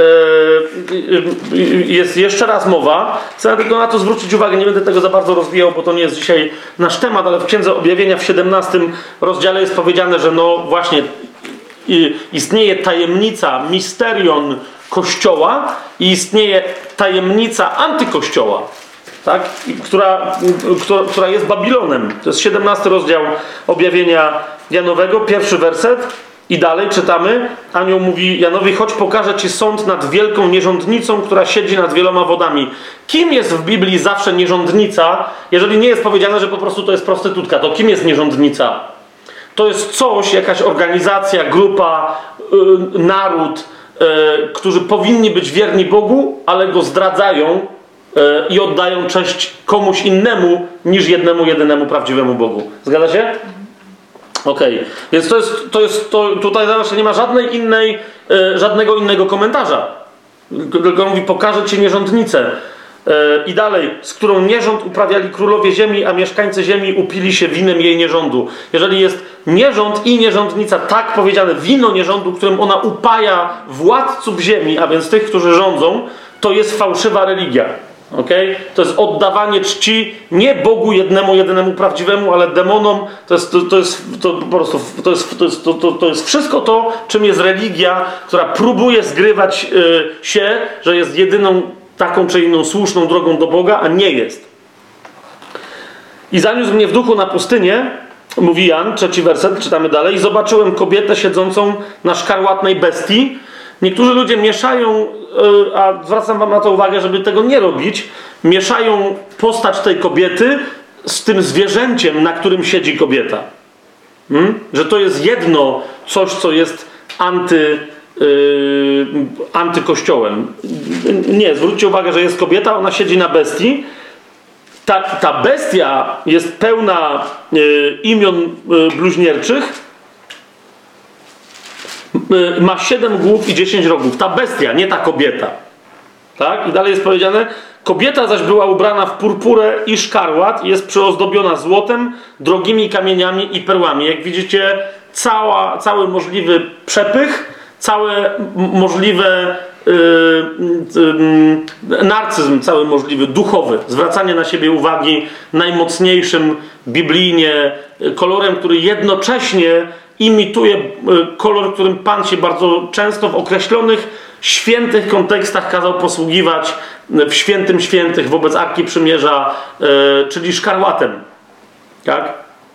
jest jeszcze raz mowa. Chcę tylko na to zwrócić uwagę, nie będę tego za bardzo rozwijał, bo to nie jest dzisiaj nasz temat, ale w Księdze Objawienia w 17 rozdziale jest powiedziane, że no właśnie istnieje tajemnica, misterion Kościoła i istnieje tajemnica antykościoła, tak? Która jest Babilonem. To jest 17 rozdział Objawienia Janowego, 1 werset. I dalej czytamy, anioł mówi Janowi, chodź pokażę ci sąd nad wielką nierządnicą, która siedzi nad wieloma wodami. Kim jest w Biblii zawsze nierządnica, jeżeli nie jest powiedziane, że po prostu to jest prostytutka, to kim jest nierządnica? To jest coś, jakaś organizacja, grupa, naród, którzy powinni być wierni Bogu, ale go zdradzają i oddają cześć komuś innemu niż jednemu, jedynemu, prawdziwemu Bogu. Zgadza się? Okej, więc tutaj zawsze nie ma żadnego innego komentarza. Tylko mówi, pokażę ci nierządnicę. I dalej, z którą nierząd uprawiali królowie ziemi, a mieszkańcy ziemi upili się winem jej nierządu. Jeżeli jest nierząd i nierządnica, tak powiedziane, wino nierządu, którym ona upaja władców ziemi, a więc tych, którzy rządzą, to jest fałszywa religia. Okay? To jest oddawanie czci nie Bogu jednemu, jedynemu prawdziwemu, ale demonom. To jest wszystko to, czym jest religia, która próbuje zgrywać się, że jest jedyną taką czy inną słuszną drogą do Boga, a nie jest. I zaniósł mnie w duchu na pustynię, mówi Jan, 3 werset, czytamy dalej, i zobaczyłem kobietę siedzącą na szkarłatnej bestii. Niektórzy ludzie mieszają, a zwracam wam na to uwagę, żeby tego nie robić, mieszają postać tej kobiety z tym zwierzęciem, na którym siedzi kobieta. Że to jest jedno coś, co jest antykościołem. Nie, zwróćcie uwagę, że jest kobieta, ona siedzi na bestii. Ta bestia jest pełna imion bluźnierczych. Ma 7 głów i 10 rogów. Ta bestia, nie ta kobieta. Tak? I dalej jest powiedziane, kobieta zaś była ubrana w purpurę i szkarłat, jest przyozdobiona złotem, drogimi kamieniami i perłami. Jak widzicie, cały możliwy przepych, całe możliwe narcyzm cały możliwy, duchowy, zwracanie na siebie uwagi najmocniejszym biblijnie kolorem, który jednocześnie imituje kolor, którym Pan się bardzo często w określonych świętych kontekstach kazał posługiwać w świętym świętych wobec Arki Przymierza, czyli szkarłatem. Tak?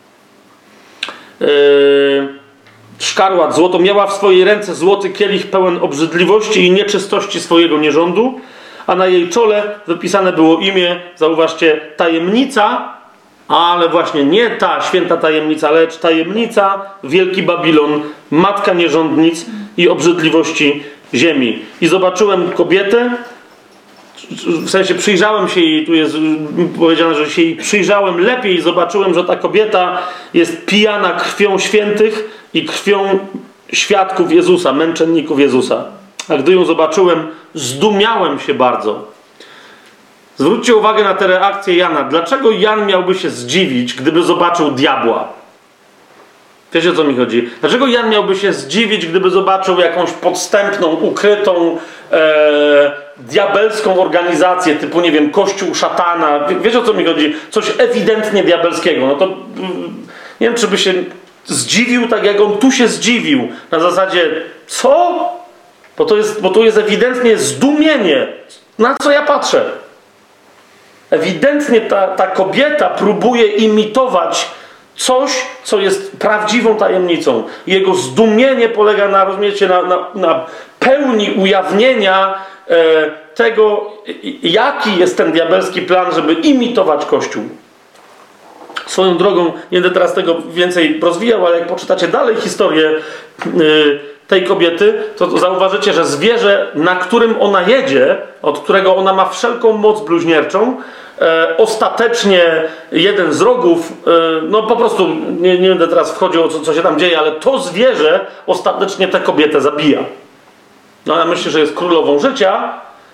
Szkarłat, złoto, miała w swojej ręce złoty kielich pełen obrzydliwości i nieczystości swojego nierządu, a na jej czole wypisane było imię, zauważcie, tajemnica, ale właśnie nie ta święta tajemnica, lecz tajemnica, Wielki Babilon, matka nierządnic i obrzydliwości ziemi. I zobaczyłem kobietę, w sensie przyjrzałem się jej, tu jest powiedziane, że się jej przyjrzałem lepiej i zobaczyłem, że ta kobieta jest pijana krwią świętych i krwią świadków Jezusa, męczenników Jezusa. A gdy ją zobaczyłem, zdumiałem się bardzo. Zwróćcie uwagę na tę reakcję Jana. Dlaczego Jan miałby się zdziwić, gdyby zobaczył diabła? Wiecie, o co mi chodzi? Dlaczego Jan miałby się zdziwić, gdyby zobaczył jakąś podstępną, ukrytą, diabelską organizację, typu, nie wiem, kościół szatana? Wiecie, o co mi chodzi? Coś ewidentnie diabelskiego. No to nie wiem, czy by się zdziwił tak, jak on tu się zdziwił. Na zasadzie, co? Bo tu jest ewidentnie zdumienie. Na co ja patrzę? Ewidentnie ta kobieta próbuje imitować coś, co jest prawdziwą tajemnicą. Jego zdumienie polega na, rozumiecie, na pełni ujawnienia tego, jaki jest ten diabelski plan, żeby imitować Kościół. Swoją drogą, nie będę teraz tego więcej rozwijał, ale jak poczytacie dalej historię tej kobiety, to zauważycie, że zwierzę, na którym ona jedzie, od którego ona ma wszelką moc bluźnierczą, ostatecznie jeden z rogów, no po prostu nie będę teraz wchodził o co się tam dzieje, ale to zwierzę ostatecznie tę kobietę zabija. No ona myśli, że jest królową życia,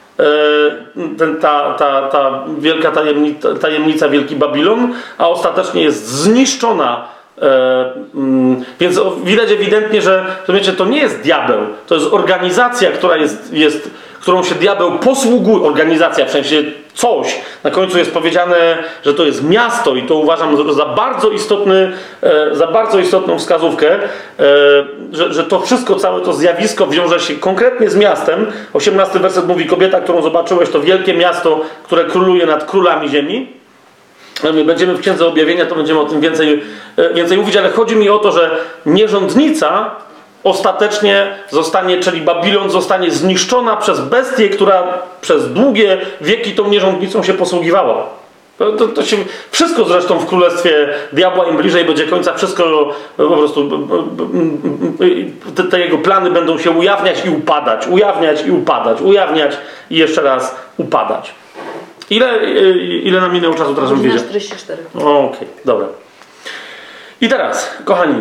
ta wielka tajemnica, Wielki Babilon, a ostatecznie jest zniszczona. Więc widać ewidentnie, że wiecie, to nie jest diabeł, to jest organizacja, którą się diabeł posługuje, organizacja, w sensie coś. Na końcu jest powiedziane, że to jest miasto i to uważam za bardzo istotną wskazówkę, że to wszystko, całe to zjawisko wiąże się konkretnie z miastem. 18 werset mówi, kobieta, którą zobaczyłeś, to wielkie miasto, które króluje nad królami ziemi. Będziemy w Księdze Objawienia, to będziemy o tym więcej mówić, ale chodzi mi o to, że nierządnica ostatecznie zostanie, czyli Babilon zostanie zniszczona przez bestię, która przez długie wieki tą nierządnicą się posługiwała. To się, wszystko zresztą w królestwie diabła, im bliżej będzie końca, wszystko po prostu te jego plany będą się ujawniać i upadać, ujawniać i upadać, ujawniać i jeszcze raz upadać. Ile nam minęło czasu teraz? 44. Okej, dobra. I teraz, kochani,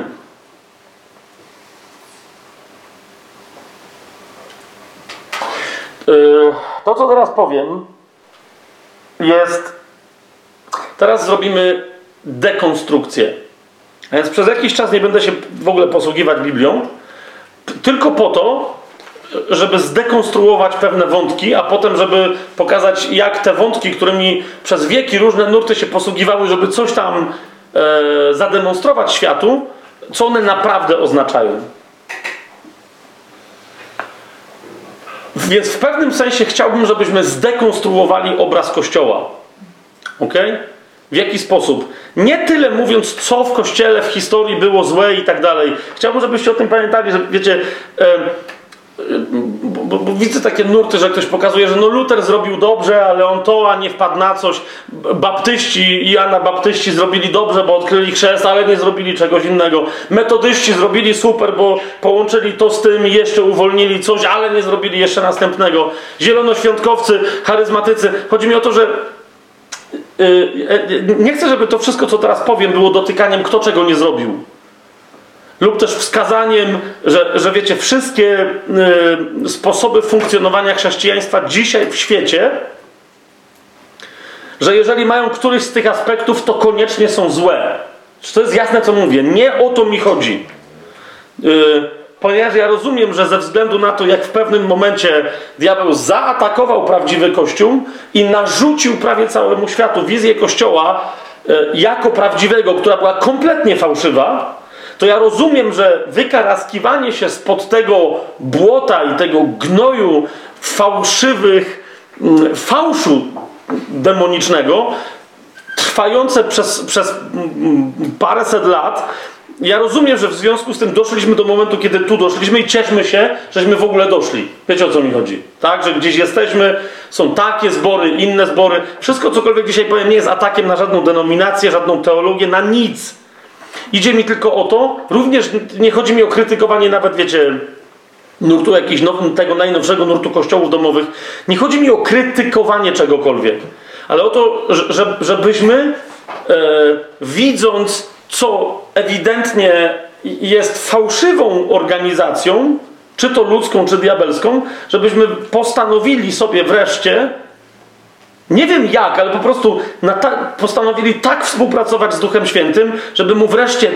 to, co teraz powiem, jest... Teraz zrobimy dekonstrukcję. A więc przez jakiś czas nie będę się w ogóle posługiwać Biblią, tylko po to, żeby zdekonstruować pewne wątki, a potem, żeby pokazać, jak te wątki, którymi przez wieki różne nurty się posługiwały, żeby coś tam zademonstrować światu, co one naprawdę oznaczają. Więc w pewnym sensie chciałbym, żebyśmy zdekonstruowali obraz Kościoła. Ok? W jaki sposób? Nie tyle mówiąc, co w Kościele, w historii było złe i tak dalej. Chciałbym, żebyście o tym pamiętali, że wiecie... Bo widzę takie nurty, że ktoś pokazuje, że no Luter zrobił dobrze, ale on to, a nie wpadł na coś. Baptyści i anabaptyści zrobili dobrze, bo odkryli chrzest, ale nie zrobili czegoś innego. Metodyści zrobili super, bo połączyli to z tym i jeszcze uwolnili coś, ale nie zrobili jeszcze następnego. Zielonoświątkowcy, charyzmatycy. Chodzi mi o to, że nie chcę, żeby to wszystko, co teraz powiem, było dotykaniem, kto czego nie zrobił. Lub też wskazaniem, że wiecie, wszystkie sposoby funkcjonowania chrześcijaństwa dzisiaj w świecie, że jeżeli mają któryś z tych aspektów, to koniecznie są złe. Czy to jest jasne, co mówię? Nie o to mi chodzi. ponieważ ja rozumiem, że ze względu na to, jak w pewnym momencie diabeł zaatakował prawdziwy Kościół i narzucił prawie całemu światu wizję Kościoła jako prawdziwego, która była kompletnie fałszywa, to ja rozumiem, że wykaraskiwanie się spod tego błota i tego gnoju fałszu demonicznego, trwające przez paręset lat, ja rozumiem, że w związku z tym doszliśmy do momentu, kiedy tu doszliśmy i cieszmy się, żeśmy w ogóle doszli. Wiecie, o co mi chodzi? Tak, że gdzieś jesteśmy, są takie zbory, inne zbory. Wszystko, cokolwiek dzisiaj powiem, nie jest atakiem na żadną denominację, żadną teologię, na nic. Idzie mi tylko o to, również nie chodzi mi o krytykowanie nawet, wiecie, nurtu jakiś tego najnowszego nurtu kościołów domowych. Nie chodzi mi o krytykowanie czegokolwiek, ale o to, żebyśmy widząc, co ewidentnie jest fałszywą organizacją, czy to ludzką, czy diabelską, żebyśmy postanowili sobie wreszcie, nie wiem jak, ale po prostu postanowili tak współpracować z Duchem Świętym, żeby mu wreszcie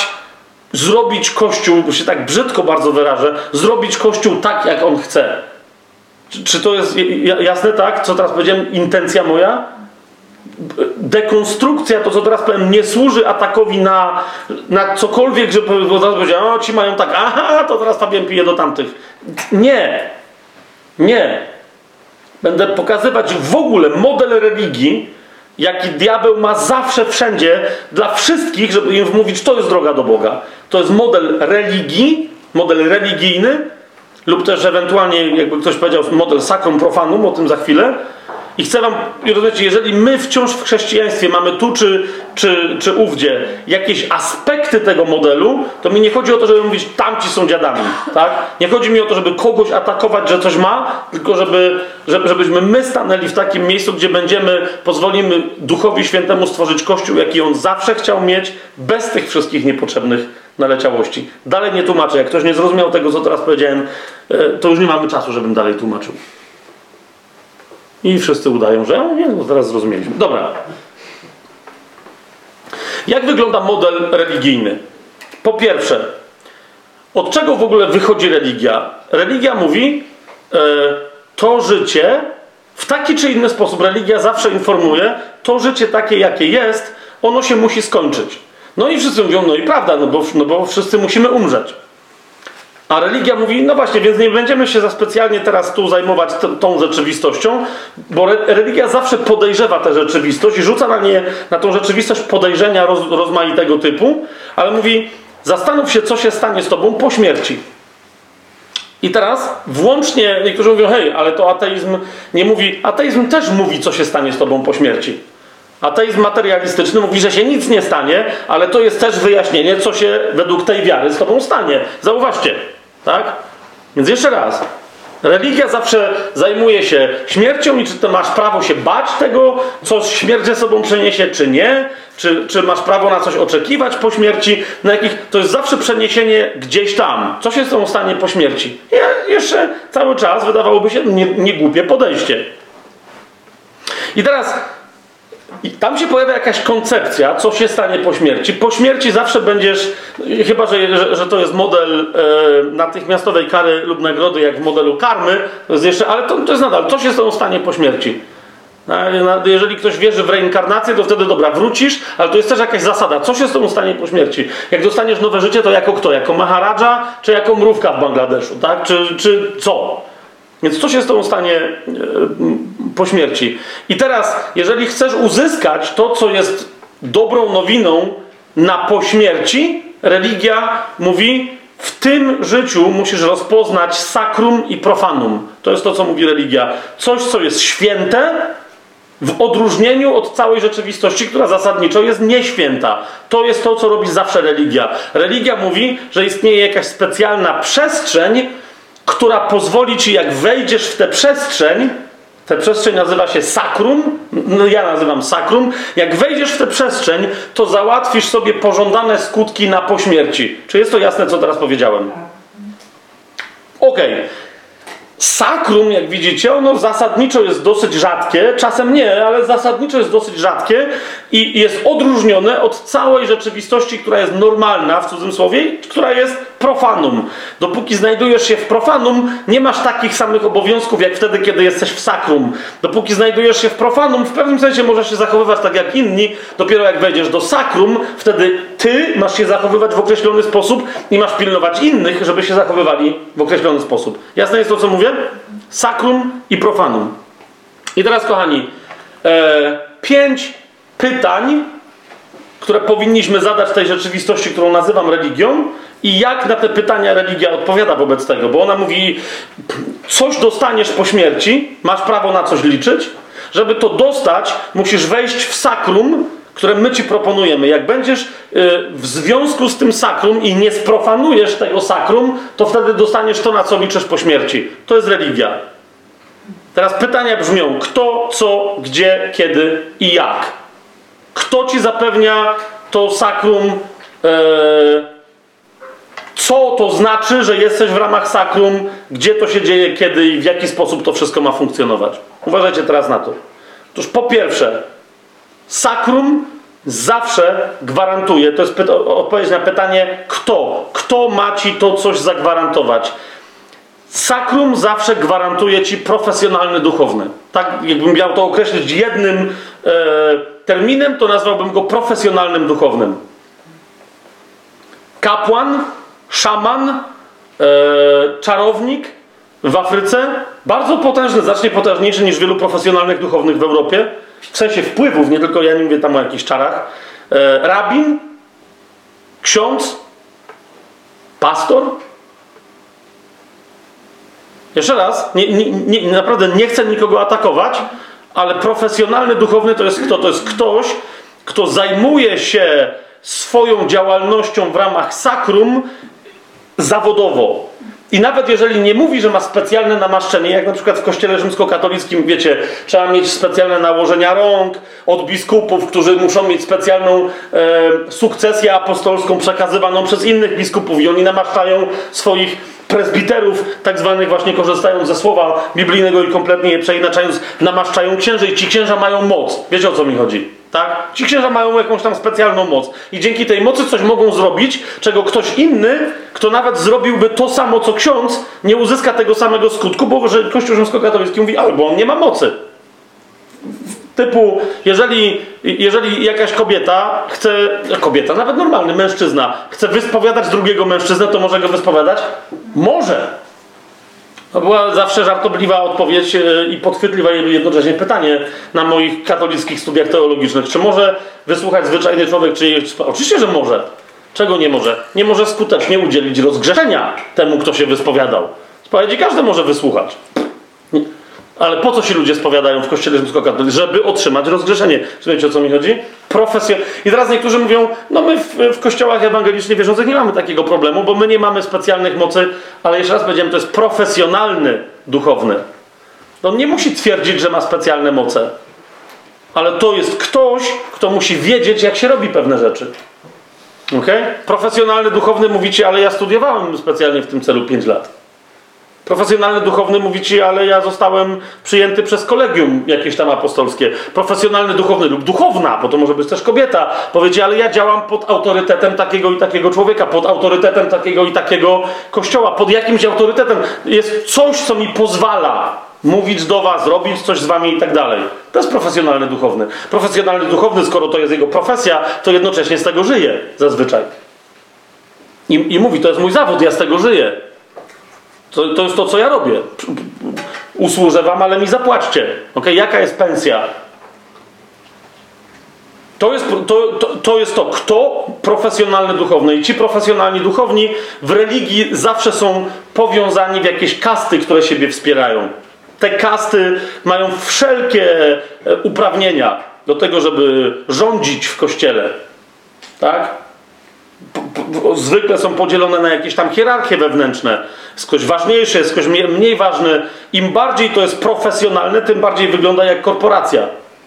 zrobić Kościół, bo się tak brzydko bardzo wyrażę, zrobić Kościół tak, jak on chce. Czy to jest jasne, tak? Co teraz powiedziałem? Intencja moja? Dekonstrukcja, to co teraz powiem, nie służy atakowi na cokolwiek, że powiedziałem, o, ci mają tak, aha, to teraz Fabian pije do tamtych. Nie. Nie. Będę pokazywać w ogóle model religii, jaki diabeł ma zawsze, wszędzie, dla wszystkich, żeby im wmówić, to jest droga do Boga. To jest model religii, model religijny, lub też ewentualnie, jakby ktoś powiedział, model sacrum profanum, o tym za chwilę. I chcę wam, rozumiecie, jeżeli my wciąż w chrześcijaństwie mamy tu czy ówdzie jakieś aspekty tego modelu, to mi nie chodzi o to, żeby mówić, tamci są dziadami, tak? Nie chodzi mi o to, żeby kogoś atakować, że coś ma, tylko żebyśmy my stanęli w takim miejscu, gdzie pozwolimy Duchowi Świętemu stworzyć Kościół, jaki on zawsze chciał mieć, bez tych wszystkich niepotrzebnych naleciałości. Dalej nie tłumaczę. Jak ktoś nie zrozumiał tego, co teraz powiedziałem, to już nie mamy czasu, żebym dalej tłumaczył. I wszyscy udają, że nie, no teraz zrozumieliśmy. Dobra. Jak wygląda model religijny? Po pierwsze, od czego w ogóle wychodzi religia? Religia mówi, to życie, w taki czy inny sposób religia zawsze informuje, to życie takie, jakie jest, ono się musi skończyć. No i wszyscy mówią, no i prawda, no bo wszyscy musimy umrzeć. A religia mówi, no właśnie, więc nie będziemy się za specjalnie teraz tu zajmować tą rzeczywistością, bo religia zawsze podejrzewa tę rzeczywistość i rzuca na tą rzeczywistość podejrzenia rozmaitego typu, ale mówi, zastanów się, co się stanie z tobą po śmierci. I teraz włącznie, niektórzy mówią, hej, ale to ateizm nie mówi, ateizm też mówi, co się stanie z tobą po śmierci. Ateizm materialistyczny mówi, że się nic nie stanie, ale to jest też wyjaśnienie, co się według tej wiary z tobą stanie. Zauważcie, tak? Więc jeszcze raz. Religia zawsze zajmuje się śmiercią i czy ty masz prawo się bać tego, co śmierć ze sobą przyniesie, czy nie. Czy masz prawo na coś oczekiwać po śmierci. To jest zawsze przeniesienie gdzieś tam. Co się z tobą stanie po śmierci? Jeszcze cały czas wydawałoby się niegłupie podejście. I teraz tam się pojawia jakaś koncepcja, co się stanie po śmierci. Po śmierci zawsze będziesz, chyba że to jest model natychmiastowej kary lub nagrody, jak w modelu karmy, to jest jeszcze, ale to jest nadal, co się z tobą stanie po śmierci. Jeżeli ktoś wierzy w reinkarnację, to wtedy dobra, wrócisz, ale to jest też jakaś zasada, co się z tobą stanie po śmierci. Jak dostaniesz nowe życie, to jako kto? Jako Maharadża, czy jako mrówka w Bangladeszu, tak? Czy co? Więc co się z tobą stanie po śmierci? I teraz, jeżeli chcesz uzyskać to, co jest dobrą nowiną na pośmierci, religia mówi, w tym życiu musisz rozpoznać sakrum i profanum. To jest to, co mówi religia. Coś, co jest święte, w odróżnieniu od całej rzeczywistości, która zasadniczo jest nieświęta. To jest to, co robi zawsze religia. Religia mówi, że istnieje jakaś specjalna przestrzeń, która pozwoli ci, jak wejdziesz w tę przestrzeń nazywa się sakrum, no ja nazywam sakrum, jak wejdziesz w tę przestrzeń, to załatwisz sobie pożądane skutki na pośmierci. Czy jest to jasne, co teraz powiedziałem? Okej. Sakrum, jak widzicie, ono zasadniczo jest dosyć rzadkie, czasem nie, ale zasadniczo jest dosyć rzadkie i jest odróżnione od całej rzeczywistości, która jest normalna, w cudzysłowie, która jest profanum. Dopóki znajdujesz się w profanum, nie masz takich samych obowiązków, jak wtedy, kiedy jesteś w sakrum. Dopóki znajdujesz się w profanum, w pewnym sensie możesz się zachowywać tak jak inni. Dopiero jak wejdziesz do sakrum, wtedy ty masz się zachowywać w określony sposób i masz pilnować innych, żeby się zachowywali w określony sposób. Jasne jest to, co mówię? Sakrum i profanum. I teraz, kochani, 5 pytań, które powinniśmy zadać tej rzeczywistości, którą nazywam religią, i jak na te pytania religia odpowiada wobec tego, bo ona mówi, coś dostaniesz po śmierci, masz prawo na coś liczyć, żeby to dostać, musisz wejść w sakrum, które my ci proponujemy. Jak będziesz w związku z tym sakrum i nie sprofanujesz tego sakrum, to wtedy dostaniesz to, na co liczysz po śmierci. To jest religia. Teraz pytania brzmią, kto, co, gdzie, kiedy i jak. Kto ci zapewnia to sakrum, co to znaczy, że jesteś w ramach sakrum, gdzie to się dzieje, kiedy i w jaki sposób to wszystko ma funkcjonować. Uważajcie teraz na to. Otóż po pierwsze, sakrum zawsze gwarantuje, to jest odpowiedź na pytanie, kto? Kto ma ci to coś zagwarantować? Sakrum zawsze gwarantuje ci profesjonalny duchowny. Tak, jakbym miał to określić jednym terminem, to nazwałbym go profesjonalnym duchownym. Kapłan, szaman, czarownik w Afryce, bardzo potężny, znacznie potężniejszy niż wielu profesjonalnych duchownych w Europie, w sensie wpływów, nie tylko ja nie mówię tam o jakichś czarach, rabin, ksiądz, pastor. Jeszcze raz, naprawdę nie chcę nikogo atakować, ale profesjonalny duchowny to jest kto? To jest ktoś, kto zajmuje się swoją działalnością w ramach sakrum zawodowo. I nawet jeżeli nie mówi, że ma specjalne namaszczenie, jak na przykład w kościele rzymskokatolickim, wiecie, trzeba mieć specjalne nałożenia rąk od biskupów, którzy muszą mieć specjalną sukcesję apostolską przekazywaną przez innych biskupów i oni namaszczają swoich prezbiterów, tak zwanych właśnie korzystając ze słowa biblijnego i kompletnie je przeinaczając, namaszczają księży i ci księża mają moc. Wiecie, o co mi chodzi? Tak? Ci księża mają jakąś tam specjalną moc. I dzięki tej mocy coś mogą zrobić, czego ktoś inny, kto nawet zrobiłby to samo, co ksiądz, nie uzyska tego samego skutku, bo że Kościół rzymskokatolicki mówi, albo on nie ma mocy. Typu, jeżeli jakaś kobieta, nawet normalny mężczyzna, chce wyspowiadać drugiego mężczyznę, to może go wyspowiadać? Może. To była zawsze żartobliwa odpowiedź i podchwytliwe jednocześnie pytanie na moich katolickich studiach teologicznych. Czy może wysłuchać zwyczajny człowiek, czy... Oczywiście, że może. Czego nie może? Nie może skutecznie udzielić rozgrzeszenia temu, kto się wyspowiadał. Spowiedzi każdy może wysłuchać. Ale po co się ludzie spowiadają w kościele rzymskokatolickim? Żeby otrzymać rozgrzeszenie. Wiecie, o co mi chodzi? I teraz niektórzy mówią, no my w kościołach ewangelicznie wierzących nie mamy takiego problemu, bo my nie mamy specjalnych mocy, ale jeszcze raz powiedziałem, to jest profesjonalny duchowny. On nie musi twierdzić, że ma specjalne moce. Ale to jest ktoś, kto musi wiedzieć, jak się robi pewne rzeczy. Okay? Profesjonalny duchowny mówi ci, ale ja studiowałem specjalnie w tym celu 5 lat. Profesjonalny duchowny mówi ci, ale ja zostałem przyjęty przez kolegium jakieś tam apostolskie. Profesjonalny duchowny lub duchowna, bo to może być też kobieta, powie ci, ale ja działam pod autorytetem takiego i takiego człowieka, pod autorytetem takiego i takiego kościoła, pod jakimś autorytetem. Jest coś, co mi pozwala mówić do was, robić coś z wami i tak dalej. To jest profesjonalny duchowny. Profesjonalny duchowny, skoro to jest jego profesja, to jednocześnie z tego żyje zazwyczaj. I mówi, to jest mój zawód, ja z tego żyję. To jest to, co ja robię. Usłużę wam, ale mi zapłaćcie. Okay? Jaka jest pensja? To jest to, kto profesjonalny duchowny. I ci profesjonalni duchowni w religii zawsze są powiązani w jakieś kasty, które siebie wspierają. Te kasty mają wszelkie uprawnienia do tego, żeby rządzić w kościele. Tak? Zwykle są podzielone na jakieś tam hierarchie wewnętrzne. Jest ktoś ważniejszy, jest ktoś mniej ważny. Im bardziej to jest profesjonalne, tym bardziej wygląda jak korporacja.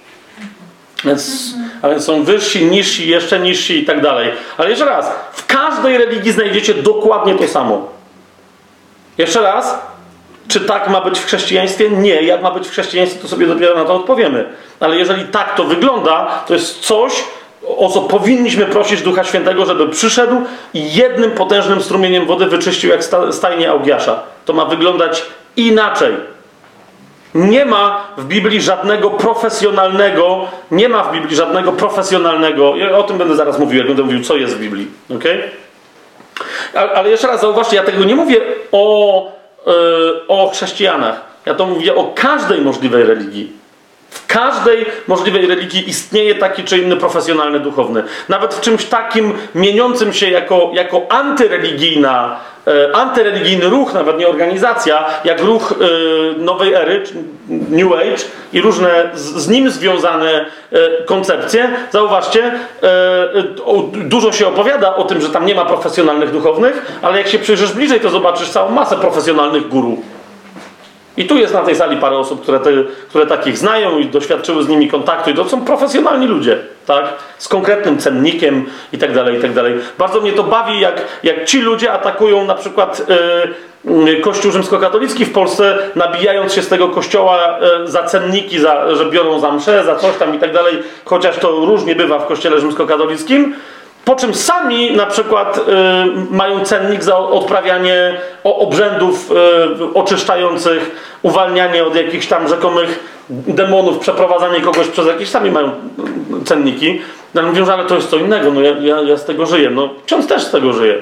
A więc są wyżsi, niżsi, jeszcze niżsi i tak dalej. Ale jeszcze raz, w każdej religii znajdziecie dokładnie to samo. Jeszcze raz, czy tak ma być w chrześcijaństwie? Nie. Jak ma być w chrześcijaństwie, to sobie dopiero na to odpowiemy. Ale jeżeli tak to wygląda, to jest coś, o co powinniśmy prosić Ducha Świętego, żeby przyszedł i jednym potężnym strumieniem wody wyczyścił jak stajnię Augiasza. To ma wyglądać inaczej. Nie ma w Biblii żadnego profesjonalnego, ja o tym będę zaraz mówił, jak będę mówił, co jest w Biblii. Okay? Ale jeszcze raz zauważcie, ja tego nie mówię o chrześcijanach. Ja to mówię o każdej możliwej religii. W każdej możliwej religii istnieje taki czy inny profesjonalny duchowny. Nawet w czymś takim mieniącym się jako antyreligijny ruch, nawet nie organizacja, jak ruch nowej ery, New Age i różne z nim związane koncepcje. Zauważcie, dużo się opowiada o tym, że tam nie ma profesjonalnych duchownych, ale jak się przyjrzysz bliżej, to zobaczysz całą masę profesjonalnych guru. I tu jest na tej sali parę osób, które takich znają i doświadczyły z nimi kontaktu. I to są profesjonalni ludzie, tak? Z konkretnym cennikiem i tak dalej, i tak dalej. Bardzo mnie to bawi, jak ci ludzie atakują na przykład Kościół rzymskokatolicki w Polsce, nabijając się z tego kościoła za cenniki, że biorą za mszę, za coś tam i tak dalej, chociaż to różnie bywa w kościele rzymskokatolickim. Po czym sami na przykład mają cennik za odprawianie obrzędów oczyszczających, uwalnianie od jakichś tam rzekomych demonów, przeprowadzanie kogoś przez jakieś, sami mają cenniki. No, mówią, że ale to jest co innego, no ja z tego żyję. No ksiądz też z tego żyje.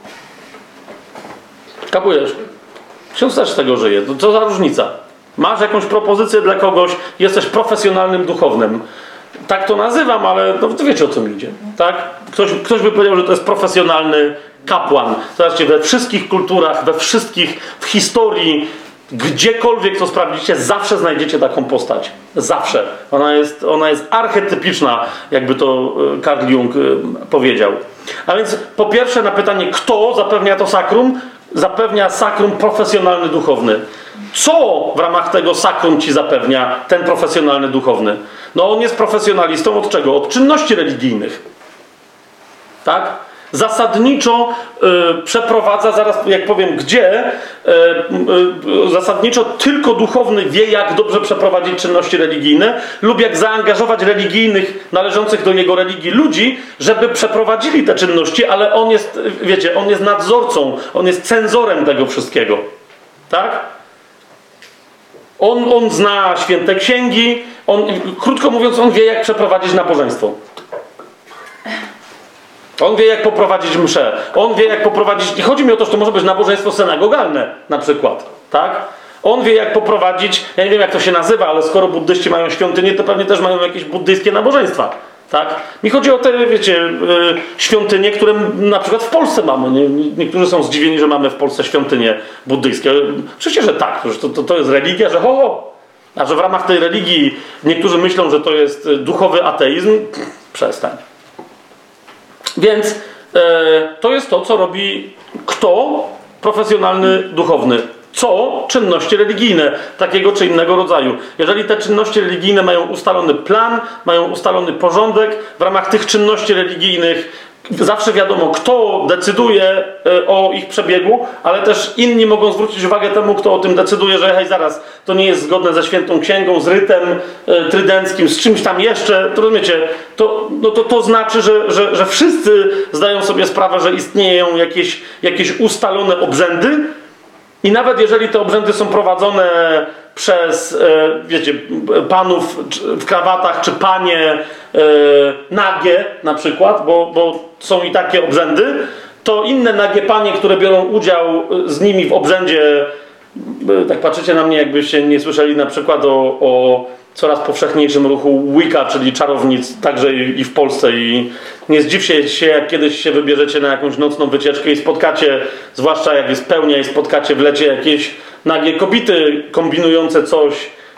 Kapujesz? Ksiądz też z tego żyje. To co za różnica? Masz jakąś propozycję dla kogoś, jesteś profesjonalnym duchownym. Tak to nazywam, ale no, to wiecie, o co mi idzie, tak? Ktoś by powiedział, że to jest profesjonalny kapłan. Zobaczcie, we wszystkich kulturach, w historii, gdziekolwiek to sprawdzicie, zawsze znajdziecie taką postać. Zawsze. Ona jest archetypiczna, jakby to Carl Jung powiedział. A więc po pierwsze na pytanie, kto zapewnia to sakrum? Zapewnia sakrum profesjonalny duchowny. Co w ramach tego sakrum ci zapewnia ten profesjonalny duchowny? No on jest profesjonalistą od czego? Od czynności religijnych. Tak? Zasadniczo przeprowadza, zaraz jak powiem gdzie, zasadniczo tylko duchowny wie, jak dobrze przeprowadzić czynności religijne lub jak zaangażować religijnych, należących do jego religii ludzi, żeby przeprowadzili te czynności, ale on jest, wiecie, on jest nadzorcą, on jest cenzorem tego wszystkiego. Tak? On zna święte księgi, krótko mówiąc, on wie, jak przeprowadzić nabożeństwo. On wie, jak poprowadzić mszę. On wie, jak poprowadzić... I chodzi mi o to, że to może być nabożeństwo synagogalne, na przykład. Tak? On wie, jak poprowadzić... Ja nie wiem, jak to się nazywa, ale skoro buddyści mają świątynię, to pewnie też mają jakieś buddyjskie nabożeństwa. Tak? Mi chodzi o te, wiecie, świątynie, które na przykład w Polsce mamy. Niektórzy są zdziwieni, że mamy w Polsce świątynie buddyjskie. Oczywiście, że tak. To jest religia, że ho. A że w ramach tej religii niektórzy myślą, że to jest duchowy ateizm. Przestań. Więc to jest to, co robi kto? Profesjonalny duchowny. Co? Czynności religijne, takiego czy innego rodzaju. Jeżeli te czynności religijne mają ustalony plan, mają ustalony porządek, w ramach tych czynności religijnych zawsze wiadomo, kto decyduje o ich przebiegu, ale też inni mogą zwrócić uwagę temu, kto o tym decyduje, że hej, zaraz, to nie jest zgodne ze świętą księgą, z rytem trydenckim, z czymś tam jeszcze, to rozumiecie, to znaczy, że wszyscy zdają sobie sprawę, że istnieją jakieś ustalone obrzędy i nawet jeżeli te obrzędy są prowadzone przez, wiecie, panów w krawatach, czy panie nagie na przykład, bo są i takie obrzędy, to inne nagie panie, które biorą udział z nimi w obrzędzie, tak patrzycie na mnie, jakbyście nie słyszeli na przykład o coraz powszechniejszym ruchu Wicca, czyli czarownic, także i w Polsce. I nie zdziwcie się, jak kiedyś się wybierzecie na jakąś nocną wycieczkę i spotkacie, zwłaszcza jak jest pełnia i spotkacie w lecie jakieś nagie kobiety kombinujące coś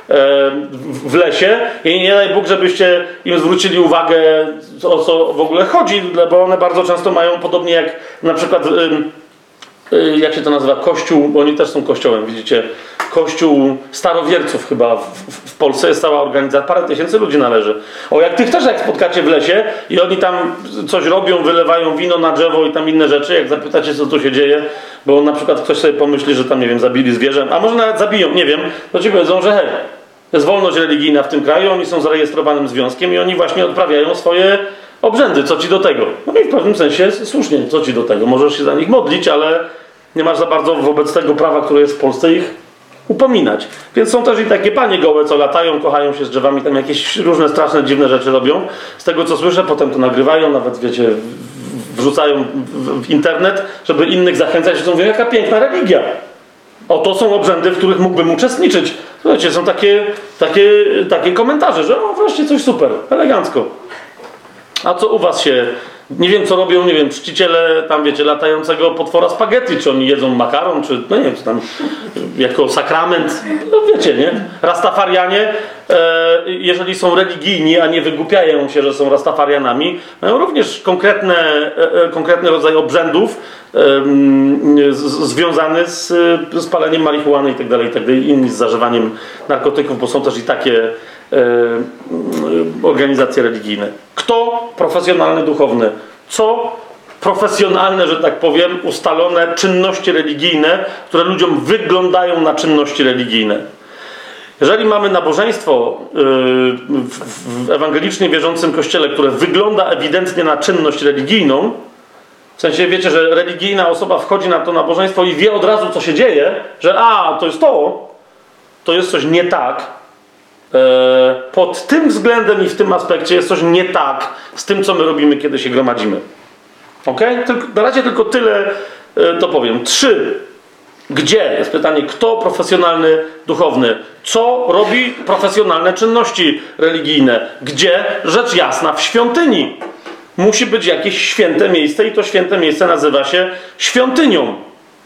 w lesie i nie daj Bóg, żebyście im zwrócili uwagę, o co w ogóle chodzi, bo one bardzo często mają, podobnie jak na przykład jak się to nazywa, kościół, bo oni też są kościołem, widzicie, kościół starowierców chyba w Polsce jest cała organizacja, parę tysięcy ludzi należy. Jak tych też jak spotkacie w lesie i oni tam coś robią, wylewają wino na drzewo i tam inne rzeczy, jak zapytacie, co tu się dzieje, bo na przykład ktoś sobie pomyśli, że tam, nie wiem, zabili zwierzę, a może nawet zabiją, nie wiem, to ci powiedzą, że hej, jest wolność religijna w tym kraju, oni są zarejestrowanym związkiem i oni właśnie odprawiają swoje obrzędy, co ci do tego? No i w pewnym sensie słusznie, co ci do tego? Możesz się za nich modlić, ale nie masz za bardzo wobec tego prawa, które jest w Polsce, ich upominać. Więc są też i takie panie gołe, co latają, kochają się z drzewami, tam jakieś różne straszne, dziwne rzeczy robią. Z tego, co słyszę, potem to nagrywają, nawet, wiecie, wrzucają w internet, żeby innych zachęcać, że mówią, jaka piękna religia. Oto są obrzędy, w których mógłbym uczestniczyć. Słuchajcie, są takie komentarze, że o, wreszcie coś super, elegancko. A co u was się... Nie wiem, co robią, nie wiem, czciciele tam, wiecie, latającego potwora spaghetti, czy oni jedzą makaron, czy, no nie wiem, czy tam jako sakrament, no wiecie, nie? Rastafarianie, jeżeli są religijni, a nie wygłupiają się, że są rastafarianami, mają również konkretny rodzaj obrzędów związany z paleniem marihuany i tak dalej, inni z zażywaniem narkotyków, bo są też i takie organizacje religijne. Kto profesjonalny duchowny? Co profesjonalne, że tak powiem, ustalone czynności religijne, które ludziom wyglądają na czynności religijne? Jeżeli mamy nabożeństwo w ewangelicznie wierzącym kościele, które wygląda ewidentnie na czynność religijną, w sensie wiecie, że religijna osoba wchodzi na to nabożeństwo i wie od razu, co się dzieje, że to jest coś nie tak. Pod tym względem i w tym aspekcie jest coś nie tak z tym, co my robimy, kiedy się gromadzimy. Ok? Na razie tylko tyle to powiem. 3. Gdzie? Jest pytanie, kto profesjonalny duchowny? Co robi profesjonalne czynności religijne? Gdzie? Rzecz jasna, w świątyni. Musi być jakieś święte miejsce i to święte miejsce nazywa się świątynią.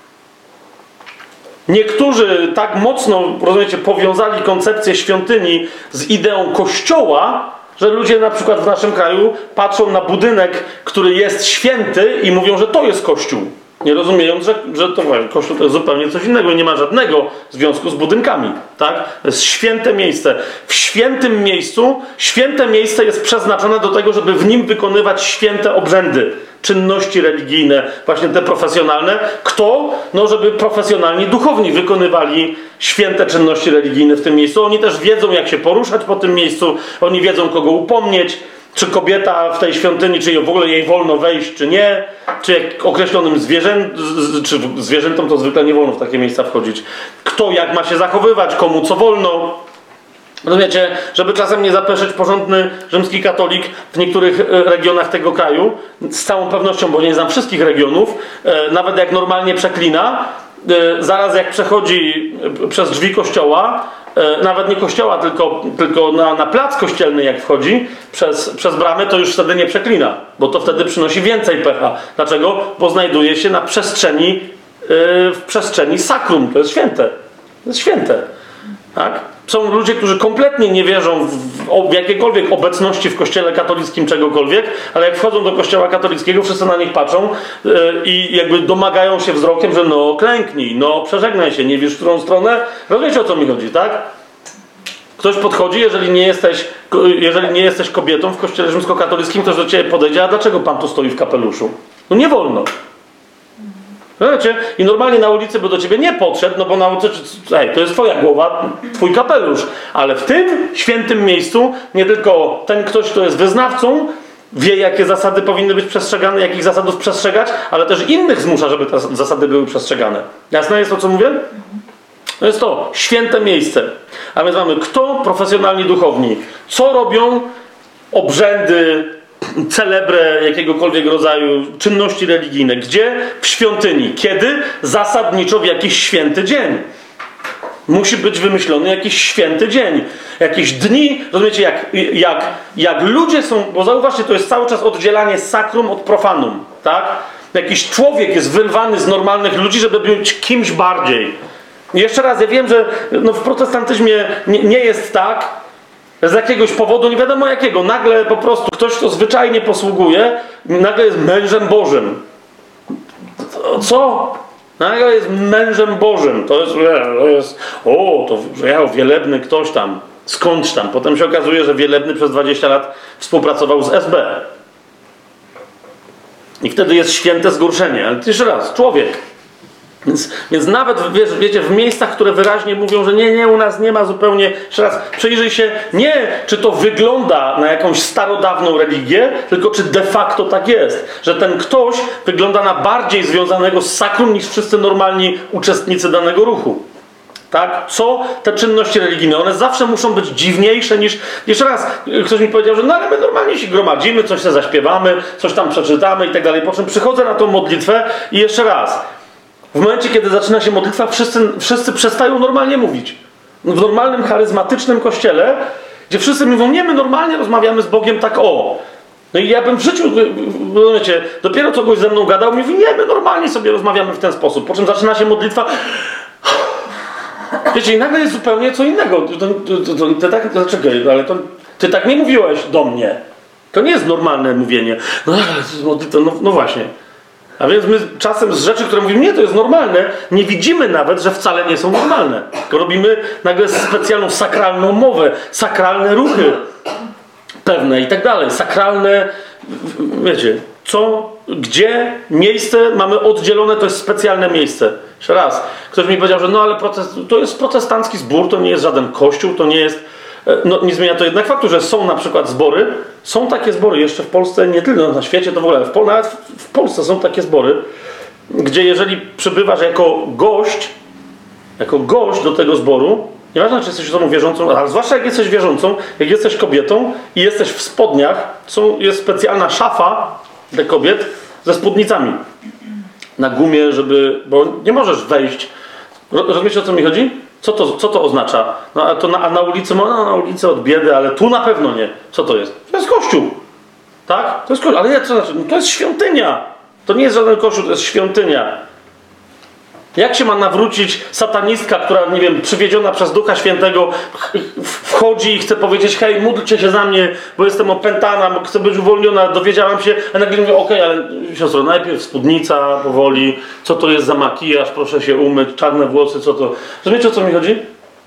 Niektórzy tak mocno, rozumiecie, powiązali koncepcję świątyni z ideą kościoła, że ludzie na przykład w naszym kraju patrzą na budynek, który jest święty i mówią, że to jest kościół. Nie rozumiejąc, że to kościół to jest zupełnie coś innego i nie ma żadnego związku z budynkami. Tak? To jest święte miejsce. W świętym miejscu, święte miejsce jest przeznaczone do tego, żeby w nim wykonywać święte obrzędy, czynności religijne, właśnie te profesjonalne. Kto? No, żeby profesjonalni duchowni wykonywali święte czynności religijne w tym miejscu. Oni też wiedzą, jak się poruszać po tym miejscu, oni wiedzą, kogo upomnieć, czy kobieta w tej świątyni, czy w ogóle jej wolno wejść, czy nie, czy jak określonym czy zwierzętom to zwykle nie wolno w takie miejsca wchodzić. Kto jak ma się zachowywać, komu co wolno. Rozumiecie, żeby czasem nie zapeszyć porządny rzymski katolik w niektórych regionach tego kraju, z całą pewnością, bo nie znam wszystkich regionów, nawet jak normalnie przeklina, zaraz jak przechodzi przez drzwi kościoła, nawet nie kościoła, tylko na plac kościelny jak wchodzi przez bramę, to już wtedy nie przeklina, bo to wtedy przynosi więcej pecha. Dlaczego? Bo znajduje się na przestrzeni, w przestrzeni sakrum. To jest święte. To jest święte. Tak? Są ludzie, którzy kompletnie nie wierzą w jakiekolwiek obecności w kościele katolickim czegokolwiek, ale jak wchodzą do kościoła katolickiego, wszyscy na nich patrzą i jakby domagają się wzrokiem, że no klęknij, no przeżegnaj się, nie wiesz w którą stronę. Rozumiecie, o co mi chodzi, tak? Ktoś podchodzi, jeżeli nie jesteś kobietą w kościele rzymskokatolickim, ktoś do ciebie podejdzie, a dlaczego pan tu stoi w kapeluszu? No nie wolno. Wiecie? I normalnie na ulicy by do ciebie nie podszedł, no bo na ulicy, to jest twoja głowa, twój kapelusz. Ale w tym świętym miejscu nie tylko ten ktoś, kto jest wyznawcą, wie, jakie zasady powinny być przestrzegane, jakich zasadów przestrzegać, ale też innych zmusza, żeby te zasady były przestrzegane. Jasne jest to, co mówię? To jest to, święte miejsce. A więc mamy, kto profesjonalni duchowni, co robią obrzędy, celebre jakiegokolwiek rodzaju czynności religijne. Gdzie? W świątyni. Kiedy? Zasadniczo w jakiś święty dzień. Musi być wymyślony jakiś święty dzień. Jakieś dni, rozumiecie, jak ludzie są, bo zauważcie, to jest cały czas oddzielanie sakrum od profanum, tak? Jakiś człowiek jest wyrwany z normalnych ludzi, żeby być kimś bardziej. I jeszcze raz, ja wiem, że no, w protestantyzmie nie jest tak, z jakiegoś powodu, nie wiadomo jakiego, nagle po prostu ktoś, kto zwyczajnie posługuje, nagle jest mężem Bożym. Co? Nagle jest mężem Bożym. To wielebny ktoś tam, skądś tam. Potem się okazuje, że wielebny przez 20 lat współpracował z SB. I wtedy jest święte zgorszenie. Ale jeszcze raz, człowiek. Więc nawet, wiecie, w miejscach, które wyraźnie mówią, że nie, u nas nie ma zupełnie... Jeszcze raz, przyjrzyj się, nie czy to wygląda na jakąś starodawną religię, tylko czy de facto tak jest. Że ten ktoś wygląda na bardziej związanego z sakrum niż wszyscy normalni uczestnicy danego ruchu. Tak? Co te czynności religijne? One zawsze muszą być dziwniejsze niż... Jeszcze raz, ktoś mi powiedział, że no ale my normalnie się gromadzimy, coś się zaśpiewamy, coś tam przeczytamy i tak dalej. Po czym przychodzę na tą modlitwę i jeszcze raz... W momencie, kiedy zaczyna się modlitwa, wszyscy przestają normalnie mówić. W normalnym, charyzmatycznym kościele, gdzie wszyscy mówią, nie, my normalnie rozmawiamy z Bogiem tak o. No i ja bym w życiu, wiecie, dopiero co goś ze mną gadał, mówi, nie, my normalnie sobie rozmawiamy w ten sposób. Po czym zaczyna się modlitwa. Wiecie, i nagle jest zupełnie co innego. Czekaj, ale ty tak nie mówiłeś do mnie. To nie jest normalne mówienie. No właśnie. A więc my czasem z rzeczy, które mówimy, nie, to jest normalne, nie widzimy nawet, że wcale nie są normalne. Tylko robimy nagle specjalną sakralną mowę, sakralne ruchy pewne i tak dalej. Sakralne, wiecie, co, gdzie, miejsce mamy oddzielone, to jest specjalne miejsce. Jeszcze raz, ktoś mi powiedział, że no ale to jest protestancki zbór, to nie jest żaden kościół, to nie jest... No, nie zmienia to jednak faktu, że są na przykład zbory, są takie zbory jeszcze w Polsce, nie tylko na świecie, to w ogóle, nawet w Polsce są takie zbory, gdzie jeżeli przybywasz jako gość do tego zboru, nieważne czy jesteś osobą wierzącą, ale zwłaszcza jak jesteś wierzącą, jak jesteś kobietą i jesteś w spodniach, jest specjalna szafa dla kobiet ze spódnicami na gumie, bo nie możesz wejść. Rozumiecie, o co mi chodzi? Co to oznacza? No, a na ulicy, na ulicy od biedy, ale tu na pewno nie. Co to jest? To jest kościół. Tak? To jest kościół. Ale co znaczy? No, to jest świątynia. To nie jest żaden kościół, to jest świątynia. Jak się ma nawrócić satanistka, która, nie wiem, przywiedziona przez Ducha Świętego, wchodzi i chce powiedzieć, hej, módlcie się za mnie, bo jestem opętana, bo chcę być uwolniona, dowiedziałam się, a nagle mówię, okej, ale siostro, najpierw spódnica powoli, co to jest za makijaż, proszę się umyć, czarne włosy, co to... Rozumiecie, o co mi chodzi?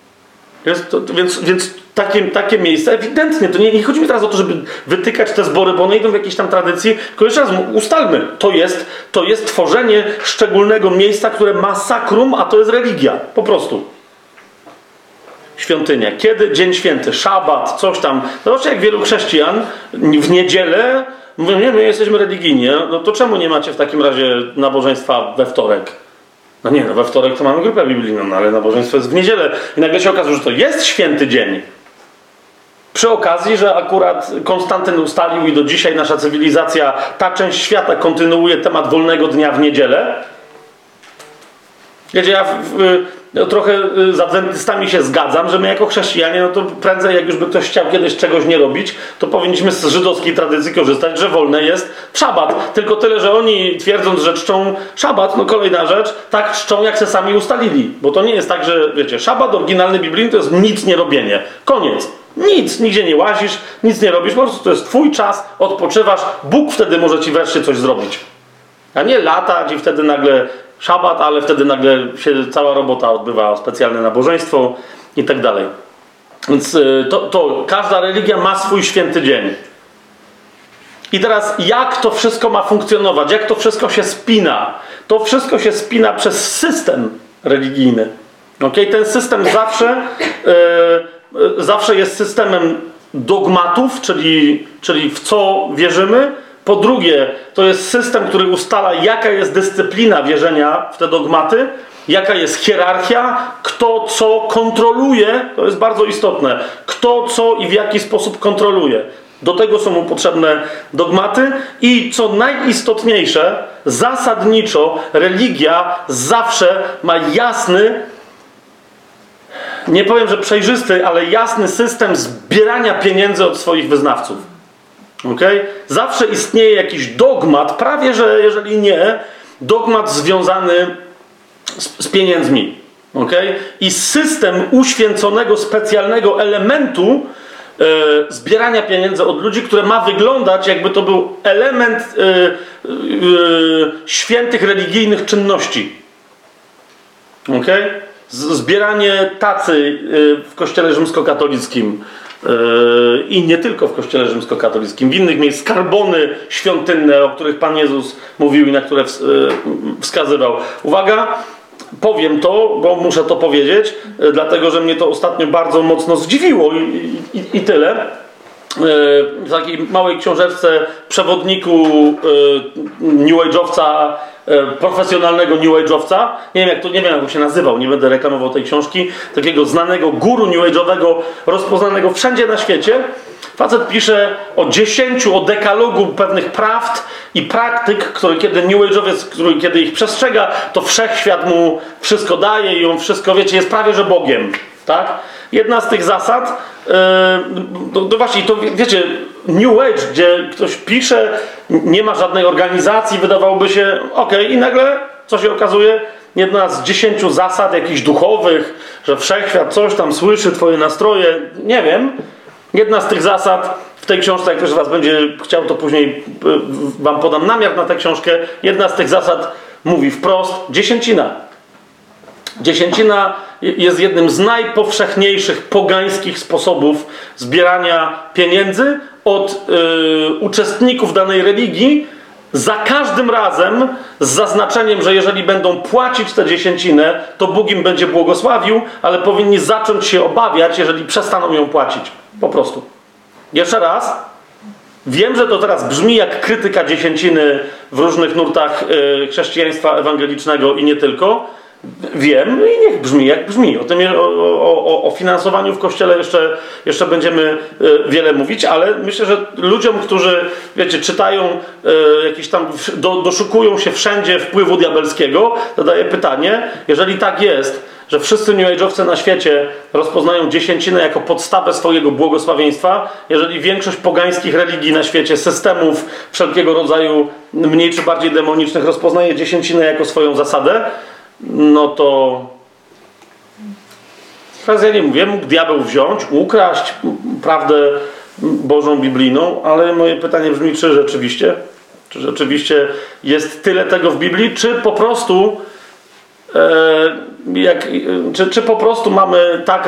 Więc takie miejsca, ewidentnie, to nie chodzi mi teraz o to, żeby wytykać te zbory, bo one idą w jakiejś tam tradycji, tylko jeszcze raz ustalmy, to jest tworzenie szczególnego miejsca, które ma sakrum, a to jest religia, po prostu. Świątynia. Kiedy? Dzień święty, szabat, coś tam. Zobaczcie, jak wielu chrześcijan w niedzielę mówią, nie, my jesteśmy religijni, no to czemu nie macie w takim razie nabożeństwa we wtorek? No nie, we wtorek to mamy grupę biblijną, no ale nabożeństwo jest w niedzielę. I nagle się okazuje, że to jest święty dzień. Przy okazji, że akurat Konstantyn ustalił i do dzisiaj nasza cywilizacja, ta część świata kontynuuje temat wolnego dnia w niedzielę. Wiecie, ja trochę z adwentystami się zgadzam, że my jako chrześcijanie, no to prędzej jak już by ktoś chciał kiedyś czegoś nie robić, to powinniśmy z żydowskiej tradycji korzystać, że wolne jest w szabat. Tylko tyle, że oni twierdząc, że czczą szabat, no kolejna rzecz, tak czczą jak se sami ustalili. Bo to nie jest tak, że wiecie, szabat oryginalny biblijny to jest nic nie robienie. Koniec. Nic. Nigdzie nie łazisz, nic nie robisz, po prostu to jest twój czas, odpoczywasz, Bóg wtedy może ci wreszcie coś zrobić. A nie latać i wtedy nagle szabat, ale wtedy nagle się cała robota odbywa, specjalne nabożeństwo i tak dalej. Więc każda religia ma swój święty dzień. I teraz jak to wszystko ma funkcjonować? Jak to wszystko się spina? To wszystko się spina przez system religijny. Okay? Ten system zawsze jest systemem dogmatów, czyli w co wierzymy. Po drugie, to jest system, który ustala, jaka jest dyscyplina wierzenia w te dogmaty, jaka jest hierarchia, kto co kontroluje, to jest bardzo istotne, kto co i w jaki sposób kontroluje. Do tego są mu potrzebne dogmaty i co najistotniejsze, zasadniczo religia zawsze ma jasny, nie powiem, że przejrzysty, ale jasny system zbierania pieniędzy od swoich wyznawców. Okay? Zawsze istnieje jakiś dogmat, prawie że jeżeli nie, dogmat związany z pieniędzmi. Okay? I system uświęconego, specjalnego elementu zbierania pieniędzy od ludzi, które ma wyglądać, jakby to był element świętych religijnych czynności. Okay? Zbieranie tacy w kościele rzymskokatolickim i nie tylko w kościele rzymskokatolickim, w innych miejscach, skarbony świątynne, o których Pan Jezus mówił i na które wskazywał. Uwaga, powiem to, bo muszę to powiedzieć, dlatego że mnie to ostatnio bardzo mocno zdziwiło i tyle. W takiej małej książeczce przewodniku New Age'owca, profesjonalnego New Age'owca, nie wiem jak on się nazywał, nie będę reklamował tej książki, takiego znanego guru New Age'owego, rozpoznanego wszędzie na świecie. Facet pisze o dekalogu pewnych prawd i praktyk, które kiedy New Age'owiec, kiedy ich przestrzega, to wszechświat mu wszystko daje i on wszystko, wiecie, jest prawie że Bogiem, tak? Jedna z tych zasad, to właśnie, to wiecie, New Age, gdzie ktoś pisze, nie ma żadnej organizacji, wydawałoby się, okej, i nagle, co się okazuje, jedna z 10 zasad jakichś duchowych, że wszechświat coś tam słyszy, twoje nastroje, nie wiem. Jedna z tych zasad w tej książce, jak ktoś z was będzie chciał, to później wam podam namiar na tę książkę. Jedna z tych zasad mówi wprost, dziesięcina. Dziesięcina jest jednym z najpowszechniejszych pogańskich sposobów zbierania pieniędzy od uczestników danej religii, za każdym razem z zaznaczeniem, że jeżeli będą płacić tę dziesięcinę, to Bóg im będzie błogosławił, ale powinni zacząć się obawiać, jeżeli przestaną ją płacić. Po prostu. Jeszcze raz. Wiem, że to teraz brzmi jak krytyka dziesięciny w różnych nurtach chrześcijaństwa ewangelicznego i nie tylko. Wiem i niech brzmi jak brzmi. O finansowaniu w Kościele jeszcze będziemy wiele mówić, ale myślę, że ludziom, którzy, wiecie, czytają jakieś tam, doszukują się wszędzie wpływu diabelskiego, zadaję pytanie, jeżeli tak jest, że wszyscy New Age'owcy na świecie rozpoznają dziesięcinę jako podstawę swojego błogosławieństwa, jeżeli większość pogańskich religii na świecie, systemów wszelkiego rodzaju mniej czy bardziej demonicznych rozpoznaje dziesięcinę jako swoją zasadę, no to teraz ja nie mówię, mógł diabeł wziąć, ukraść prawdę Bożą, biblijną, ale moje pytanie brzmi, czy rzeczywiście jest tyle tego w Biblii, czy po prostu czy po prostu mamy tak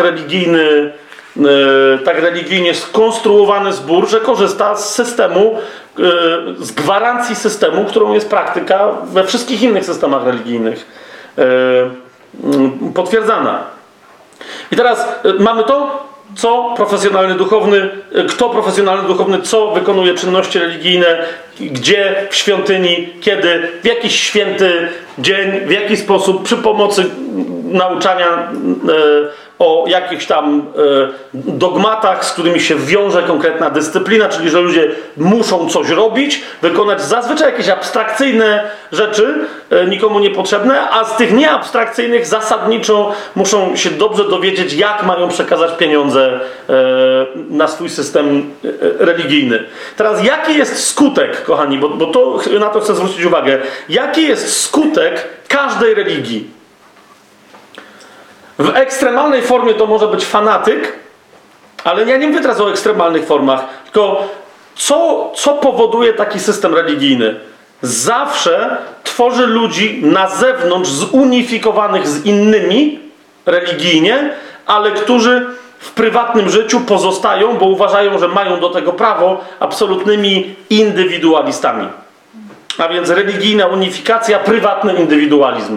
religijnie skonstruowany zbór, że korzysta z systemu, z gwarancji systemu, którą jest praktyka we wszystkich innych systemach religijnych potwierdzana. I teraz mamy to, kto profesjonalny duchowny, co wykonuje czynności religijne, gdzie, w świątyni, kiedy, w jakiś święty dzień, w jaki sposób, przy pomocy nauczania o jakichś tam dogmatach, z którymi się wiąże konkretna dyscyplina, czyli że ludzie muszą coś robić, wykonać zazwyczaj jakieś abstrakcyjne rzeczy, nikomu niepotrzebne, a z tych nieabstrakcyjnych zasadniczo muszą się dobrze dowiedzieć, jak mają przekazać pieniądze na swój system religijny. Teraz jaki jest skutek, kochani, bo na to chcę zwrócić uwagę, jaki jest skutek każdej religii? W ekstremalnej formie to może być fanatyk, ale ja nie mówię teraz o ekstremalnych formach, tylko co powoduje taki system religijny? Zawsze tworzy ludzi na zewnątrz zunifikowanych z innymi religijnie, ale którzy w prywatnym życiu pozostają, bo uważają, że mają do tego prawo, absolutnymi indywidualistami. A więc religijna unifikacja, prywatny indywidualizm.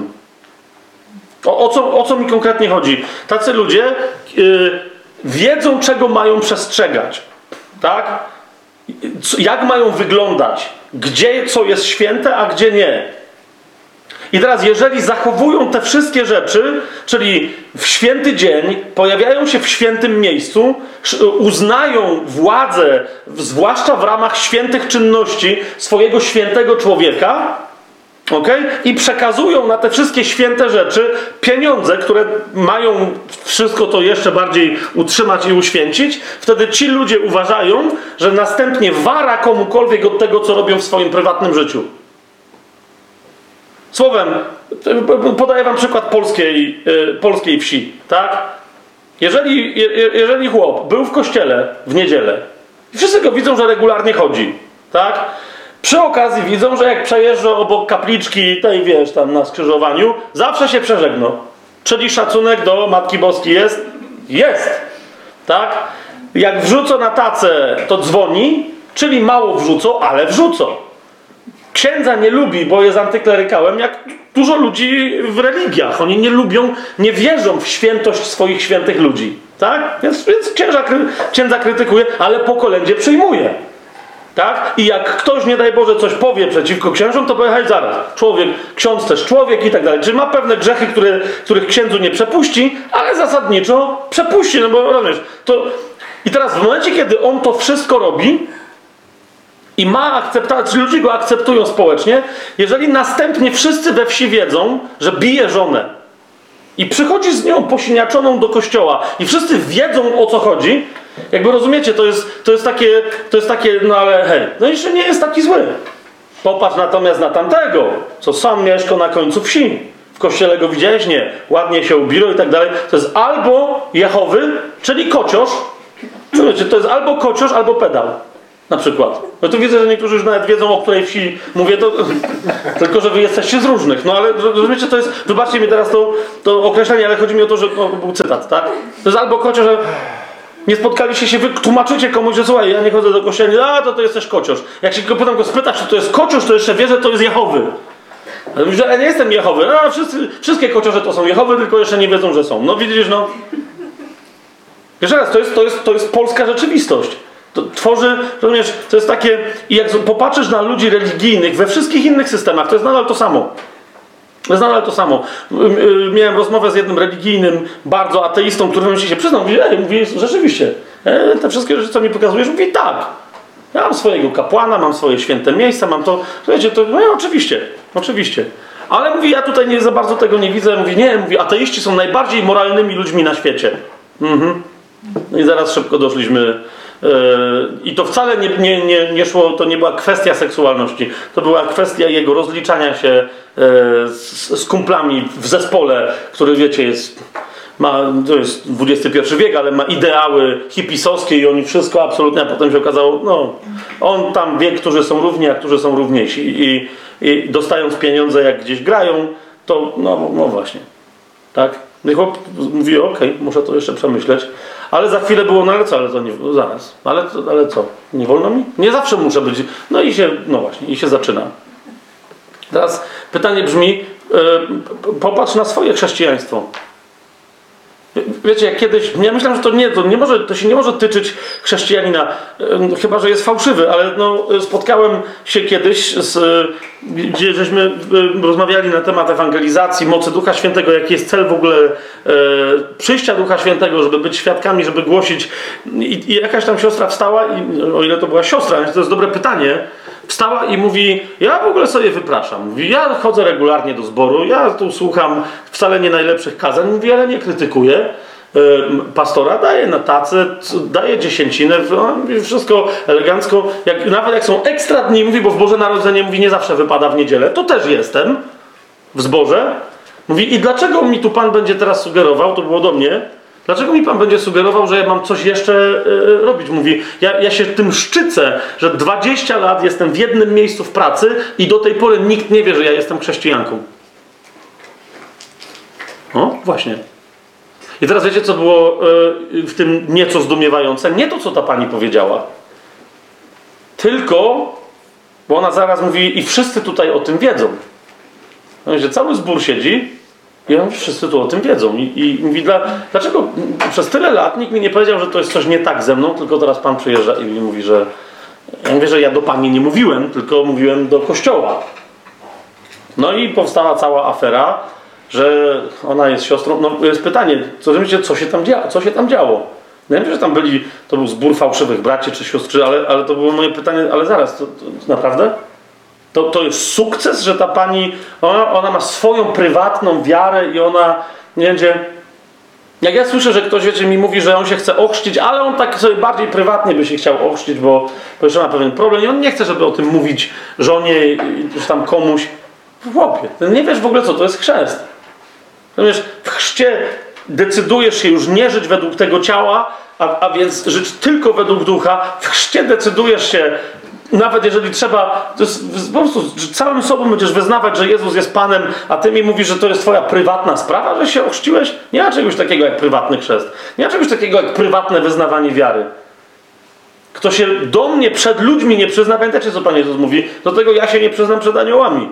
O co mi konkretnie chodzi? Tacy ludzie wiedzą, czego mają przestrzegać. Tak? Jak mają wyglądać? Gdzie co jest święte, a gdzie nie? I teraz, jeżeli zachowują te wszystkie rzeczy, czyli w święty dzień, pojawiają się w świętym miejscu, uznają władzę, zwłaszcza w ramach świętych czynności swojego świętego człowieka, okay? I przekazują na te wszystkie święte rzeczy pieniądze, które mają wszystko to jeszcze bardziej utrzymać i uświęcić, wtedy ci ludzie uważają, że następnie wara komukolwiek od tego, co robią w swoim prywatnym życiu. Słowem, podaję wam przykład polskiej wsi, tak? Jeżeli chłop był w kościele w niedzielę i wszyscy go widzą, że regularnie chodzi, tak? Przy okazji widzą, że jak przejeżdża obok kapliczki tej, wiesz, tam na skrzyżowaniu, zawsze się przeżegną. Czyli szacunek do Matki Boskiej jest? Jest. Tak? Jak wrzucą na tacę, to dzwoni, czyli mało wrzucą, ale wrzucą. księdza nie lubi, bo jest antyklerykałem, jak dużo ludzi w religiach. Oni nie lubią, nie wierzą w świętość swoich świętych ludzi. Tak? Więc księdza krytykuje, ale po kolędzie przyjmuje. Tak? I jak ktoś, nie daj Boże, coś powie przeciwko księżom, to powie, hej, zaraz, ksiądz też człowiek i tak dalej. Czyli ma pewne grzechy, których księdzu nie przepuści, ale zasadniczo przepuści, no bo rozumiesz, to... I teraz w momencie, kiedy on to wszystko robi i ma akceptację, czy ludzie go akceptują społecznie, jeżeli następnie wszyscy we wsi wiedzą, że bije żonę i przychodzi z nią posiniaczoną do kościoła i wszyscy wiedzą, o co chodzi, jakby rozumiecie, to jest takie, no ale hej, no jeszcze nie jest taki zły. Popatrz natomiast na tamtego, co sam mieszka na końcu wsi. W kościele go widziałeś? Nie. Ładnie się ubiro i tak dalej. To jest albo Jehowy, czyli kociosz. Rozumiecie, to jest albo kociosz, albo pedał. Na przykład. No tu widzę, że niektórzy już nawet wiedzą, o której wsi mówię, tylko że wy jesteście z różnych. No ale rozumiecie, to jest, wybaczcie mi teraz to określenie, ale chodzi mi o to, że był cytat, tak? To jest albo kociosz, że nie spotkaliście się, wy tłumaczycie komuś, że słuchaj, ja nie chodzę do kościoła, to jesteś kociosz. Jak się potem go spytasz, czy to jest kociosz, to jeszcze wie, że to jest Jehowy. Ale mówi, że ja nie jestem Jehowy. No, wszystkie kociorze to są Jehowy, tylko jeszcze nie wiedzą, że są. No widzisz, no. Jeszcze raz, to jest polska rzeczywistość. To tworzy, rozumiesz, to jest takie... I jak popatrzysz na ludzi religijnych we wszystkich innych systemach, to jest nadal to samo. To jest nadal to samo. Miałem rozmowę z jednym religijnym, bardzo ateistą, który się przyznał. Mówi, rzeczywiście, te wszystkie rzeczy, co mi pokazujesz, mówi tak. Ja mam swojego kapłana, mam swoje święte miejsca, mam to... Słuchajcie, to no oczywiście. Ale mówi, ja tutaj nie za bardzo tego nie widzę. Mówi, ateiści są najbardziej moralnymi ludźmi na świecie. No i zaraz szybko doszliśmy... I to wcale nie szło, to nie była kwestia seksualności. To była kwestia jego rozliczania się z kumplami w zespole, który wiecie to jest XXI wiek, ale ma ideały hipisowskie i oni wszystko absolutnie, a potem się okazało, no on tam wie, którzy są równi, a którzy są równiejsi i dostając pieniądze jak gdzieś grają, to no właśnie, tak? I chłop mówi, okej, muszę to jeszcze przemyśleć. Ale za chwilę było, no ale co, ale to nie, zaraz. Ale co, nie wolno mi? Nie zawsze muszę być. No i się zaczyna. Teraz pytanie brzmi, popatrz na swoje chrześcijaństwo. Wiecie, jak kiedyś, ja myślałem, że to się nie może tyczyć chrześcijanina, chyba że jest fałszywy, ale spotkałem się kiedyś, gdzie żeśmy rozmawiali na temat ewangelizacji, mocy Ducha Świętego, jaki jest cel w ogóle przyjścia Ducha Świętego, żeby być świadkami, żeby głosić. I jakaś tam siostra wstała, i o ile to była siostra, to jest dobre pytanie, wstała i mówi, ja w ogóle sobie wypraszam. Mówi, ja chodzę regularnie do zboru, ja tu słucham wcale nie najlepszych kazań, mówi, ale nie krytykuję. Pastora daje na tacy, daje dziesięcinę, wszystko elegancko. Nawet jak są ekstra dni, mówi, bo w Boże Narodzenie mówi, nie zawsze wypada w niedzielę, to też jestem w zborze. Mówi, i dlaczego mi tu Pan będzie teraz sugerował, to było do mnie, dlaczego mi Pan będzie sugerował, że ja mam coś jeszcze robić? Mówi, ja się tym szczycę, że 20 lat jestem w jednym miejscu w pracy i do tej pory nikt nie wie, że ja jestem chrześcijanką. O, właśnie. I teraz wiecie, co było w tym nieco zdumiewające? Nie to, co ta pani powiedziała. Tylko, bo ona zaraz mówi, i wszyscy tutaj o tym wiedzą. No, że cały zbór siedzi i wszyscy tu o tym wiedzą. I mówi, dlaczego przez tyle lat nikt mi nie powiedział, że to jest coś nie tak ze mną, tylko teraz Pan przyjeżdża i mi mówi, że... Ja mówię, że ja do Pani nie mówiłem, tylko mówiłem do kościoła. No i powstała cała afera, że ona jest siostrą. No jest pytanie, co się tam działo? No ja wiem, że tam to był zbór fałszywych braci czy siostry, ale to było moje pytanie, ale zaraz, to naprawdę? To jest sukces, że ta pani, ona ma swoją prywatną wiarę i ona nie będzie... Jak ja słyszę, że ktoś, wiecie, mi mówi, że on się chce ochrzcić, ale on tak sobie bardziej prywatnie by się chciał ochrzcić, bo jeszcze ma pewien problem i on nie chce, żeby o tym mówić żonie czy tam komuś. Chłopie, ty nie wiesz w ogóle, co to jest chrzest. Ponieważ w chrzcie decydujesz się już nie żyć według tego ciała, a więc żyć tylko według ducha. W chrzcie decydujesz się, nawet jeżeli trzeba, to jest po prostu całym sobą będziesz wyznawać, że Jezus jest Panem, a ty mi mówisz, że to jest twoja prywatna sprawa, że się ochrzciłeś. Nie ma czegoś takiego jak prywatny chrzest. Nie ma czegoś takiego jak prywatne wyznawanie wiary. Kto się do mnie przed ludźmi nie przyzna, pamiętacie, co Pan Jezus mówi? Do tego ja się nie przyznam przed aniołami.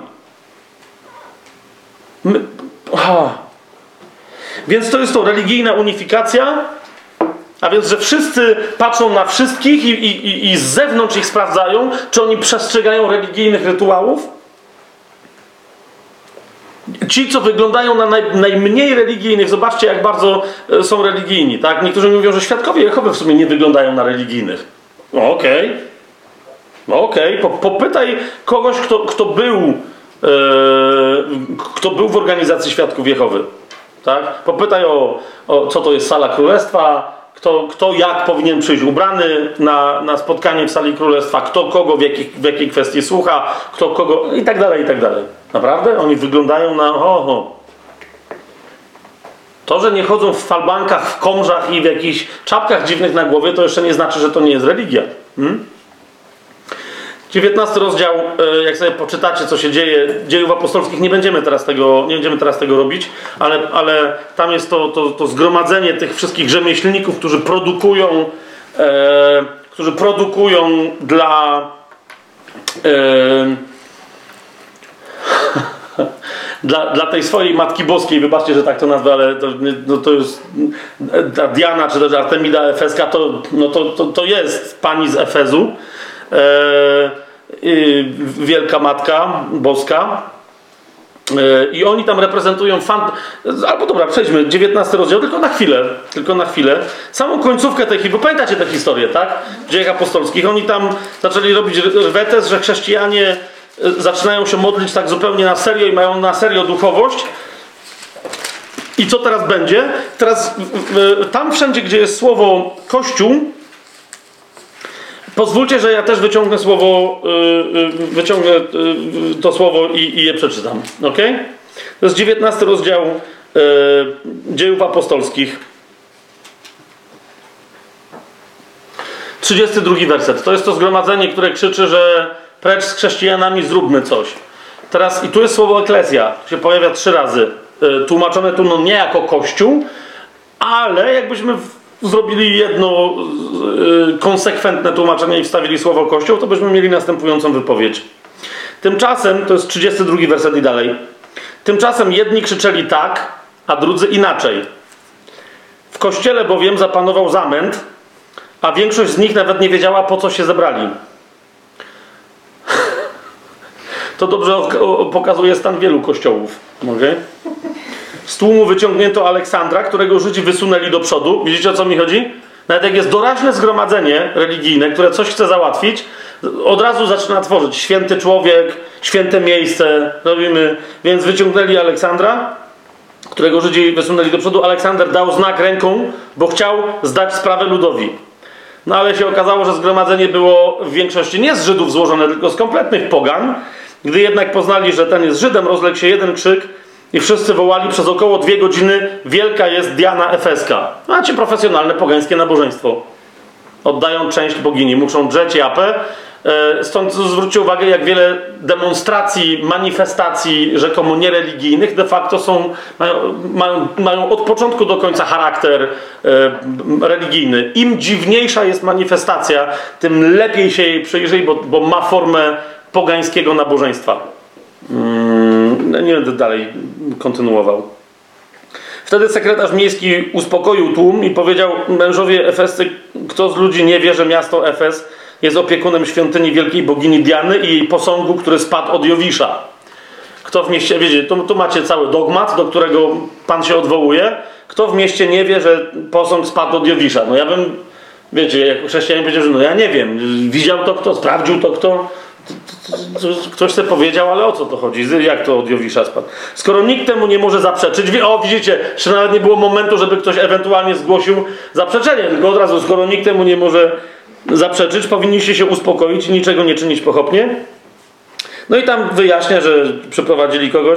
Więc to jest to religijna unifikacja, a więc, że wszyscy patrzą na wszystkich i z zewnątrz ich sprawdzają, czy oni przestrzegają religijnych rytuałów. Ci, co wyglądają na najmniej religijnych, zobaczcie, jak bardzo są religijni, tak? Niektórzy mówią, że świadkowie Jehowy w sumie nie wyglądają na religijnych. Okej. Popytaj kogoś, kto był w organizacji Świadków Jehowy. Tak? Popytaj o co to jest sala królestwa, kto jak powinien przyjść ubrany na spotkanie w sali królestwa, kto kogo w jakiej kwestii słucha, kto kogo i tak dalej, i tak dalej. Naprawdę? Oni wyglądają na To, że nie chodzą w falbankach, w komrzach i w jakichś czapkach dziwnych na głowie, to jeszcze nie znaczy, że to nie jest religia. 19 rozdział, jak sobie poczytacie, co się dzieje, Dziejów Apostolskich, nie będziemy teraz tego robić, ale tam jest to zgromadzenie tych wszystkich rzemieślników, którzy produkują dla tej swojej Matki Boskiej, wybaczcie, że tak to nazwę, ale to jest Diana, czy też Artemida Efeska, to jest pani z Efezu, Wielka Matka Boska, i oni tam reprezentują albo dobra, przejdźmy, 19 rozdział, tylko na chwilę, samą końcówkę tej bo pamiętacie tę historię, tak? W Dziejach Apostolskich, oni tam zaczęli robić rwetes, że chrześcijanie zaczynają się modlić tak zupełnie na serio i mają na serio duchowość. I co teraz będzie? Teraz tam wszędzie, gdzie jest słowo Kościół, pozwólcie, że ja też wyciągnę to słowo i je przeczytam. Ok? To jest 19 rozdział Dziejów Apostolskich. 32 werset. To jest to zgromadzenie, które krzyczy, że precz z chrześcijanami, zróbmy coś. Teraz, i tu jest słowo eklezja, się pojawia 3 razy. Tłumaczone tu nie jako Kościół, ale jakbyśmy zrobili jedno konsekwentne tłumaczenie i wstawili słowo Kościół, to byśmy mieli następującą wypowiedź. Tymczasem, to jest 32 werset i dalej, tymczasem jedni krzyczeli tak, a drudzy inaczej. W Kościele bowiem zapanował zamęt, a większość z nich nawet nie wiedziała, po co się zebrali. To dobrze pokazuje stan wielu kościołów. Okay? Z tłumu wyciągnięto Aleksandra, którego Żydzi wysunęli do przodu. Widzicie, o co mi chodzi? Nawet jak jest doraźne zgromadzenie religijne, które coś chce załatwić, od razu zaczyna tworzyć święty człowiek, święte miejsce. Robimy. Więc wyciągnęli Aleksandra, którego Żydzi wysunęli do przodu. Aleksander dał znak ręką, bo chciał zdać sprawę ludowi. No ale się okazało, że zgromadzenie było w większości nie z Żydów złożone, tylko z kompletnych pogan. Gdy jednak poznali, że ten jest Żydem, rozległ się jeden krzyk i wszyscy wołali przez około 2 godziny: wielka jest Diana Efeska. Macie profesjonalne pogańskie nabożeństwo. Oddają część bogini, muszą drzeć japę. Stąd zwróćcie uwagę, jak wiele demonstracji, manifestacji rzekomo niereligijnych de facto mają od początku do końca charakter religijny. Im dziwniejsza jest manifestacja, tym lepiej się jej przyjrzyj, bo ma formę pogańskiego nabożeństwa. Nie będę dalej kontynuował. Wtedy sekretarz miejski uspokoił tłum i powiedział: mężowie efescy, kto z ludzi nie wie, że miasto Efes jest opiekunem świątyni wielkiej bogini Diany i jej posągu, który spadł od Jowisza. Kto w mieście, wiecie, tu macie cały dogmat, do którego Pan się odwołuje. Kto w mieście nie wie, że posąg spadł od Jowisza? No ja bym, wiecie, jako chrześcijanin powiedział, że no ja nie wiem. Widział to kto? Sprawdził to kto? Ktoś sobie powiedział, ale o co to chodzi? Jak to od Jowisza spadł? Skoro nikt temu nie może zaprzeczyć, widzicie, jeszcze nawet nie było momentu, żeby ktoś ewentualnie zgłosił zaprzeczenie, tylko od razu, skoro nikt temu nie może zaprzeczyć, powinniście się uspokoić i niczego nie czynić pochopnie. No i tam wyjaśnia, że przyprowadzili kogoś.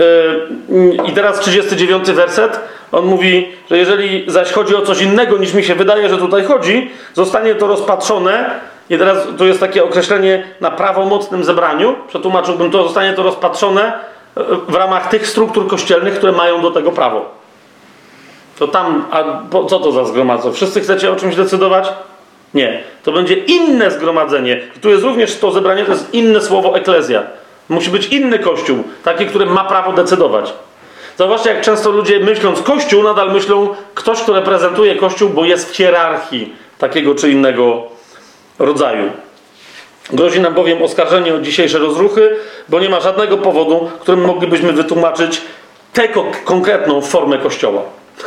I teraz 39 werset. On mówi, że jeżeli zaś chodzi o coś innego, niż mi się wydaje, że tutaj chodzi, zostanie to rozpatrzone. I teraz tu jest takie określenie na prawomocnym zebraniu. Przetłumaczyłbym to, zostanie to rozpatrzone w ramach tych struktur kościelnych, które mają do tego prawo. To tam, co to za zgromadzenie? Wszyscy chcecie o czymś decydować? Nie. To będzie inne zgromadzenie. I tu jest również to zebranie, to jest inne słowo eklezja. Musi być inny kościół, taki, który ma prawo decydować. Zauważcie, jak często ludzie myśląc kościół, nadal myślą ktoś, kto reprezentuje kościół, bo jest w hierarchii takiego czy innego rodzaju. Grozi nam bowiem oskarżenie o dzisiejsze rozruchy, bo nie ma żadnego powodu, którym moglibyśmy wytłumaczyć tę konkretną formę kościoła.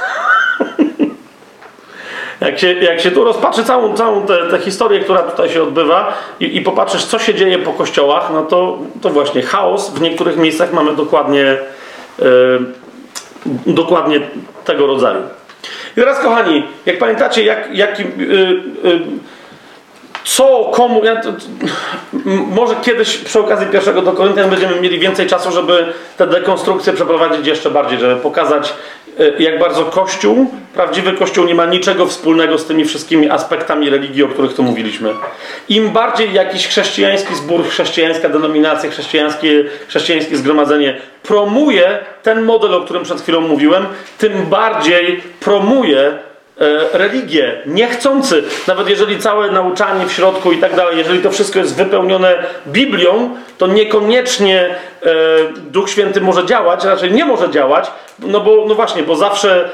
Jak się tu rozpatrzy całą tę historię, która tutaj się odbywa i popatrzysz, co się dzieje po kościołach, no to właśnie chaos w niektórych miejscach mamy dokładnie tego rodzaju. I teraz, kochani, jak pamiętacie, co, komu... może kiedyś przy okazji 1 do Koryntian będziemy mieli więcej czasu, żeby tę dekonstrukcję przeprowadzić jeszcze bardziej, żeby pokazać, jak bardzo Kościół, prawdziwy Kościół nie ma niczego wspólnego z tymi wszystkimi aspektami religii, o których tu mówiliśmy. Im bardziej jakiś chrześcijański zbór, chrześcijańska denominacja, chrześcijańskie zgromadzenie promuje ten model, o którym przed chwilą mówiłem, tym bardziej promuje religię, niechcący, nawet jeżeli całe nauczanie w środku i tak dalej, jeżeli to wszystko jest wypełnione Biblią, to niekoniecznie Duch Święty może działać, raczej nie może działać, bo zawsze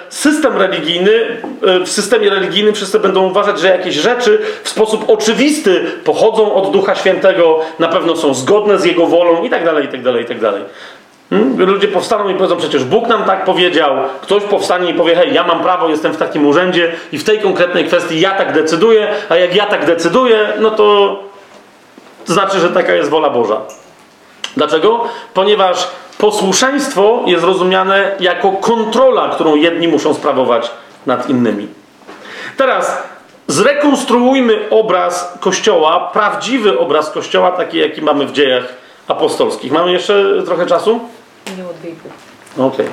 w systemie religijnym wszyscy będą uważać, że jakieś rzeczy w sposób oczywisty pochodzą od Ducha Świętego, na pewno są zgodne z Jego wolą i tak dalej, i tak dalej, i tak dalej. Ludzie powstaną i powiedzą, przecież Bóg nam tak powiedział. Ktoś powstanie i powie, hej, ja mam prawo, jestem w takim urzędzie i w tej konkretnej kwestii ja tak decyduję, a jak ja tak decyduję, no to znaczy, że taka jest wola Boża. Dlaczego? Ponieważ posłuszeństwo jest rozumiane jako kontrola, którą jedni muszą sprawować nad innymi. Teraz zrekonstruujmy obraz Kościoła, prawdziwy obraz Kościoła, taki jaki mamy w Dziejach Apostolskich. Mamy jeszcze trochę czasu? Minęło 2,5. Okej.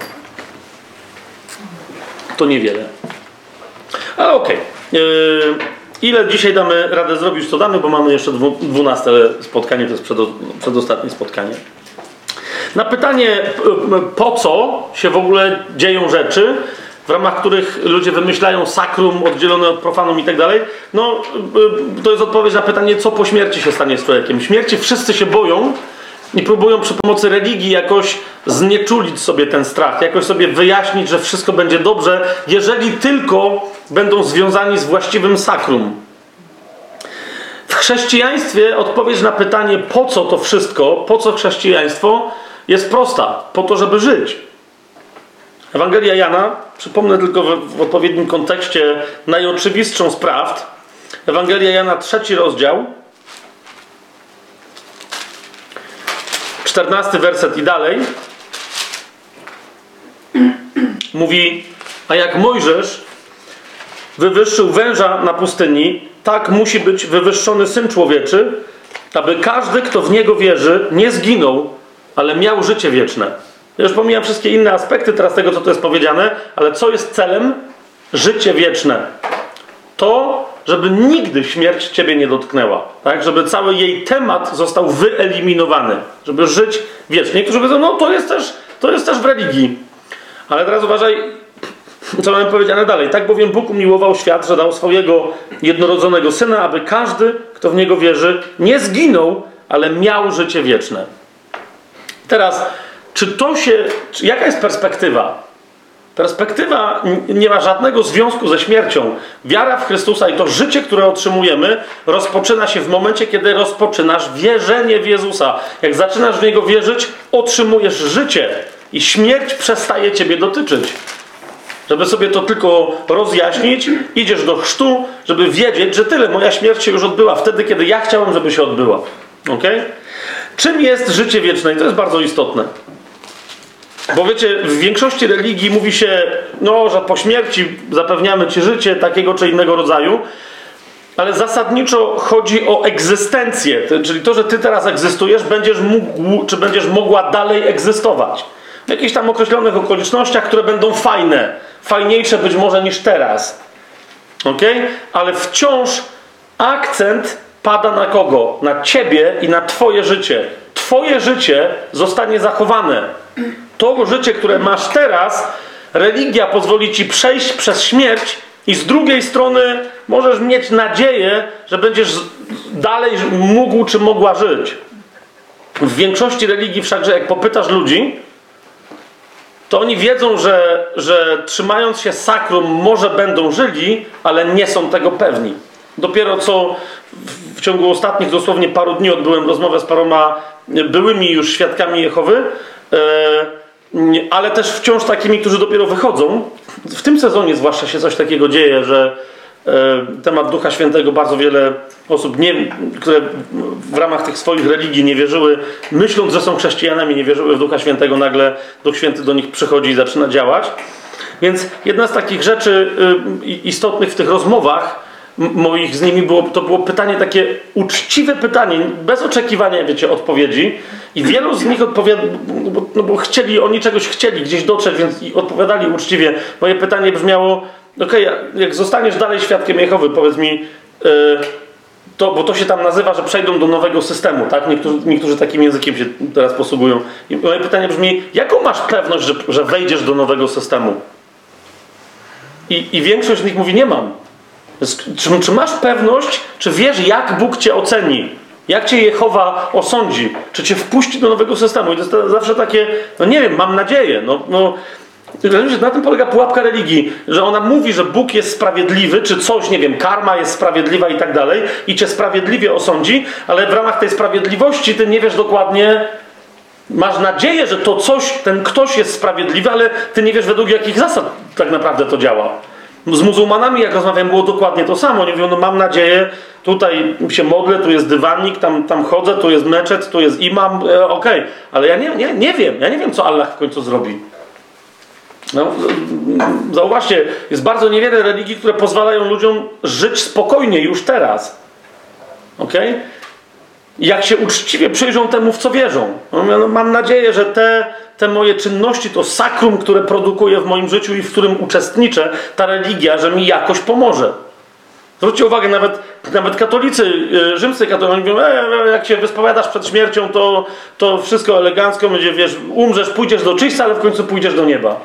To niewiele. Ale okej. Ile dzisiaj damy radę zrobić, co damy, bo mamy jeszcze 12 spotkanie, to jest przedostatnie spotkanie. Na pytanie, po co się w ogóle dzieją rzeczy, w ramach których ludzie wymyślają sakrum oddzielone od profanum i tak dalej, to jest odpowiedź na pytanie, co po śmierci się stanie z człowiekiem. Śmierci wszyscy się boją i próbują przy pomocy religii jakoś znieczulić sobie ten strach, jakoś sobie wyjaśnić, że wszystko będzie dobrze, jeżeli tylko będą związani z właściwym sakrum. W chrześcijaństwie odpowiedź na pytanie, po co to wszystko, po co chrześcijaństwo, jest prosta. Po to, żeby żyć. Ewangelia Jana, przypomnę tylko w odpowiednim kontekście najoczywistszą z prawd. Ewangelia Jana, 3 rozdział, 14 werset i dalej. Mówi, a jak Mojżesz wywyższył węża na pustyni, tak musi być wywyższony Syn Człowieczy, aby każdy, kto w Niego wierzy, nie zginął, ale miał życie wieczne. Ja już pomijam wszystkie inne aspekty teraz tego, co tu jest powiedziane, ale co jest celem? Życie wieczne. To, żeby nigdy śmierć ciebie nie dotknęła. Tak? Żeby cały jej temat został wyeliminowany. Żeby żyć wiecznie. Niektórzy powiedzą, no to jest też w religii. Ale teraz uważaj, co mamy powiedziane dalej. Tak bowiem Bóg umiłował świat, że dał swojego jednorodzonego Syna, aby każdy, kto w Niego wierzy, nie zginął, ale miał życie wieczne. Teraz, jaka jest perspektywa? Perspektywa nie ma żadnego związku ze śmiercią. Wiara w Chrystusa i to życie, które otrzymujemy, rozpoczyna się w momencie, kiedy rozpoczynasz wierzenie w Jezusa. Jak zaczynasz w Niego wierzyć, otrzymujesz życie i śmierć przestaje ciebie dotyczyć. Żeby sobie to tylko rozjaśnić, idziesz do chrztu, żeby wiedzieć, że tyle, moja śmierć się już odbyła wtedy, kiedy ja chciałem, żeby się odbyła. Okay? Czym jest życie wieczne? I to jest bardzo istotne. Bo wiecie, w większości religii mówi się, że po śmierci zapewniamy ci życie takiego czy innego rodzaju, ale zasadniczo chodzi o egzystencję, czyli to, że ty teraz egzystujesz, będziesz mógł, czy będziesz mogła dalej egzystować. W jakichś tam określonych okolicznościach, które będą fajne, fajniejsze być może niż teraz. Okay? Ale wciąż akcent pada na kogo? Na ciebie i na twoje życie. Twoje życie zostanie zachowane. To życie, które masz teraz, religia pozwoli ci przejść przez śmierć I z drugiej strony możesz mieć nadzieję, że będziesz dalej mógł czy mogła żyć. W większości religii wszakże, jak popytasz ludzi, to oni wiedzą, że trzymając się sakrum może będą żyli, ale nie są tego pewni. Dopiero co w ciągu ostatnich dosłownie paru dni odbyłem rozmowę z paroma byłymi już świadkami Jehowy, ale też wciąż takimi, którzy dopiero wychodzą. W tym sezonie zwłaszcza się coś takiego dzieje, że temat Ducha Świętego bardzo wiele osób, które w ramach tych swoich religii nie wierzyły, myśląc, że są chrześcijanami, nie wierzyły w Ducha Świętego, nagle Duch Święty do nich przychodzi i zaczyna działać. Więc jedna z takich rzeczy istotnych w tych rozmowach moich z nimi to było pytanie, takie uczciwe pytanie, bez oczekiwania, wiecie, odpowiedzi. I wielu z nich bo oni czegoś chcieli gdzieś dotrzeć, więc odpowiadali uczciwie. Moje pytanie brzmiało: okej, jak zostaniesz dalej świadkiem Jehowy, powiedz mi, bo to się tam nazywa, że przejdą do nowego systemu, tak? Niektórzy takim językiem się teraz posługują. I moje pytanie brzmi: jaką masz pewność, że wejdziesz do nowego systemu? I większość z nich mówi: nie mam. Czy masz pewność, czy wiesz, jak Bóg cię oceni? Jak cię Jehowa osądzi? Czy cię wpuści do nowego systemu? I to jest zawsze takie, no nie wiem, mam nadzieję. Na tym polega pułapka religii, że ona mówi, że Bóg jest sprawiedliwy, czy coś, nie wiem, karma jest sprawiedliwa i tak dalej, i cię sprawiedliwie osądzi, ale w ramach tej sprawiedliwości ty nie wiesz dokładnie, masz nadzieję, że to coś, ten ktoś jest sprawiedliwy, ale ty nie wiesz, według jakich zasad tak naprawdę to działa. Z muzułmanami, jak rozmawiałem, było dokładnie to samo. Oni mówią: no mam nadzieję, tutaj się modlę, tu jest dywanik, tam chodzę, tu jest meczet, tu jest imam, okej. Ale ja nie wiem, co Allah w końcu zrobi. No, zauważcie, jest bardzo niewiele religii, które pozwalają ludziom żyć spokojnie już teraz. Okej? Jak się uczciwie przyjrzą temu, w co wierzą. No, mam nadzieję, że te moje czynności, to sakrum, które produkuję w moim życiu i w którym uczestniczę, ta religia, że mi jakoś pomoże. Zwróćcie uwagę, nawet katolicy, rzymscy katolicy mówią: jak się wyspowiadasz przed śmiercią, to wszystko elegancko będzie, wiesz, umrzesz, pójdziesz do czyśćca, ale w końcu pójdziesz do nieba.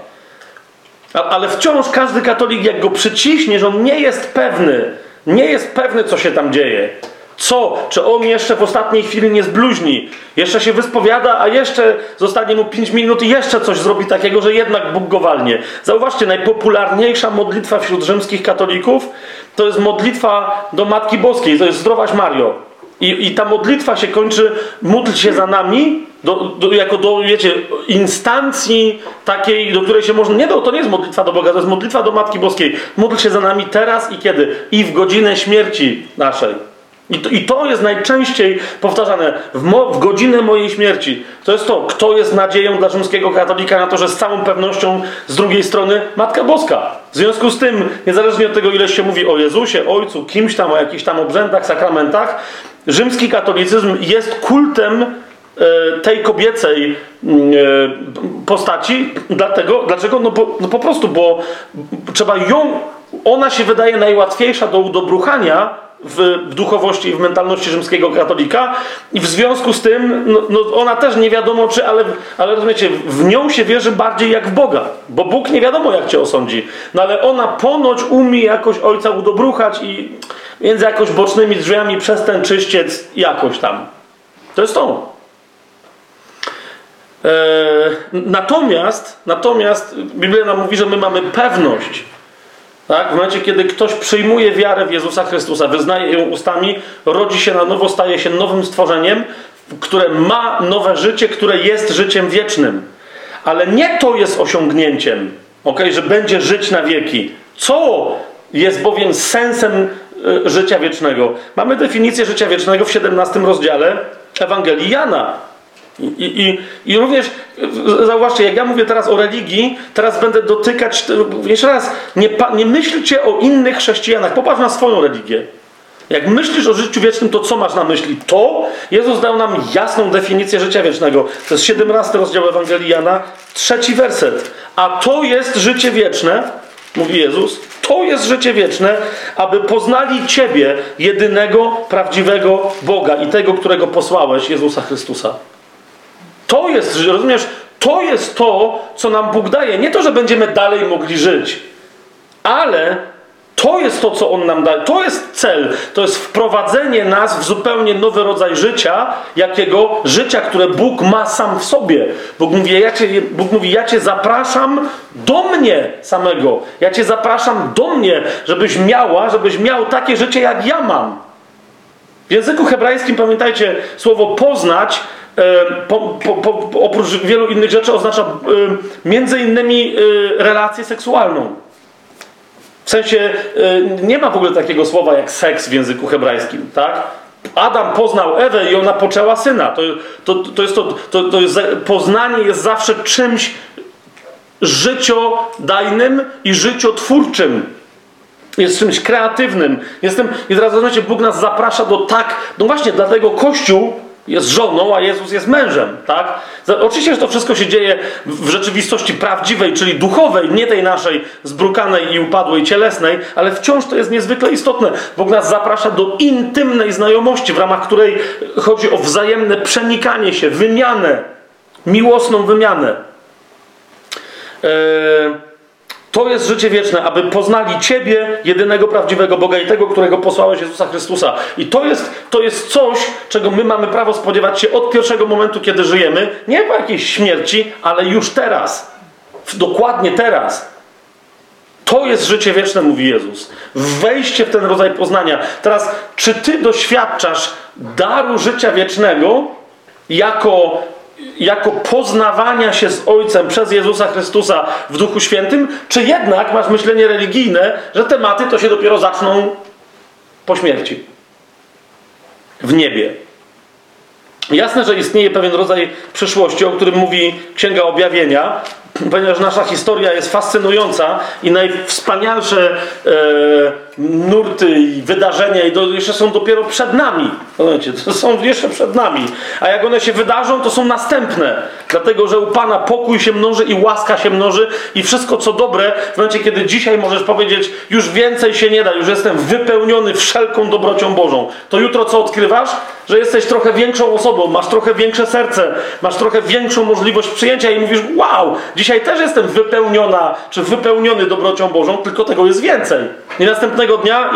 Ale wciąż każdy katolik, jak go przyciśnie, że on nie jest pewny, co się tam dzieje. Czy on jeszcze w ostatniej chwili nie zbluźni, jeszcze się wyspowiada, a jeszcze zostanie mu 5 minut i jeszcze coś zrobi takiego, że jednak Bóg go walnie. Zauważcie, najpopularniejsza modlitwa wśród rzymskich katolików to jest modlitwa do Matki Boskiej, to jest Zdrowaś Mario. I ta modlitwa się kończy: módl się za nami, jako do, wiecie, instancji takiej, do której się można... to nie jest modlitwa do Boga, to jest modlitwa do Matki Boskiej. Módl się za nami teraz i kiedy? I w godzinę śmierci naszej. I to jest najczęściej powtarzane: w godzinę mojej śmierci. To jest to, kto jest nadzieją dla rzymskiego katolika na to, że z całą pewnością z drugiej strony Matka Boska. W związku z tym, niezależnie od tego, ile się mówi o Jezusie, Ojcu, kimś tam, o jakichś tam obrzędach, sakramentach, rzymski katolicyzm jest kultem tej kobiecej postaci. Dlaczego? No po prostu, bo trzeba ona się wydaje najłatwiejsza do udobruchania w duchowości i w mentalności rzymskiego katolika, i w związku z tym ona też nie wiadomo czy, ale rozumiecie, w nią się wierzy bardziej jak w Boga, bo Bóg nie wiadomo jak cię osądzi, ale ona ponoć umie jakoś Ojca udobruchać i między jakoś bocznymi drzwiami przez ten czyściec jakoś tam. To jest to. Natomiast Biblia nam mówi, że my mamy pewność. Tak? W momencie, kiedy ktoś przyjmuje wiarę w Jezusa Chrystusa, wyznaje ją ustami, rodzi się na nowo, staje się nowym stworzeniem, które ma nowe życie, które jest życiem wiecznym. Ale nie to jest osiągnięciem, że będzie żyć na wieki. Co jest bowiem sensem życia wiecznego? Mamy definicję życia wiecznego w 17 rozdziale Ewangelii Jana. I również, zauważcie, jak ja mówię teraz o religii, teraz będę dotykać, jeszcze raz, nie myślcie o innych chrześcijanach, popatrz na swoją religię. Jak myślisz o życiu wiecznym, to co masz na myśli? To Jezus dał nam jasną definicję życia wiecznego. To jest 17 rozdział Ewangelii Jana, 3 werset. A to jest życie wieczne, mówi Jezus, to jest życie wieczne, aby poznali Ciebie, jedynego, prawdziwego Boga i tego, którego posłałeś, Jezusa Chrystusa. To jest, rozumiesz, to jest to, co nam Bóg daje. Nie to, że będziemy dalej mogli żyć, ale To jest to, co On nam daje. To jest cel. To jest wprowadzenie nas w zupełnie nowy rodzaj życia, jakiego życia, które Bóg ma sam w sobie. Bóg mówi, ja Cię zapraszam do mnie samego. Ja Cię zapraszam do mnie, żebyś miał takie życie, jak ja mam. W języku hebrajskim, pamiętajcie, słowo poznać oprócz wielu innych rzeczy oznacza między innymi relację seksualną. W sensie nie ma w ogóle takiego słowa jak seks w języku hebrajskim, tak? Adam poznał Ewę i ona poczęła syna. Poznanie jest zawsze czymś życiodajnym i życiotwórczym. Jest czymś kreatywnym. I teraz zobaczcie, Bóg nas zaprasza no właśnie, dlatego Kościół jest żoną, a Jezus jest mężem, tak? Oczywiście, że to wszystko się dzieje w rzeczywistości prawdziwej, czyli duchowej, nie tej naszej zbrukanej i upadłej cielesnej, ale wciąż to jest niezwykle istotne. Bóg nas zaprasza do intymnej znajomości, w ramach której chodzi o wzajemne przenikanie się, wymianę, miłosną wymianę. To jest życie wieczne, aby poznali Ciebie, jedynego prawdziwego Boga i tego, którego posłałeś, Jezusa Chrystusa. I to jest coś, czego my mamy prawo spodziewać się od pierwszego momentu, kiedy żyjemy. Nie po jakiejś śmierci, ale już teraz. Dokładnie teraz. To jest życie wieczne, mówi Jezus. Wejście w ten rodzaj poznania. Teraz, czy Ty doświadczasz daru życia wiecznego jako poznawania się z Ojcem przez Jezusa Chrystusa w Duchu Świętym, czy jednak masz myślenie religijne, że tematy to się dopiero zaczną po śmierci? W niebie. Jasne, że istnieje pewien rodzaj przyszłości, o którym mówi Księga Objawienia, ponieważ nasza historia jest fascynująca i najwspanialsze nurty i wydarzenia jeszcze są dopiero przed nami. To są jeszcze przed nami. A jak one się wydarzą, to są następne. Dlatego, że u Pana pokój się mnoży i łaska się mnoży i wszystko co dobre, w momencie kiedy dzisiaj możesz powiedzieć, już więcej się nie da, już jestem wypełniony wszelką dobrocią Bożą. To jutro co odkrywasz? Że jesteś trochę większą osobą, masz trochę większe serce, masz trochę większą możliwość przyjęcia i mówisz, wow, dzisiaj też jestem wypełniona, czy wypełniony dobrocią Bożą, tylko tego jest więcej. I następnego dnia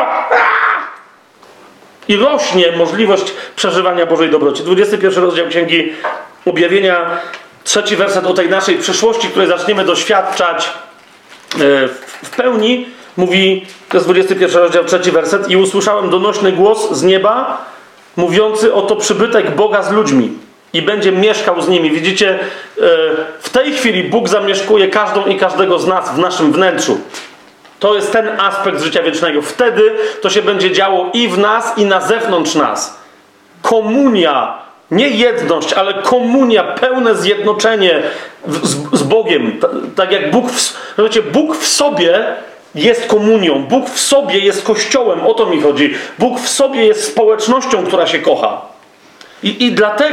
i rośnie możliwość przeżywania Bożej dobroci. 21 rozdział Księgi Objawienia, 3 werset o tej naszej przyszłości, której zaczniemy doświadczać w pełni, mówi, to jest 21 rozdział, 3 werset, i usłyszałem donośny głos z nieba, mówiący, oto przybytek Boga z ludźmi i będzie mieszkał z nimi. Widzicie, w tej chwili Bóg zamieszkuje każdą i każdego z nas w naszym wnętrzu. To jest ten aspekt życia wiecznego. Wtedy to się będzie działo i w nas, i na zewnątrz nas. Komunia, nie jedność, ale komunia, pełne zjednoczenie z Bogiem. Tak jak Bóg w sobie jest komunią. Bóg w sobie jest Kościołem. O to mi chodzi. Bóg w sobie jest społecznością, która się kocha. I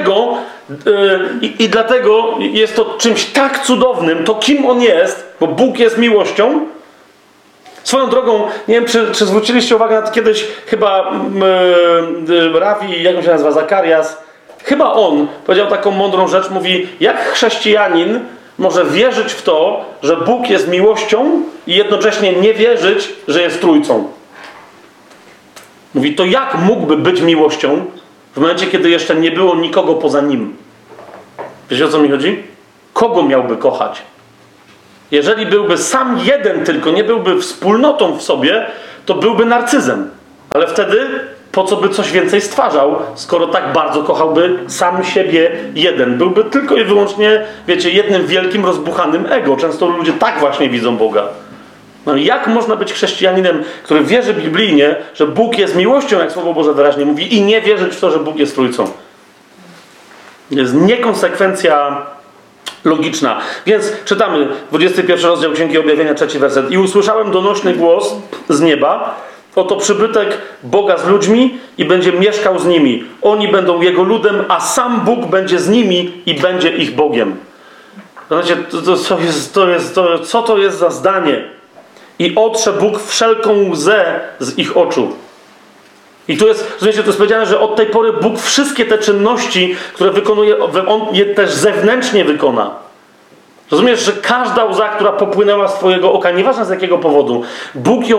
dlatego jest to czymś tak cudownym, to kim On jest, bo Bóg jest miłością. Swoją drogą, nie wiem, czy zwróciliście uwagę na to kiedyś, chyba Rawi, jak on się nazywa, Zakarias, chyba on powiedział taką mądrą rzecz, mówi, jak chrześcijanin może wierzyć w to, że Bóg jest miłością i jednocześnie nie wierzyć, że jest trójcą. Mówi, to jak mógłby być miłością w momencie, kiedy jeszcze nie było nikogo poza Nim? Wiecie, o co mi chodzi? Kogo miałby kochać? Jeżeli byłby sam jeden tylko, nie byłby wspólnotą w sobie, to byłby narcyzem. Ale wtedy po co by coś więcej stwarzał, skoro tak bardzo kochałby sam siebie jeden? Byłby tylko i wyłącznie, wiecie, jednym wielkim, rozbuchanym ego. Często ludzie tak właśnie widzą Boga. No jak można być chrześcijaninem, który wierzy biblijnie, że Bóg jest miłością, jak Słowo Boże wyraźnie mówi, i nie wierzyć w to, że Bóg jest trójcą? Jest niekonsekwencja logiczna. Więc czytamy 21 rozdział Księgi Objawienia, 3 werset. I usłyszałem donośny głos z nieba, oto przybytek Boga z ludźmi i będzie mieszkał z nimi. Oni będą Jego ludem, a sam Bóg będzie z nimi i będzie ich Bogiem. Znacie, co to jest za zdanie? I otrze Bóg wszelką łzę z ich oczu. I tu jest, rozumiecie, to jest powiedziane, że od tej pory Bóg wszystkie te czynności, które wykonuje, On je też zewnętrznie wykona. Rozumiesz, że każda łza, która popłynęła z twojego oka, nieważne z jakiego powodu, Bóg ją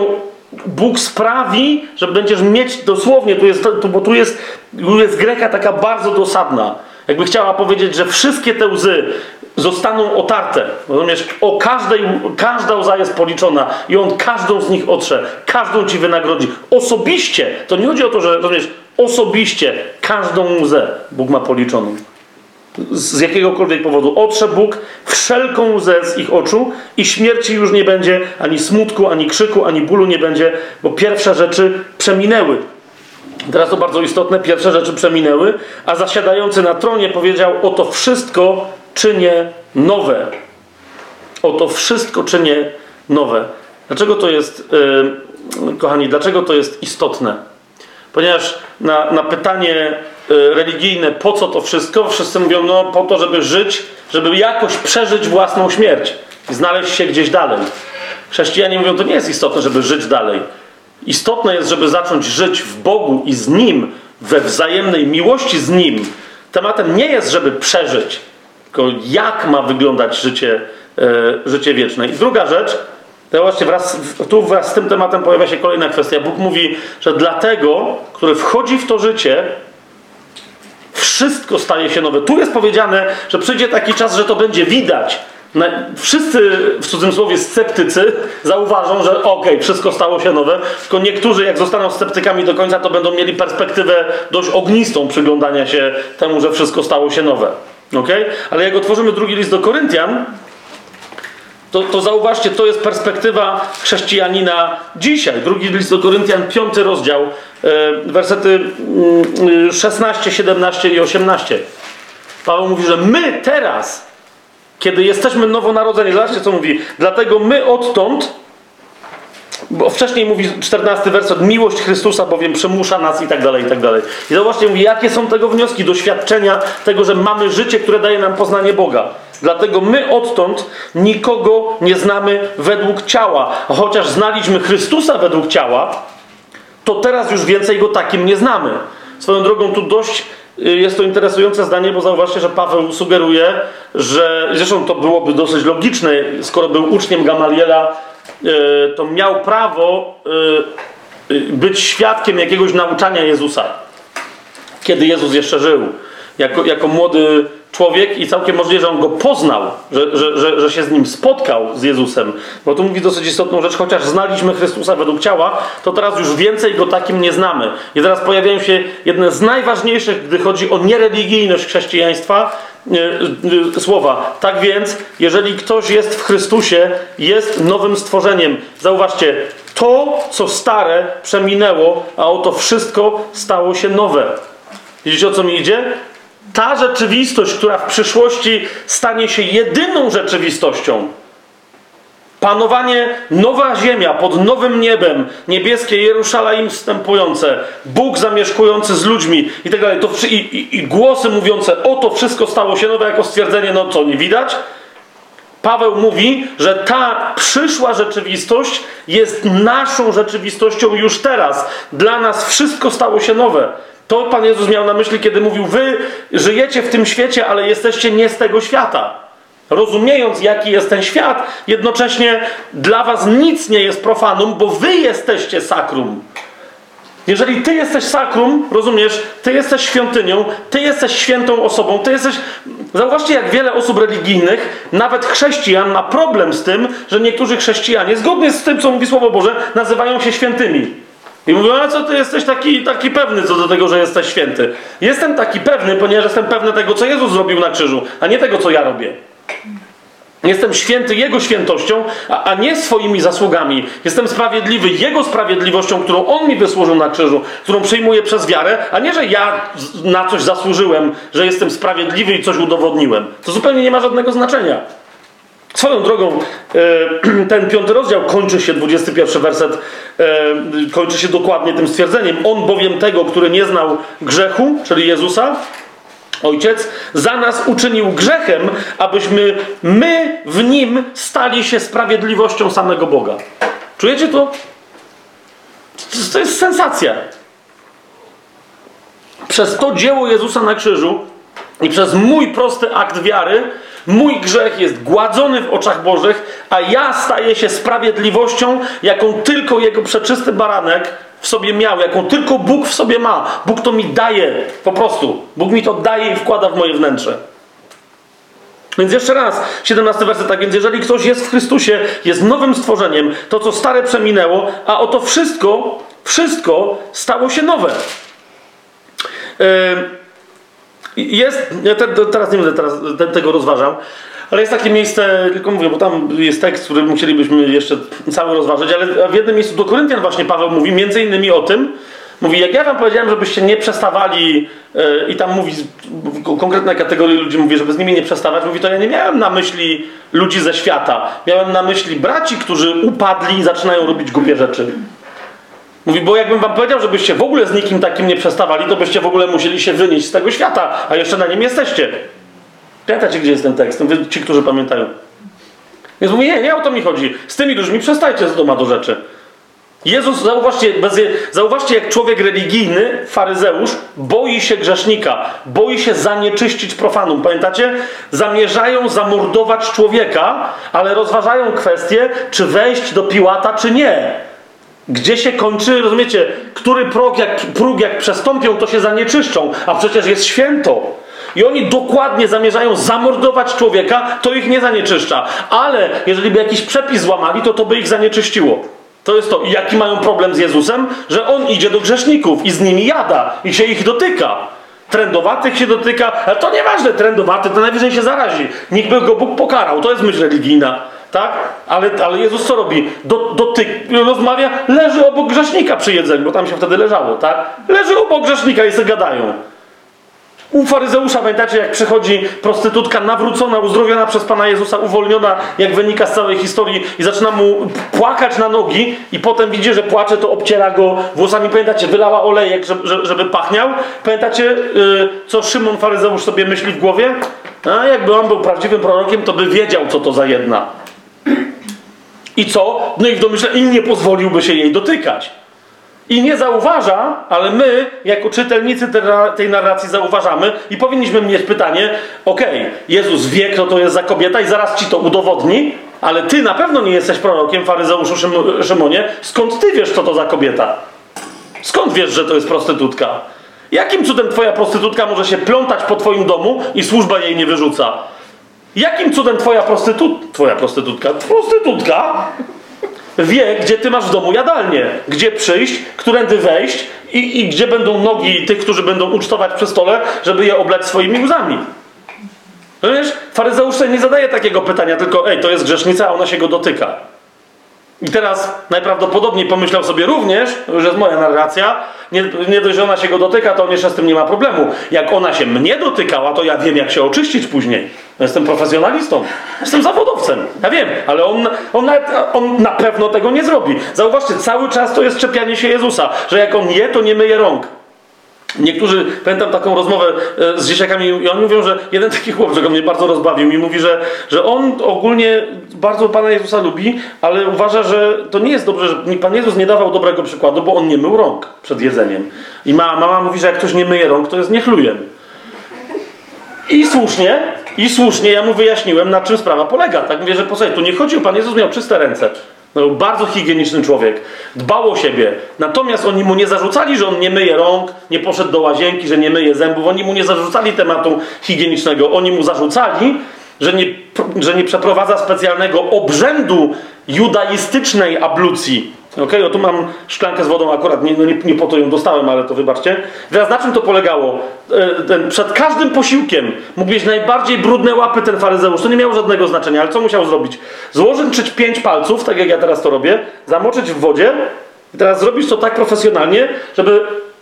Bóg sprawi, że będziesz mieć dosłownie, bo tu jest Greka taka bardzo dosadna. Jakby chciała powiedzieć, że wszystkie te łzy zostaną otarte. Rozumiesz? Każda łza jest policzona i on każdą z nich otrze. Każdą ci wynagrodzi. Osobiście. To nie chodzi o to, że rozumiesz, osobiście każdą łzę Bóg ma policzoną. Z jakiegokolwiek powodu. Otrze Bóg wszelką łzę z ich oczu i śmierci już nie będzie, ani smutku, ani krzyku, ani bólu nie będzie, bo pierwsze rzeczy przeminęły. Teraz to bardzo istotne, pierwsze rzeczy przeminęły, a zasiadający na tronie powiedział: oto wszystko czynię nowe. Oto wszystko czynię nowe. Dlaczego to jest, kochani, dlaczego to jest istotne? Ponieważ na pytanie religijne, po co to wszystko, wszyscy mówią, no po to, żeby żyć, żeby jakoś przeżyć własną śmierć i znaleźć się gdzieś dalej. Chrześcijanie mówią, to nie jest istotne, żeby żyć dalej. Istotne jest, żeby zacząć żyć w Bogu i z Nim, we wzajemnej miłości z Nim. Tematem nie jest, żeby przeżyć, tylko jak ma wyglądać życie wieczne. I druga rzecz, to właśnie wraz z tym tematem pojawia się kolejna kwestia. Bóg mówi, że dla tego, który wchodzi w to życie, wszystko staje się nowe. Tu jest powiedziane, że przyjdzie taki czas, że to będzie widać. Wszyscy, w cudzysłowie, sceptycy zauważą, że wszystko stało się nowe, tylko niektórzy, jak zostaną sceptykami do końca, to będą mieli perspektywę dość ognistą przyglądania się temu, że wszystko stało się nowe. Ale jak otworzymy drugi list do Koryntian, to zauważcie, to jest perspektywa chrześcijanina dzisiaj. Drugi list do Koryntian, 5 rozdział, wersety 16, 17 i 18. Paweł mówi, że my teraz, kiedy jesteśmy nowonarodzeni, zobaczcie co mówi, dlatego my odtąd, bo wcześniej mówi 14 werset, miłość Chrystusa bowiem przymusza nas i tak dalej, i tak dalej. I zobaczcie, mówi, jakie są tego wnioski, doświadczenia tego, że mamy życie, które daje nam poznanie Boga. Dlatego my odtąd nikogo nie znamy według ciała. Chociaż znaliśmy Chrystusa według ciała, to teraz już więcej Go takim nie znamy. Swoją drogą tu dość jest to interesujące zdanie, bo zauważcie, że Paweł sugeruje, że zresztą to byłoby dosyć logiczne, skoro był uczniem Gamaliela, to miał prawo być świadkiem jakiegoś nauczania Jezusa, kiedy Jezus jeszcze żył. Jako młody człowiek i całkiem możliwe, że on go poznał, że się z nim spotkał, z Jezusem. Bo tu mówi dosyć istotną rzecz, chociaż znaliśmy Chrystusa według ciała, to teraz już więcej go takim nie znamy. I teraz pojawiają się jedne z najważniejszych, gdy chodzi o niereligijność chrześcijaństwa, słowa. Tak więc, jeżeli ktoś jest w Chrystusie, jest nowym stworzeniem. Zauważcie, to, co stare, przeminęło, a oto wszystko stało się nowe. Widzicie, o co mi idzie? Ta rzeczywistość, która w przyszłości stanie się jedyną rzeczywistością. Panowanie, nowa ziemia pod nowym niebem, niebieskie Jerusalem wstępujące, Bóg zamieszkujący z ludźmi i tak dalej. I głosy mówiące, oto wszystko stało się nowe, jako stwierdzenie, no co, nie widać? Paweł mówi, że ta przyszła rzeczywistość jest naszą rzeczywistością już teraz. Dla nas wszystko stało się nowe. To Pan Jezus miał na myśli, kiedy mówił, wy żyjecie w tym świecie, ale jesteście nie z tego świata. Rozumiejąc, jaki jest ten świat, jednocześnie dla was nic nie jest profanum, bo wy jesteście sakrum. Jeżeli ty jesteś sakrum, rozumiesz, ty jesteś świątynią, ty jesteś świętą osobą, ty jesteś... Zauważcie, jak wiele osób religijnych, nawet chrześcijan, ma problem z tym, że niektórzy chrześcijanie, zgodnie z tym, co mówi Słowo Boże, nazywają się świętymi. I mówią, a co ty jesteś taki pewny co do tego, że jesteś święty? Jestem taki pewny, ponieważ jestem pewny tego, co Jezus zrobił na krzyżu, a nie tego, co ja robię. Jestem święty Jego świętością, a nie swoimi zasługami. Jestem sprawiedliwy Jego sprawiedliwością, którą On mi wysłużył na krzyżu, którą przyjmuję przez wiarę, a nie, że ja na coś zasłużyłem, że jestem sprawiedliwy i coś udowodniłem. To zupełnie nie ma żadnego znaczenia. Swoją drogą, ten 5 rozdział kończy się, 21 werset, kończy się dokładnie tym stwierdzeniem. On bowiem tego, który nie znał grzechu, czyli Jezusa, Ojciec, za nas uczynił grzechem, abyśmy my w Nim stali się sprawiedliwością samego Boga. Czujecie to? To jest sensacja. Przez to dzieło Jezusa na krzyżu i przez mój prosty akt wiary Mój grzech jest gładzony w oczach Bożych, a ja staję się sprawiedliwością, jaką tylko Jego przeczysty baranek w sobie miał, jaką tylko Bóg w sobie ma. Bóg to mi daje, po prostu. Bóg mi to daje i wkłada w moje wnętrze. Więc jeszcze raz, 17 werset, tak więc jeżeli ktoś jest w Chrystusie, jest nowym stworzeniem, to co stare przeminęło, a oto wszystko stało się nowe. Teraz nie będę tego rozważał, ale jest takie miejsce, tylko mówię, bo tam jest tekst, który musielibyśmy jeszcze cały rozważyć, ale w jednym miejscu do Koryntian właśnie Paweł mówi między innymi o tym, mówi, jak ja wam powiedziałem, żebyście nie przestawali i tam mówi konkretne kategorie ludzi, mówi, żeby z nimi nie przestawać, mówi, to ja nie miałem na myśli ludzi ze świata, miałem na myśli braci, którzy upadli i zaczynają robić głupie rzeczy. Mówi, bo jakbym wam powiedział, żebyście w ogóle z nikim takim nie przestawali, to byście w ogóle musieli się wynieść z tego świata, a jeszcze na nim jesteście. Pamiętacie, gdzie jest ten tekst? Ci, którzy pamiętają. Więc mówi, nie o to mi chodzi. Z tymi ludźmi przestajcie z doma do rzeczy. Jezus, zauważcie, jak człowiek religijny, faryzeusz, boi się grzesznika, boi się zanieczyścić profanum. Pamiętacie? Zamierzają zamordować człowieka, ale rozważają kwestię, czy wejść do Piłata, czy nie. Gdzie się kończy, rozumiecie, który próg jak przestąpią, to się zanieczyszczą, a przecież jest święto. I oni dokładnie zamierzają zamordować człowieka, to ich nie zanieczyszcza. Ale jeżeli by jakiś przepis złamali, to by ich zanieczyściło. To jest to, jaki mają problem z Jezusem, że On idzie do grzeszników i z nimi jada i się ich dotyka. Trędowatych się dotyka, ale to nieważne, trędowaty to najwyżej się zarazi. Nikt by go Bóg pokarał, to jest myśl religijna. Tak? Ale Jezus co robi? Rozmawia, leży obok grzesznika przy jedzeniu, bo tam się wtedy leżało, tak? Leży obok grzesznika i sobie gadają. U faryzeusza, pamiętacie, jak przychodzi prostytutka nawrócona, uzdrowiona przez Pana Jezusa, uwolniona, jak wynika z całej historii i zaczyna mu płakać na nogi i potem widzi, że płacze, to obciera go włosami. Pamiętacie, wylała olejek, żeby pachniał. Pamiętacie, co Szymon faryzeusz sobie myśli w głowie? A jakby on był prawdziwym prorokiem, to by wiedział, co to za jedna. I co? No i w domyśle i nie pozwoliłby się jej dotykać. I nie zauważa, ale my, jako czytelnicy tej narracji zauważamy i powinniśmy mieć pytanie, Jezus wie, kto to jest za kobieta i zaraz ci to udowodni, ale ty na pewno nie jesteś prorokiem, faryzeuszu Szymonie, skąd ty wiesz, co to za kobieta? Skąd wiesz, że to jest prostytutka? Jakim cudem twoja prostytutka może się plątać po twoim domu i służba jej nie wyrzuca? Jakim cudem twoja prostytutka wie, gdzie ty masz w domu jadalnię, gdzie przyjść, którędy wejść i gdzie będą nogi tych, którzy będą ucztować przy stole, żeby je oblać swoimi łzami. Wiesz, faryzeusz sobie nie zadaje takiego pytania, tylko to jest grzesznica, a ona się go dotyka. I teraz najprawdopodobniej pomyślał sobie również, to już jest moja narracja, nie dość, że ona się go dotyka, to on jeszcze z tym nie ma problemu. Jak ona się mnie dotykała, to ja wiem, jak się oczyścić później. Ja jestem profesjonalistą, jestem zawodowcem, ja wiem, ale on na pewno tego nie zrobi. Zauważcie, cały czas to jest czepianie się Jezusa, że jak on je, to nie myje rąk. Niektórzy, pamiętam taką rozmowę z dzieciakami i oni mówią, że jeden taki chłopczyk mnie bardzo rozbawił i mówi, że on ogólnie bardzo Pana Jezusa lubi, ale uważa, że to nie jest dobrze, że Pan Jezus nie dawał dobrego przykładu, bo on nie mył rąk przed jedzeniem. I mama mówi, że jak ktoś nie myje rąk, to jest niechlujem. I słusznie ja mu wyjaśniłem, na czym sprawa polega. Tak mówię, że posłuchaj, tu nie chodził, Pan Jezus miał czyste ręce. No, był bardzo higieniczny człowiek. Dbał o siebie. Natomiast oni mu nie zarzucali, że on nie myje rąk, nie poszedł do łazienki, że nie myje zębów. Oni mu nie zarzucali tematu higienicznego. Oni mu zarzucali, że nie przeprowadza specjalnego obrzędu judaistycznej ablucji. O tu mam szklankę z wodą, akurat nie po to ją dostałem, ale to wybaczcie. Teraz na czym to polegało? Przed każdym posiłkiem mógł mieć najbardziej brudne łapy ten faryzeusz. To nie miało żadnego znaczenia, ale co musiał zrobić? Złożyć 5 palców, tak jak ja teraz to robię, zamoczyć w wodzie i teraz zrobić to tak profesjonalnie, żeby...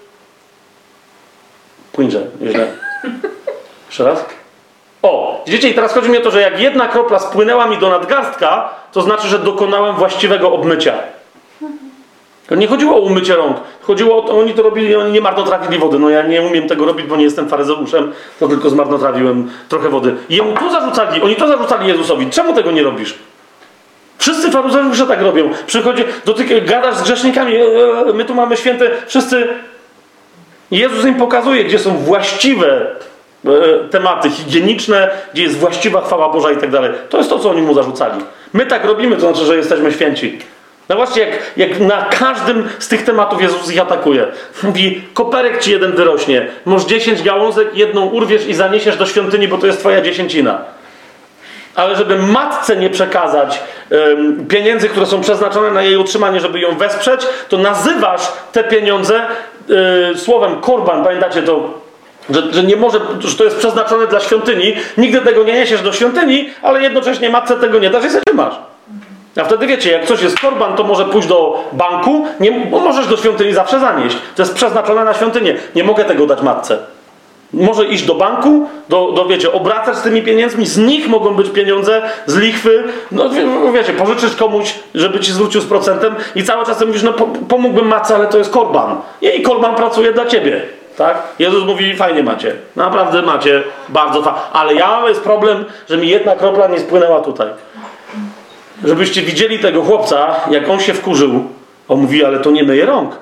Płyńże, nieźle. Jeszcze raz. Widzicie, i teraz chodzi mi o to, że jak jedna kropla spłynęła mi do nadgarstka, to znaczy, że dokonałem właściwego obmycia. Nie chodziło o umycie rąk. Chodziło o to, oni to robili, oni nie marnotrawili wody. No ja nie umiem tego robić, bo nie jestem faryzeuszem, to tylko zmarnotrawiłem trochę wody. I oni to zarzucali Jezusowi. Czemu tego nie robisz? Wszyscy faryzeusze tak robią. Gadasz z grzesznikami, my tu mamy święte, wszyscy... Jezus im pokazuje, gdzie są właściwe tematy higieniczne, gdzie jest właściwa chwała Boża i tak dalej. To jest to, co oni mu zarzucali. My tak robimy, to znaczy, że jesteśmy święci. No właśnie, jak na każdym z tych tematów Jezus ich atakuje. Mówi, koperek ci jeden wyrośnie, masz 10 gałązek, jedną urwiesz i zaniesiesz do świątyni, bo to jest twoja dziesięcina. Ale żeby matce nie przekazać pieniędzy, które są przeznaczone na jej utrzymanie, żeby ją wesprzeć, to nazywasz te pieniądze słowem korban. Pamiętacie to, że nie może, że to jest przeznaczone dla świątyni. Nigdy tego nie niesiesz do świątyni, ale jednocześnie matce tego nie dasz i sobie masz. A wtedy wiecie, jak coś jest korban, to może pójść do banku, bo możesz do świątyni zawsze zanieść. To jest przeznaczone na świątynię. Nie mogę tego dać matce. Może iść do banku, wiecie, obracać z tymi pieniędzmi, z nich mogą być pieniądze, z lichwy, no wiecie, pożyczyć komuś, żeby ci zwrócił z procentem i cały czas mówisz, no pomógłbym matce, ale to jest korban. I korban pracuje dla ciebie, tak? Jezus mówi, fajnie macie, naprawdę macie, bardzo fajnie, ale jest problem, że mi jedna kropla nie spłynęła tutaj. Żebyście widzieli tego chłopca, jak on się wkurzył, on mówi, ale to nie myje rąk.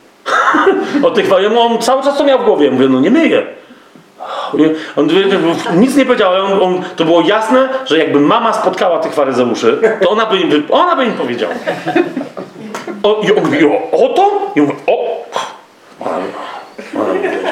On cały czas to miał w głowie, mówię, no nie myje. On nic nie powiedział, ale to było jasne, że jakby mama spotkała tych faryzeuszy, to ona by im powiedziała. I on mówi, o to? I on mówi, ona mi powiedziała.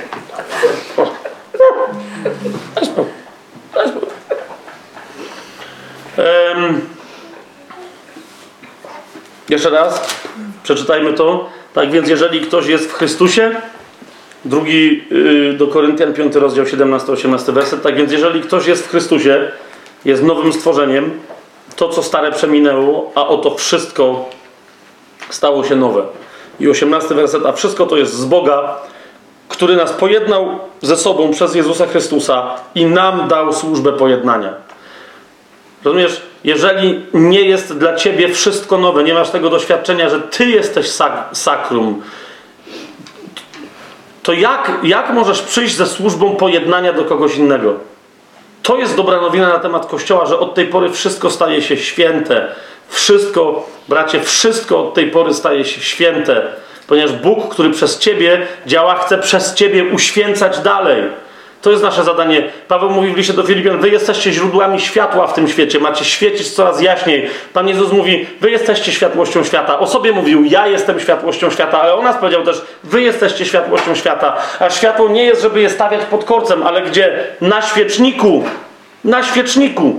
Jeszcze raz przeczytajmy to. Tak więc jeżeli ktoś jest w Chrystusie, 2 do Koryntian 5 rozdział 17-18 werset. Tak więc jeżeli ktoś jest w Chrystusie, jest nowym stworzeniem, to co stare przeminęło, a oto wszystko stało się nowe. I 18 werset, a wszystko to jest z Boga, który nas pojednał ze sobą przez Jezusa Chrystusa i nam dał służbę pojednania. Rozumiesz? Jeżeli nie jest dla ciebie wszystko nowe, nie masz tego doświadczenia, że ty jesteś sakrum, to jak możesz przyjść ze służbą pojednania do kogoś innego? To jest dobra nowina na temat Kościoła, że od tej pory wszystko staje się święte. Wszystko, bracie, wszystko od tej pory staje się święte. Ponieważ Bóg, który przez ciebie działa, chce przez ciebie uświęcać dalej. To jest nasze zadanie. Paweł mówi w liście do Filipian, wy jesteście źródłami światła w tym świecie, macie świecić coraz jaśniej. Pan Jezus mówi, wy jesteście światłością świata. O sobie mówił, ja jestem światłością świata, ale o nas powiedział też, wy jesteście światłością świata. A światło nie jest, żeby je stawiać pod korcem, ale gdzie? Na świeczniku. Na świeczniku.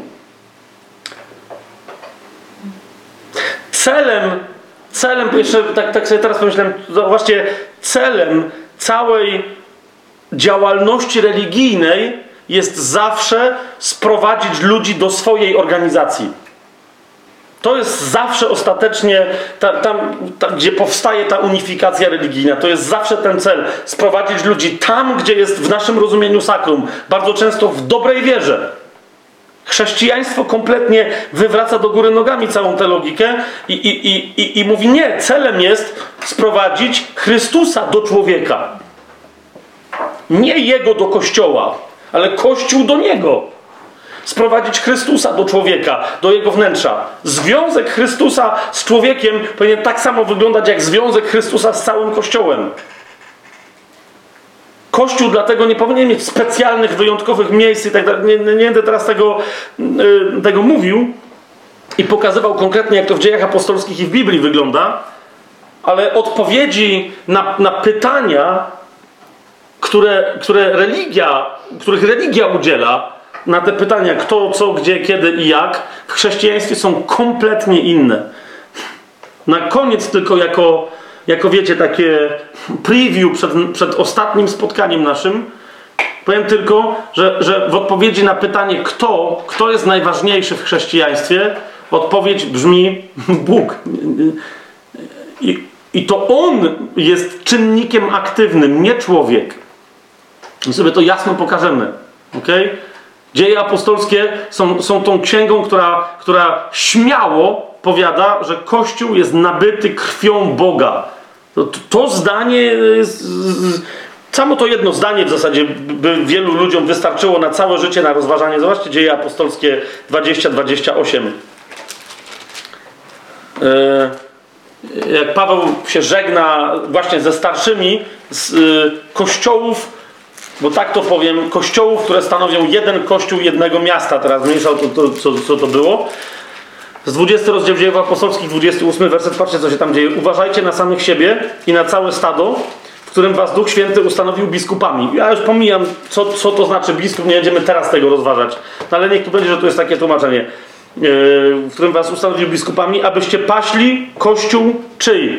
Celem, jeszcze tak sobie teraz pomyślałem, właśnie celem całej działalności religijnej jest zawsze sprowadzić ludzi do swojej organizacji. To jest zawsze ostatecznie, tam, gdzie powstaje ta unifikacja religijna, to jest zawsze ten cel. Sprowadzić ludzi tam, gdzie jest w naszym rozumieniu sakrum. Bardzo często w dobrej wierze. Chrześcijaństwo kompletnie wywraca do góry nogami całą tę logikę i mówi nie, celem jest sprowadzić Chrystusa do człowieka. Nie Jego do Kościoła, ale Kościół do Niego. Sprowadzić Chrystusa do człowieka, do jego wnętrza. Związek Chrystusa z człowiekiem powinien tak samo wyglądać jak związek Chrystusa z całym Kościołem. Kościół dlatego nie powinien mieć specjalnych, wyjątkowych miejsc i tak dalej. Nie będę teraz tego mówił i pokazywał konkretnie, jak to w Dziejach Apostolskich i w Biblii wygląda, ale odpowiedzi na pytania, których religia udziela, na te pytania kto, co, gdzie, kiedy i jak, w chrześcijaństwie są kompletnie inne. Na koniec tylko jako wiecie, takie preview przed ostatnim spotkaniem naszym, powiem tylko, że w odpowiedzi na pytanie kto jest najważniejszy w chrześcijaństwie, odpowiedź brzmi Bóg. I to On jest czynnikiem aktywnym, nie człowiek. My sobie to jasno pokażemy. Okay? Dzieje apostolskie są tą księgą, która śmiało powiada, że Kościół jest nabyty krwią Boga. To zdanie jest... Samo to jedno zdanie w zasadzie by wielu ludziom wystarczyło na całe życie na rozważanie. Zobaczcie Dzieje apostolskie 20-28. Jak Paweł się żegna właśnie ze starszymi z kościołów bo tak to powiem, kościołów, które stanowią jeden kościół jednego miasta. Teraz mniejsza o to, co to było. Z 20 rozdział Dziejów Apostolskich, 28 werset, patrzcie, co się tam dzieje. Uważajcie na samych siebie i na całe stado, w którym was Duch Święty ustanowił biskupami. Ja już pomijam, co to znaczy biskup, nie będziemy teraz tego rozważać. No ale niech tu będzie, że tu jest takie tłumaczenie. W którym was ustanowił biskupami, abyście paśli kościół czyj?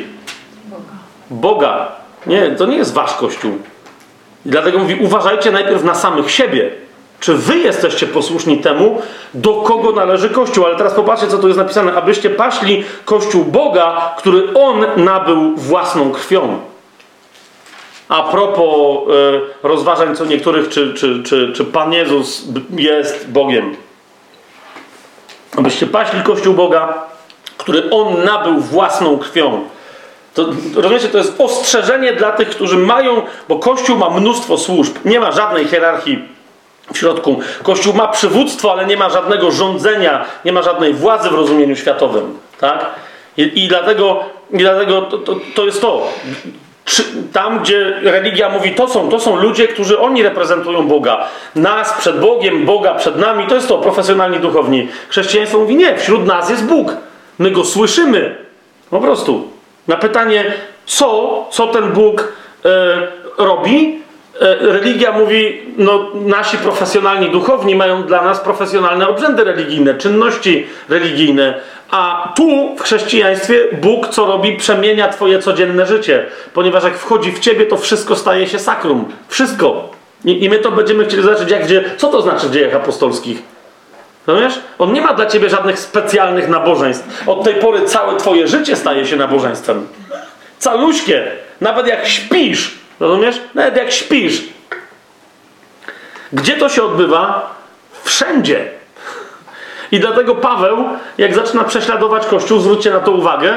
Boga. Nie, to nie jest wasz kościół. I dlatego mówi, uważajcie najpierw na samych siebie. Czy wy jesteście posłuszni temu, do kogo należy Kościół? Ale teraz popatrzcie, co tu jest napisane. Abyście paśli Kościół Boga, który On nabył własną krwią. A propos rozważań co niektórych, czy Pan Jezus jest Bogiem. Abyście paśli Kościół Boga, który On nabył własną krwią. To, rozumiecie, to jest ostrzeżenie dla tych, którzy mają, bo Kościół ma mnóstwo służb. Nie ma żadnej hierarchii w środku. Kościół ma przywództwo, ale nie ma żadnego rządzenia, nie ma żadnej władzy w rozumieniu światowym. Tak? I dlatego to jest to. Tam, gdzie religia mówi, to są ludzie, którzy oni reprezentują Boga. Nas przed Bogiem, Boga przed nami, to jest to, profesjonalni duchowni. Chrześcijaństwo mówi, nie, wśród nas jest Bóg. My Go słyszymy. Po prostu. Na pytanie, co ten Bóg robi, religia mówi, no nasi profesjonalni duchowni mają dla nas profesjonalne obrzędy religijne, czynności religijne, a tu w chrześcijaństwie Bóg co robi? Przemienia twoje codzienne życie, ponieważ jak wchodzi w ciebie, to wszystko staje się sakrum. Wszystko. I my to będziemy chcieli zobaczyć, co to znaczy w Dziejach Apostolskich. Rozumiesz? On nie ma dla ciebie żadnych specjalnych nabożeństw. Od tej pory całe twoje życie staje się nabożeństwem. Caluśkie. Nawet jak śpisz. Rozumiesz? Nawet jak śpisz. Gdzie to się odbywa? Wszędzie. I dlatego Paweł, jak zaczyna prześladować Kościół, zwróćcie na to uwagę,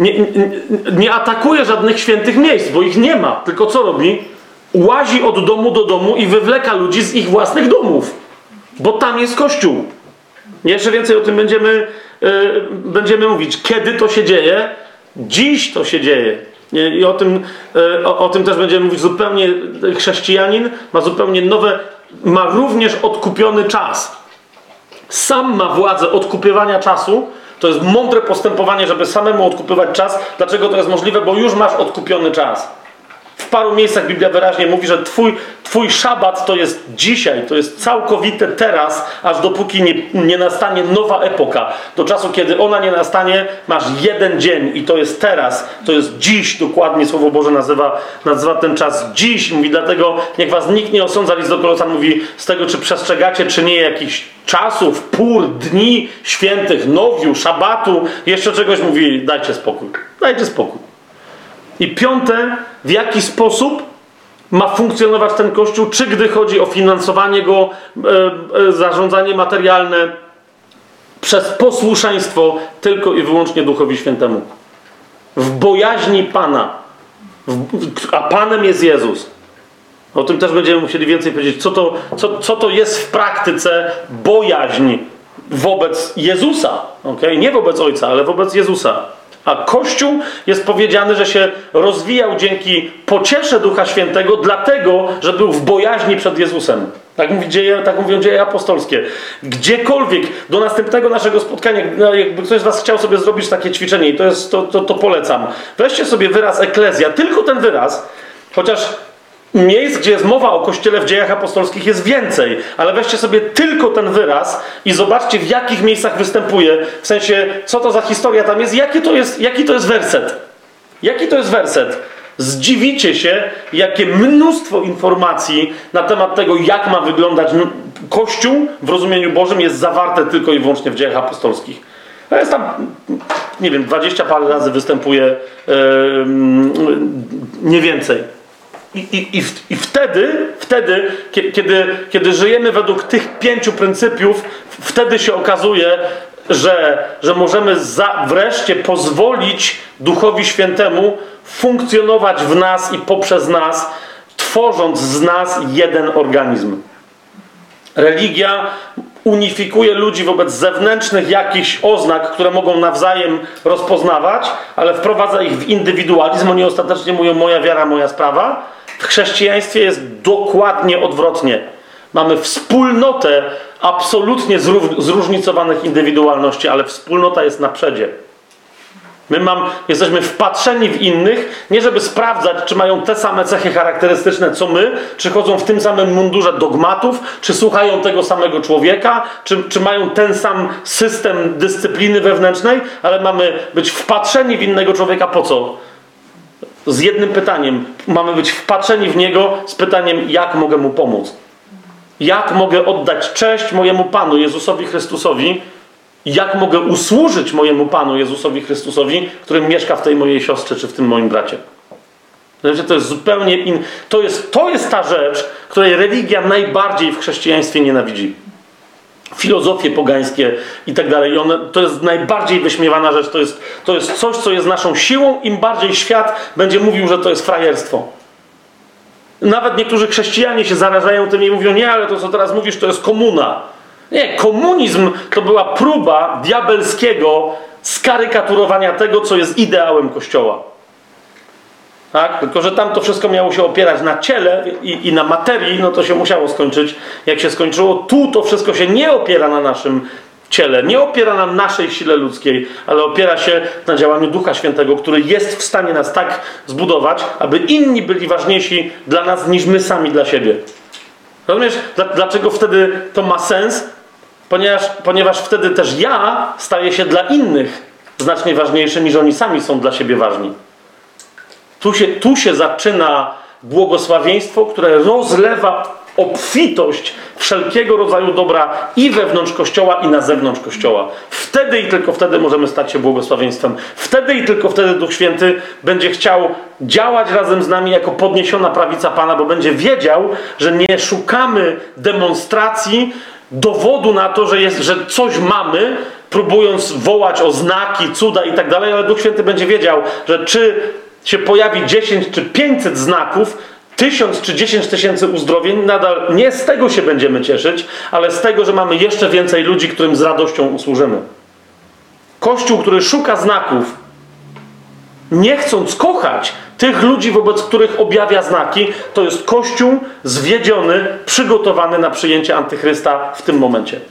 nie atakuje żadnych świętych miejsc, bo ich nie ma. Tylko co robi? Łazi od domu do domu i wywleka ludzi z ich własnych domów. Bo tam jest Kościół. Jeszcze więcej o tym będziemy mówić. Kiedy to się dzieje? Dziś to się dzieje. I o tym też będziemy mówić. Zupełnie chrześcijanin ma zupełnie nowe, ma również odkupiony czas. Sam ma władzę odkupywania czasu. To jest mądre postępowanie, żeby samemu odkupywać czas. Dlaczego to jest możliwe? Bo już masz odkupiony czas. W paru miejscach Biblia wyraźnie mówi, że twój szabat to jest dzisiaj, to jest całkowite teraz, aż dopóki nie nastanie nowa epoka. Do czasu, kiedy ona nie nastanie, masz jeden dzień i to jest teraz, to jest dziś, dokładnie Słowo Boże nazywa ten czas dziś. Mówi, dlatego niech was nikt nie osądza, list do Kolosan mówi, z tego, czy przestrzegacie, czy nie, jakichś czasów, pór, dni świętych, nowiu, szabatu, jeszcze czegoś mówi, dajcie spokój. Dajcie spokój. I piąte, w jaki sposób ma funkcjonować ten Kościół, czy gdy chodzi o finansowanie go, zarządzanie materialne, przez posłuszeństwo tylko i wyłącznie Duchowi Świętemu. W bojaźni Pana. A Panem jest Jezus. O tym też będziemy musieli więcej powiedzieć. Co to jest w praktyce bojaźń wobec Jezusa. Okay? Nie wobec Ojca, ale wobec Jezusa. A Kościół jest powiedziane, że się rozwijał dzięki pociesze Ducha Świętego, dlatego, że był w bojaźni przed Jezusem. Tak mówią Dzieje Apostolskie. Gdziekolwiek, do następnego naszego spotkania, jakby ktoś z was chciał sobie zrobić takie ćwiczenie, i to polecam. Weźcie sobie wyraz eklezja, tylko ten wyraz, chociaż miejsc, gdzie jest mowa o Kościele w Dziejach Apostolskich jest więcej, ale weźcie sobie tylko ten wyraz i zobaczcie, w jakich miejscach występuje, w sensie, co to za historia tam jest, jaki to jest werset. Jaki to jest werset? Zdziwicie się, jakie mnóstwo informacji na temat tego, jak ma wyglądać Kościół w rozumieniu Bożym jest zawarte tylko i wyłącznie w Dziejach Apostolskich. To jest tam, nie wiem, 20 parę razy występuje, nie więcej. I wtedy, kiedy żyjemy według tych 5 pryncypiów, wtedy się okazuje, że możemy wreszcie pozwolić Duchowi Świętemu funkcjonować w nas i poprzez nas, tworząc z nas jeden organizm. Religia unifikuje ludzi wobec zewnętrznych jakichś oznak, które mogą nawzajem rozpoznawać, ale wprowadza ich w indywidualizm. Oni ostatecznie mówią, moja wiara, moja sprawa. W chrześcijaństwie jest dokładnie odwrotnie. Mamy wspólnotę absolutnie zróżnicowanych indywidualności, ale wspólnota jest na przedzie. Jesteśmy wpatrzeni w innych, nie żeby sprawdzać, czy mają te same cechy charakterystyczne co my, czy chodzą w tym samym mundurze dogmatów, czy słuchają tego samego człowieka, czy mają ten sam system dyscypliny wewnętrznej, ale mamy być wpatrzeni w innego człowieka po co? Z jednym pytaniem. Mamy być wpatrzeni w niego z pytaniem, jak mogę mu pomóc? Jak mogę oddać cześć mojemu Panu Jezusowi Chrystusowi? Jak mogę usłużyć mojemu Panu Jezusowi Chrystusowi, który mieszka w tej mojej siostrze czy w tym moim bracie? To jest zupełnie to jest ta rzecz, której religia najbardziej w chrześcijaństwie nienawidzi. Filozofie pogańskie i tak dalej. To jest najbardziej wyśmiewana rzecz. To jest coś, co jest naszą siłą. Im bardziej świat będzie mówił, że to jest frajerstwo. Nawet niektórzy chrześcijanie się zarażają tym i mówią, nie, ale to co teraz mówisz, to jest komuna. Nie, komunizm to była próba diabelskiego skarykaturowania tego, co jest ideałem Kościoła. Tak? Tylko że tam to wszystko miało się opierać na ciele i na materii, no to się musiało skończyć, jak się skończyło. Tu to wszystko się nie opiera na naszym ciele, nie opiera na naszej sile ludzkiej, ale opiera się na działaniu Ducha Świętego, który jest w stanie nas tak zbudować, aby inni byli ważniejsi dla nas niż my sami dla siebie. Rozumiesz, dlaczego wtedy to ma sens? Ponieważ wtedy też ja staję się dla innych znacznie ważniejszy niż oni sami są dla siebie ważni. Tu się zaczyna błogosławieństwo, które rozlewa obfitość wszelkiego rodzaju dobra i wewnątrz Kościoła, i na zewnątrz Kościoła. Wtedy i tylko wtedy możemy stać się błogosławieństwem. Wtedy i tylko wtedy Duch Święty będzie chciał działać razem z nami jako podniesiona prawica Pana, bo będzie wiedział, że nie szukamy demonstracji, dowodu na to, że coś mamy, próbując wołać o znaki, cuda i tak dalej, ale Duch Święty będzie wiedział, że czy się pojawi 10 czy 500 znaków, 1000 czy 10 tysięcy uzdrowień, nadal nie z tego się będziemy cieszyć, ale z tego, że mamy jeszcze więcej ludzi, którym z radością usłużymy. Kościół, który szuka znaków, nie chcąc kochać tych ludzi, wobec których objawia znaki, to jest Kościół zwiedziony, przygotowany na przyjęcie Antychrysta w tym momencie.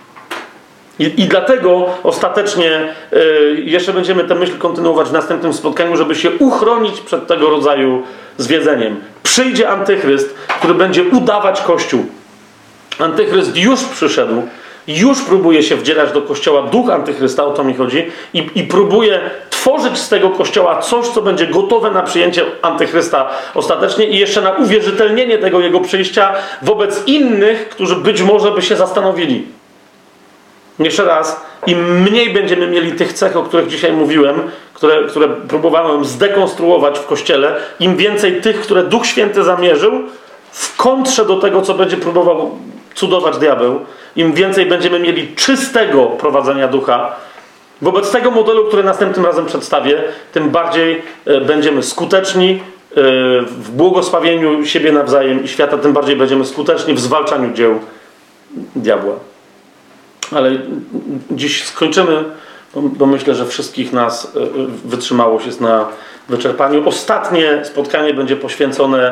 I dlatego ostatecznie jeszcze będziemy tę myśl kontynuować w następnym spotkaniu, żeby się uchronić przed tego rodzaju zwiedzeniem. Przyjdzie Antychryst, który będzie udawać Kościół. Antychryst już przyszedł, już próbuje się wdzierać do Kościoła. Duch Antychrysta, o to mi chodzi, i próbuje tworzyć z tego Kościoła coś, co będzie gotowe na przyjęcie Antychrysta ostatecznie i jeszcze na uwierzytelnienie tego jego przyjścia wobec innych, którzy być może by się zastanowili. Jeszcze raz, im mniej będziemy mieli tych cech, o których dzisiaj mówiłem, które próbowałem zdekonstruować w Kościele, im więcej tych, które Duch Święty zamierzył, w kontrze do tego, co będzie próbował cudować diabeł, im więcej będziemy mieli czystego prowadzenia ducha, wobec tego modelu, który następnym razem przedstawię, tym bardziej będziemy skuteczni w błogosławieniu siebie nawzajem i świata, tym bardziej będziemy skuteczni w zwalczaniu dzieł diabła. Ale dziś skończymy, bo myślę, że wszystkich nas wytrzymałość jest na wyczerpaniu. Ostatnie spotkanie będzie poświęcone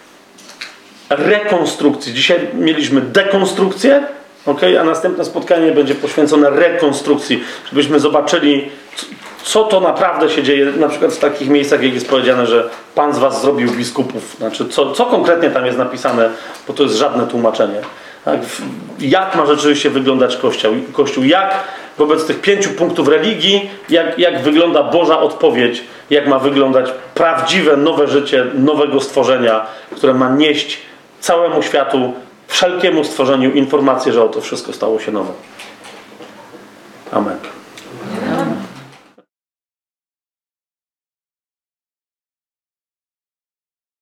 rekonstrukcji. Dzisiaj mieliśmy dekonstrukcję, a następne spotkanie będzie poświęcone rekonstrukcji, żebyśmy zobaczyli, co to naprawdę się dzieje, na przykład w takich miejscach, jak jest powiedziane, że Pan z was zrobił biskupów. Znaczy, co konkretnie tam jest napisane, bo to jest żadne tłumaczenie. Tak? Jak ma rzeczywiście wyglądać Kościół? Jak wobec tych 5 punktów religii, jak wygląda Boża odpowiedź, jak ma wyglądać prawdziwe, nowe życie, nowego stworzenia, które ma nieść całemu światu, wszelkiemu stworzeniu informację, że oto wszystko stało się nowe. Amen.